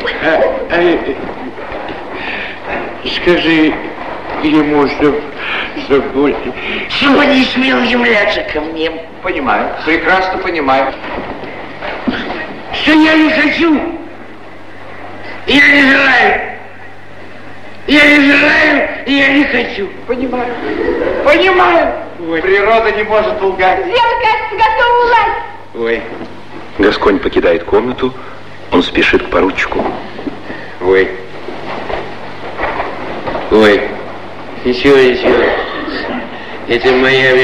Скажи ему, чтобы не смел являться ко мне. Понимаю, прекрасно понимаю. Что я не хочу. Я не желаю. Я не желаю, и я не хочу. Понимаю. Вот. Природа не может лгать. Дело, кажется, готово улазить. Ой. Гасконь покидает комнату, он спешит к поручику. Ой, ничего. Это моя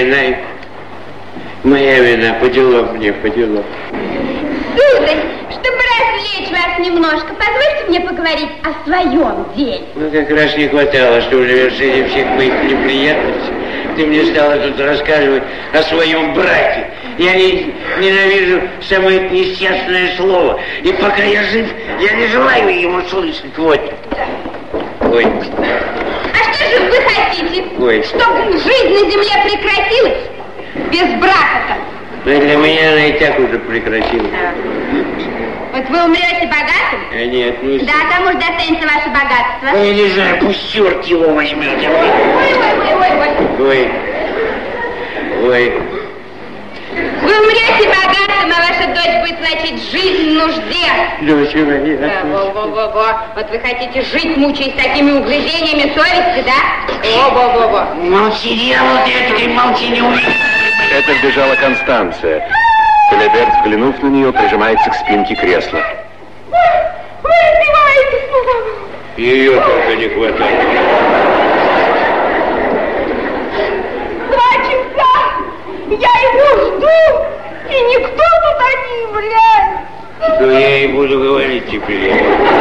вина, по делам мне. Сударь, чтобы развлечь вас немножко, позвольте мне поговорить о своем деле. Ну, как раз не хватало, что в завершении всех моих неприятностей ты мне стала тут рассказывать о своем брате. Я ненавижу самое несчастное слово. И пока я жив, я не желаю его слышать. Вот. Ой. А что же вы хотите? Ой. Чтобы жизнь на земле прекратилась? Без брака-то? Но для меня она и так уже прекратилась. Вот вы умрете богатым? Нет, ну... Да, кому же достанется ваше богатство? Я не знаю, пусть черт его возьмет. Ой. Вы умрете богатым, а ваша дочь будет влачить жизнь в нужде. Дочь моя. Да, Вот вы хотите жить, мучаясь такими угрызениями совести, да? Молчи, дьявол, ты молчи, не увидишь. Это вбежала Констанция. Филиберт, взглянув на нее, прижимается к спинке кресла. Вы издеваетесь надо мной. Ее только не хватает. 2 часа! Я его жду, и никто туда не является. Что я ей буду говорить теперь?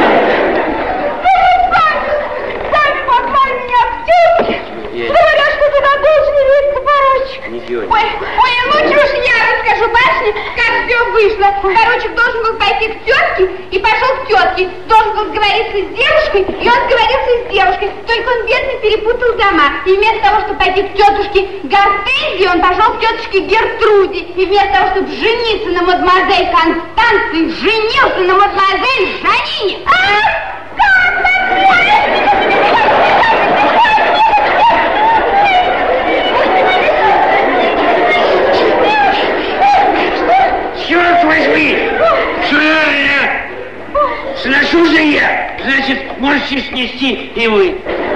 Сами послали меня к тетке. Говорят, что туда должен явиться поручик. Ой, лучше уж я расскажу башне, как все вышло. Поручик должен был пойти к тетке и пошел к тетке. Должен был сговориться с девушкой, и он сговорился с девушкой. Только он бедный перепутал дома. И вместо того, чтобы пойти к тетушке Гортензии, он пошел к тетушке Гертруде. И вместо того, чтобы жениться на мадемуазель Констанции, женился на мадемуазель Жанине. Черт возьми! Что я? Сношу же я! Значит, можете снести и вы.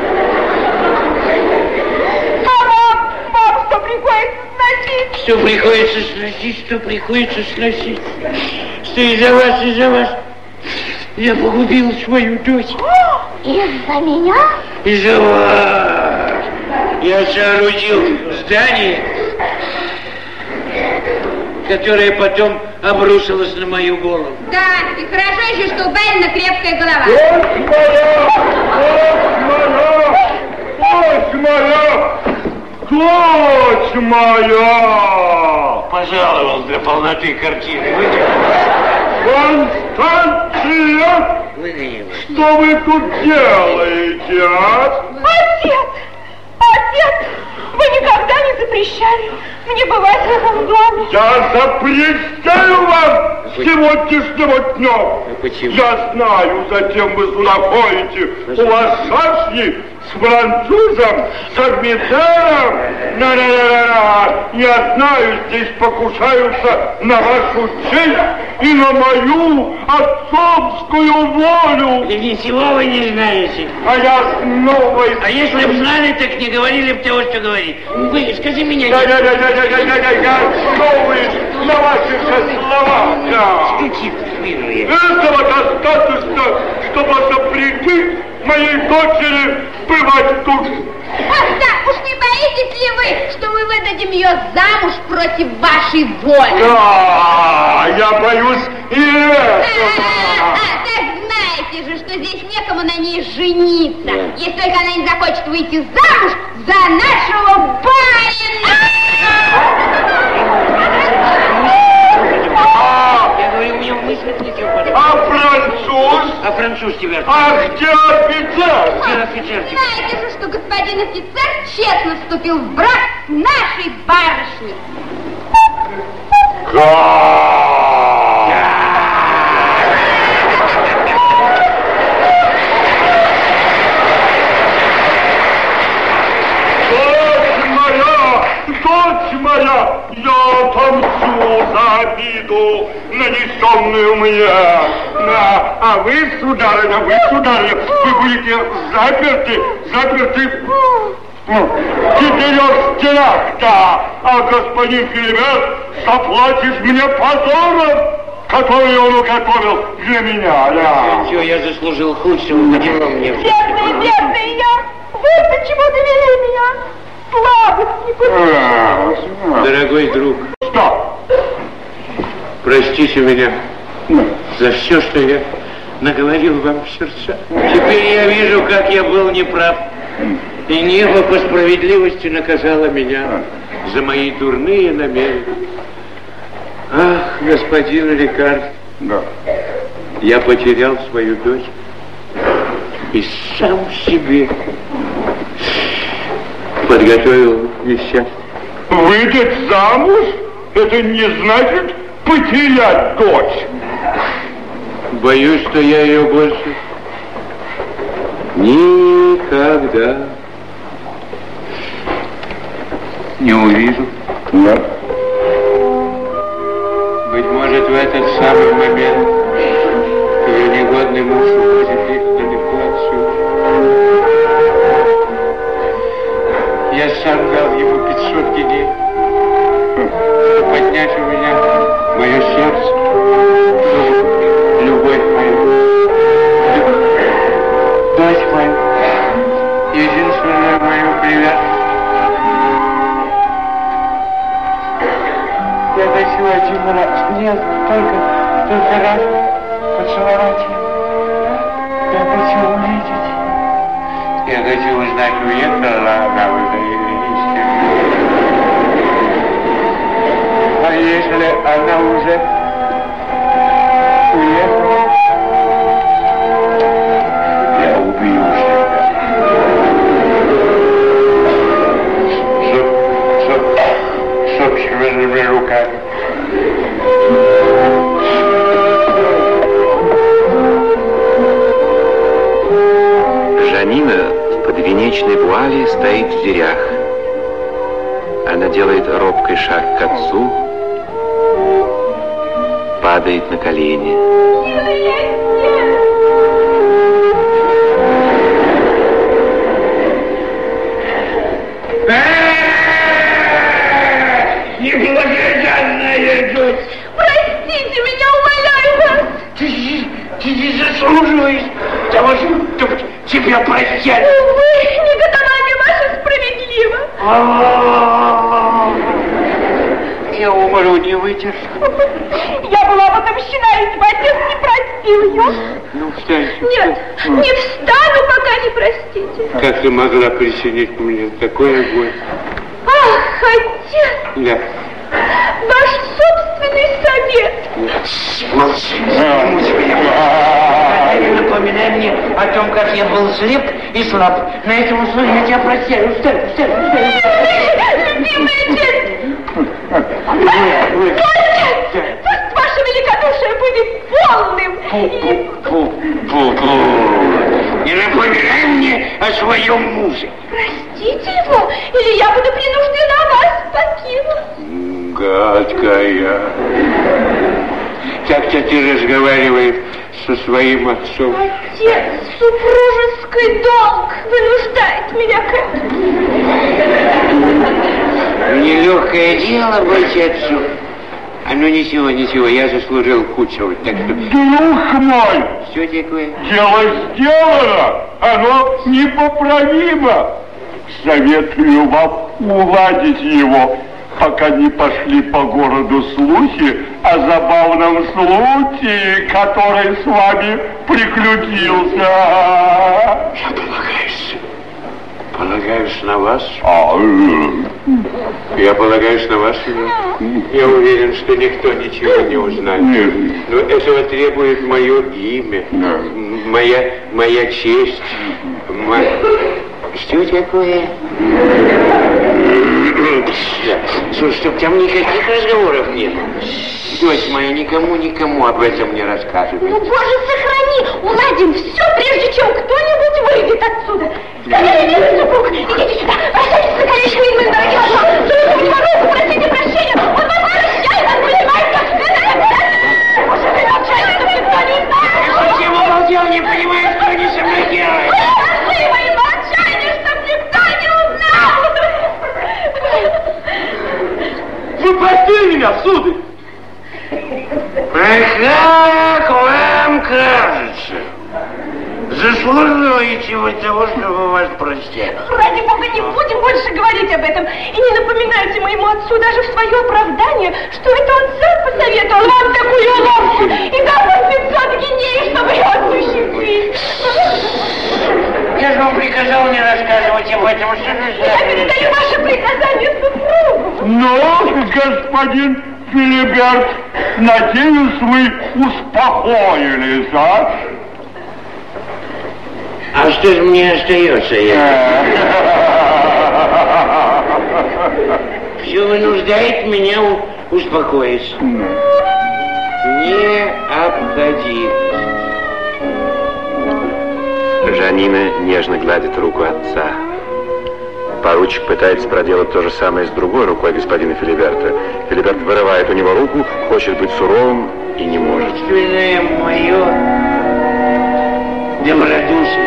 Мам, что приходится сносить? Что приходится сносить. Что из-за вас я погубил свою дочь. Из-за меня? Из-за вас. Я соорудил здание, которое потом обрушилось на мою голову. Да, и хорошо еще, что у барина крепкая голова. Дочь моя! Пожаловал для полноты картины. Констанция! Что вы тут делаете, а? Отец! Вы никогда не запрещаю мне бывать в этом доме. Я запрещаю вам сегодняшнего дня. Почему? Я знаю, зачем вы сюда ходите. У вас шашни с французом, с офицером. Я знаю, здесь покушаются на вашу честь и на мою отцовскую волю. И ничего вы не знаете. А я снова... А если б знали, так не говорили бы того, что говорить. Вы, скажи меня... Я снова на ваши слова. Этого достаточно, чтобы запретить моей дочери бывать тут. Ах да, уж не боитесь ли вы, что мы выдадим ее замуж против вашей воли? Да, я боюсь и этого. Так знаете же, что здесь некому на ней жениться, если только она не захочет выйти замуж за нашего барина. Я говорю, у меня в мыслях ничего подобного. А француз? А француз тебя? А где офицер? Где офицер тебя? Знаете же, что господин офицер честно вступил в брак с нашей барышней. Дочь моя, я отомстю за обиду, нанесенную мне. А вы, сударыня, вы будете заперты в 4 стенах, да. А господин Филиберт заплатит мне позором, который он уготовил для меня, да. Ничего, я заслужил худшего, поделал мне. Бедный я! Вы почему довели меня? Слабость не понимаю. Дорогой друг, Что? простите меня за все, что я наговорил вам в сердца. Теперь я вижу, как я был неправ. И небо по справедливости наказало меня за мои дурные намерения. Ах, господин лекарь, Да. я потерял свою дочь и сам себе подготовил несчастье. Выдать замуж? Это не значит потерять дочь. Боюсь, что я ее больше никогда не увижу. Нет. Быть может, в этот самый момент ее негодный муж уходит далеко отсюда. Я сам дал ему 500 гиней, чтобы поднять у меня мое сердце, любовь мою, дочь мою, единственную мою привязанность. Я хочу один раз, нет, только раз поцеловать ее. Я хочу увидеть. Я хочу узнать, уехала она уже или еще. А если она уже уехала, я убью себя. Собственными руками. Жанина в подвенечной вуале стоит в дверях. Она делает робкий шаг к отцу, падает на колени. Неблагодарная дочь! Простите меня, умоляю вас! Ты не заслуживаешь того, чтобы тебя прощали. Увы, негодование ваше справедливо. Я умру, не выдержу. Я была бы отомщена, если бы отец не простил ее. Ну, встань. Нет, не встану, пока не простите. Как ты могла причинить мне такое горе? Ах, отец! Да. Ваш собственный совет. Молчи. Не напоминай мне о том, как я был слеп и слаб. На этом условии я тебя прощаю. Встань. невыносимая честь! Пусть ваше великодушие будет полным! Не напоминай мне о своем муже. Простите его, или я буду принуждена вас покинуть. Гадкая. Так-то ты разговариваешь со своим отцом. Отец, супружеский долг вынуждает меня к этому. Нелегкое дело быть отцом. А ну ничего, я заслужил худшего. Так что... Друг мой! Что такое? Дело сделано, оно непоправимо. Советую вам уладить его, пока не пошли по городу слухи о забавном случае, который с вами приключился. Полагаюсь на вас? Я полагаюсь на вас, я уверен, что никто ничего не узнает. Но этого требует мое имя, моя честь. Что такое? Слушай, чтоб там никаких разговоров нет. Дочь моя, никому об этом не рассказывай. Ну, Боже, сохрани! Уладим все, прежде чем кто-нибудь выйдет отсюда. Скорее, милый супруг, идите сюда, бросайтесь на колечко, и мы, дорогие отцом. Целуйте мне руку, просите прощения. Он вас прощает, он понимает, как Боже, ты молчай, чтобы никто не знал. Я совсем обалдел, не понимаю, что они со мной делают. Скажи мои молчания, чтобы никто не узнал. Вы простили меня, сударь? Как вам кажется? Заслуживаете вы того, чтобы вас простили? Ради бога, не будем больше говорить об этом. И не напоминайте моему отцу даже в свое оправдание, что это он сам посоветовал вам такую уловку и дал вам 500 гиней, чтобы ее осуществить. Я же вам приказал не рассказывать об этом. Что же я передаю ваше приказание супругу. Но, господин Филиберт, надеюсь, вы успокоились, а? А что же мне остается, Все вынуждает меня успокоиться. Необходимость. Жанина нежно гладит руку отца. Поручик пытается проделать то же самое с другой рукой господина Филиберта. Филиберт вырывает у него руку, хочет быть суровым и не может. Единственное мое добродушие.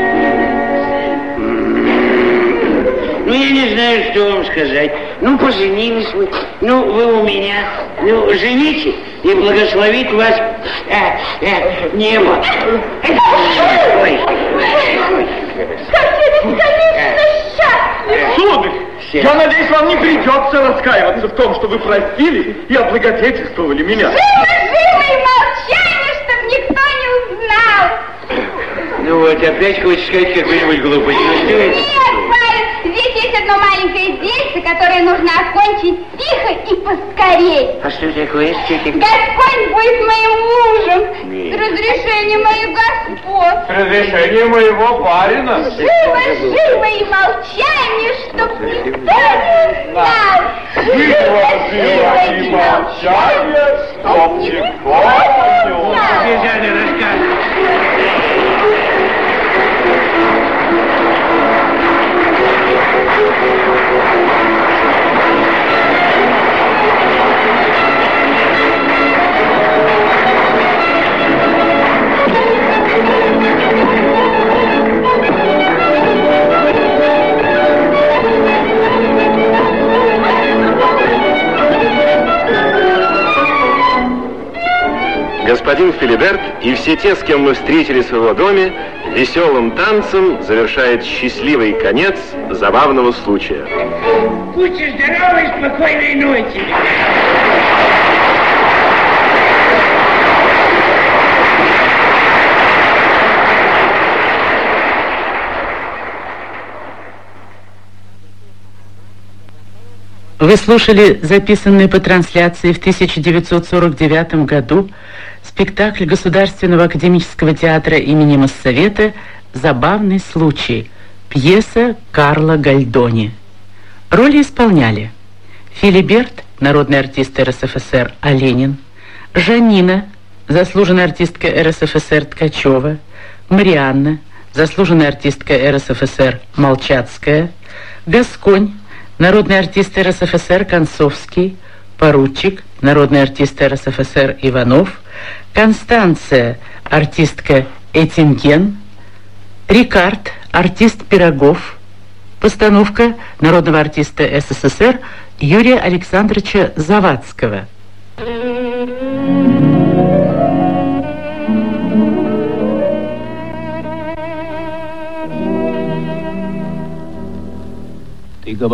Ну, я не знаю, что вам сказать. Ну, поженились вы. Ну, вы у меня. Ну, живите, и благословит вас небо. Ой. Сударь, я надеюсь, вам не придется раскаиваться в том, что вы простили и облагодетельствовали меня. Живо и молчание, чтобы никто не узнал. Ну вот, опять хочешь сказать какую-нибудь глупость? Нет, барин, здесь есть одно маленькое дельце, которое нужно окончить тихо и поскорей. А что такое? Господь будет моим мужем. С разрешения моих господ. С разрешения моего барина. Живо и молчание, чтоб никто не узнал. Живо и молчание, чтоб никто не узнал. Бежали рассказывать. Господин Филиберт и все те, с кем мы встретились в его доме, веселым танцем завершает счастливый конец забавного случая. Будьте здоровы и спокойной ночи. Вы слушали записанный по трансляции в 1949 году спектакль Государственного академического театра имени Моссовета «Забавный случай», пьеса Карла Гальдони. Роли исполняли Филиберт, народный артист РСФСР Оленин, Жанина, заслуженная артистка РСФСР Ткачева, Марианна, заслуженная артистка РСФСР Молчатская, Гасконь, народный артист РСФСР Концовский, поручик, народный артист РСФСР Иванов, Констанция, артистка Этинген, Рикард, артист Пирогов, постановка народного артиста СССР Юрия Александровича Завадского.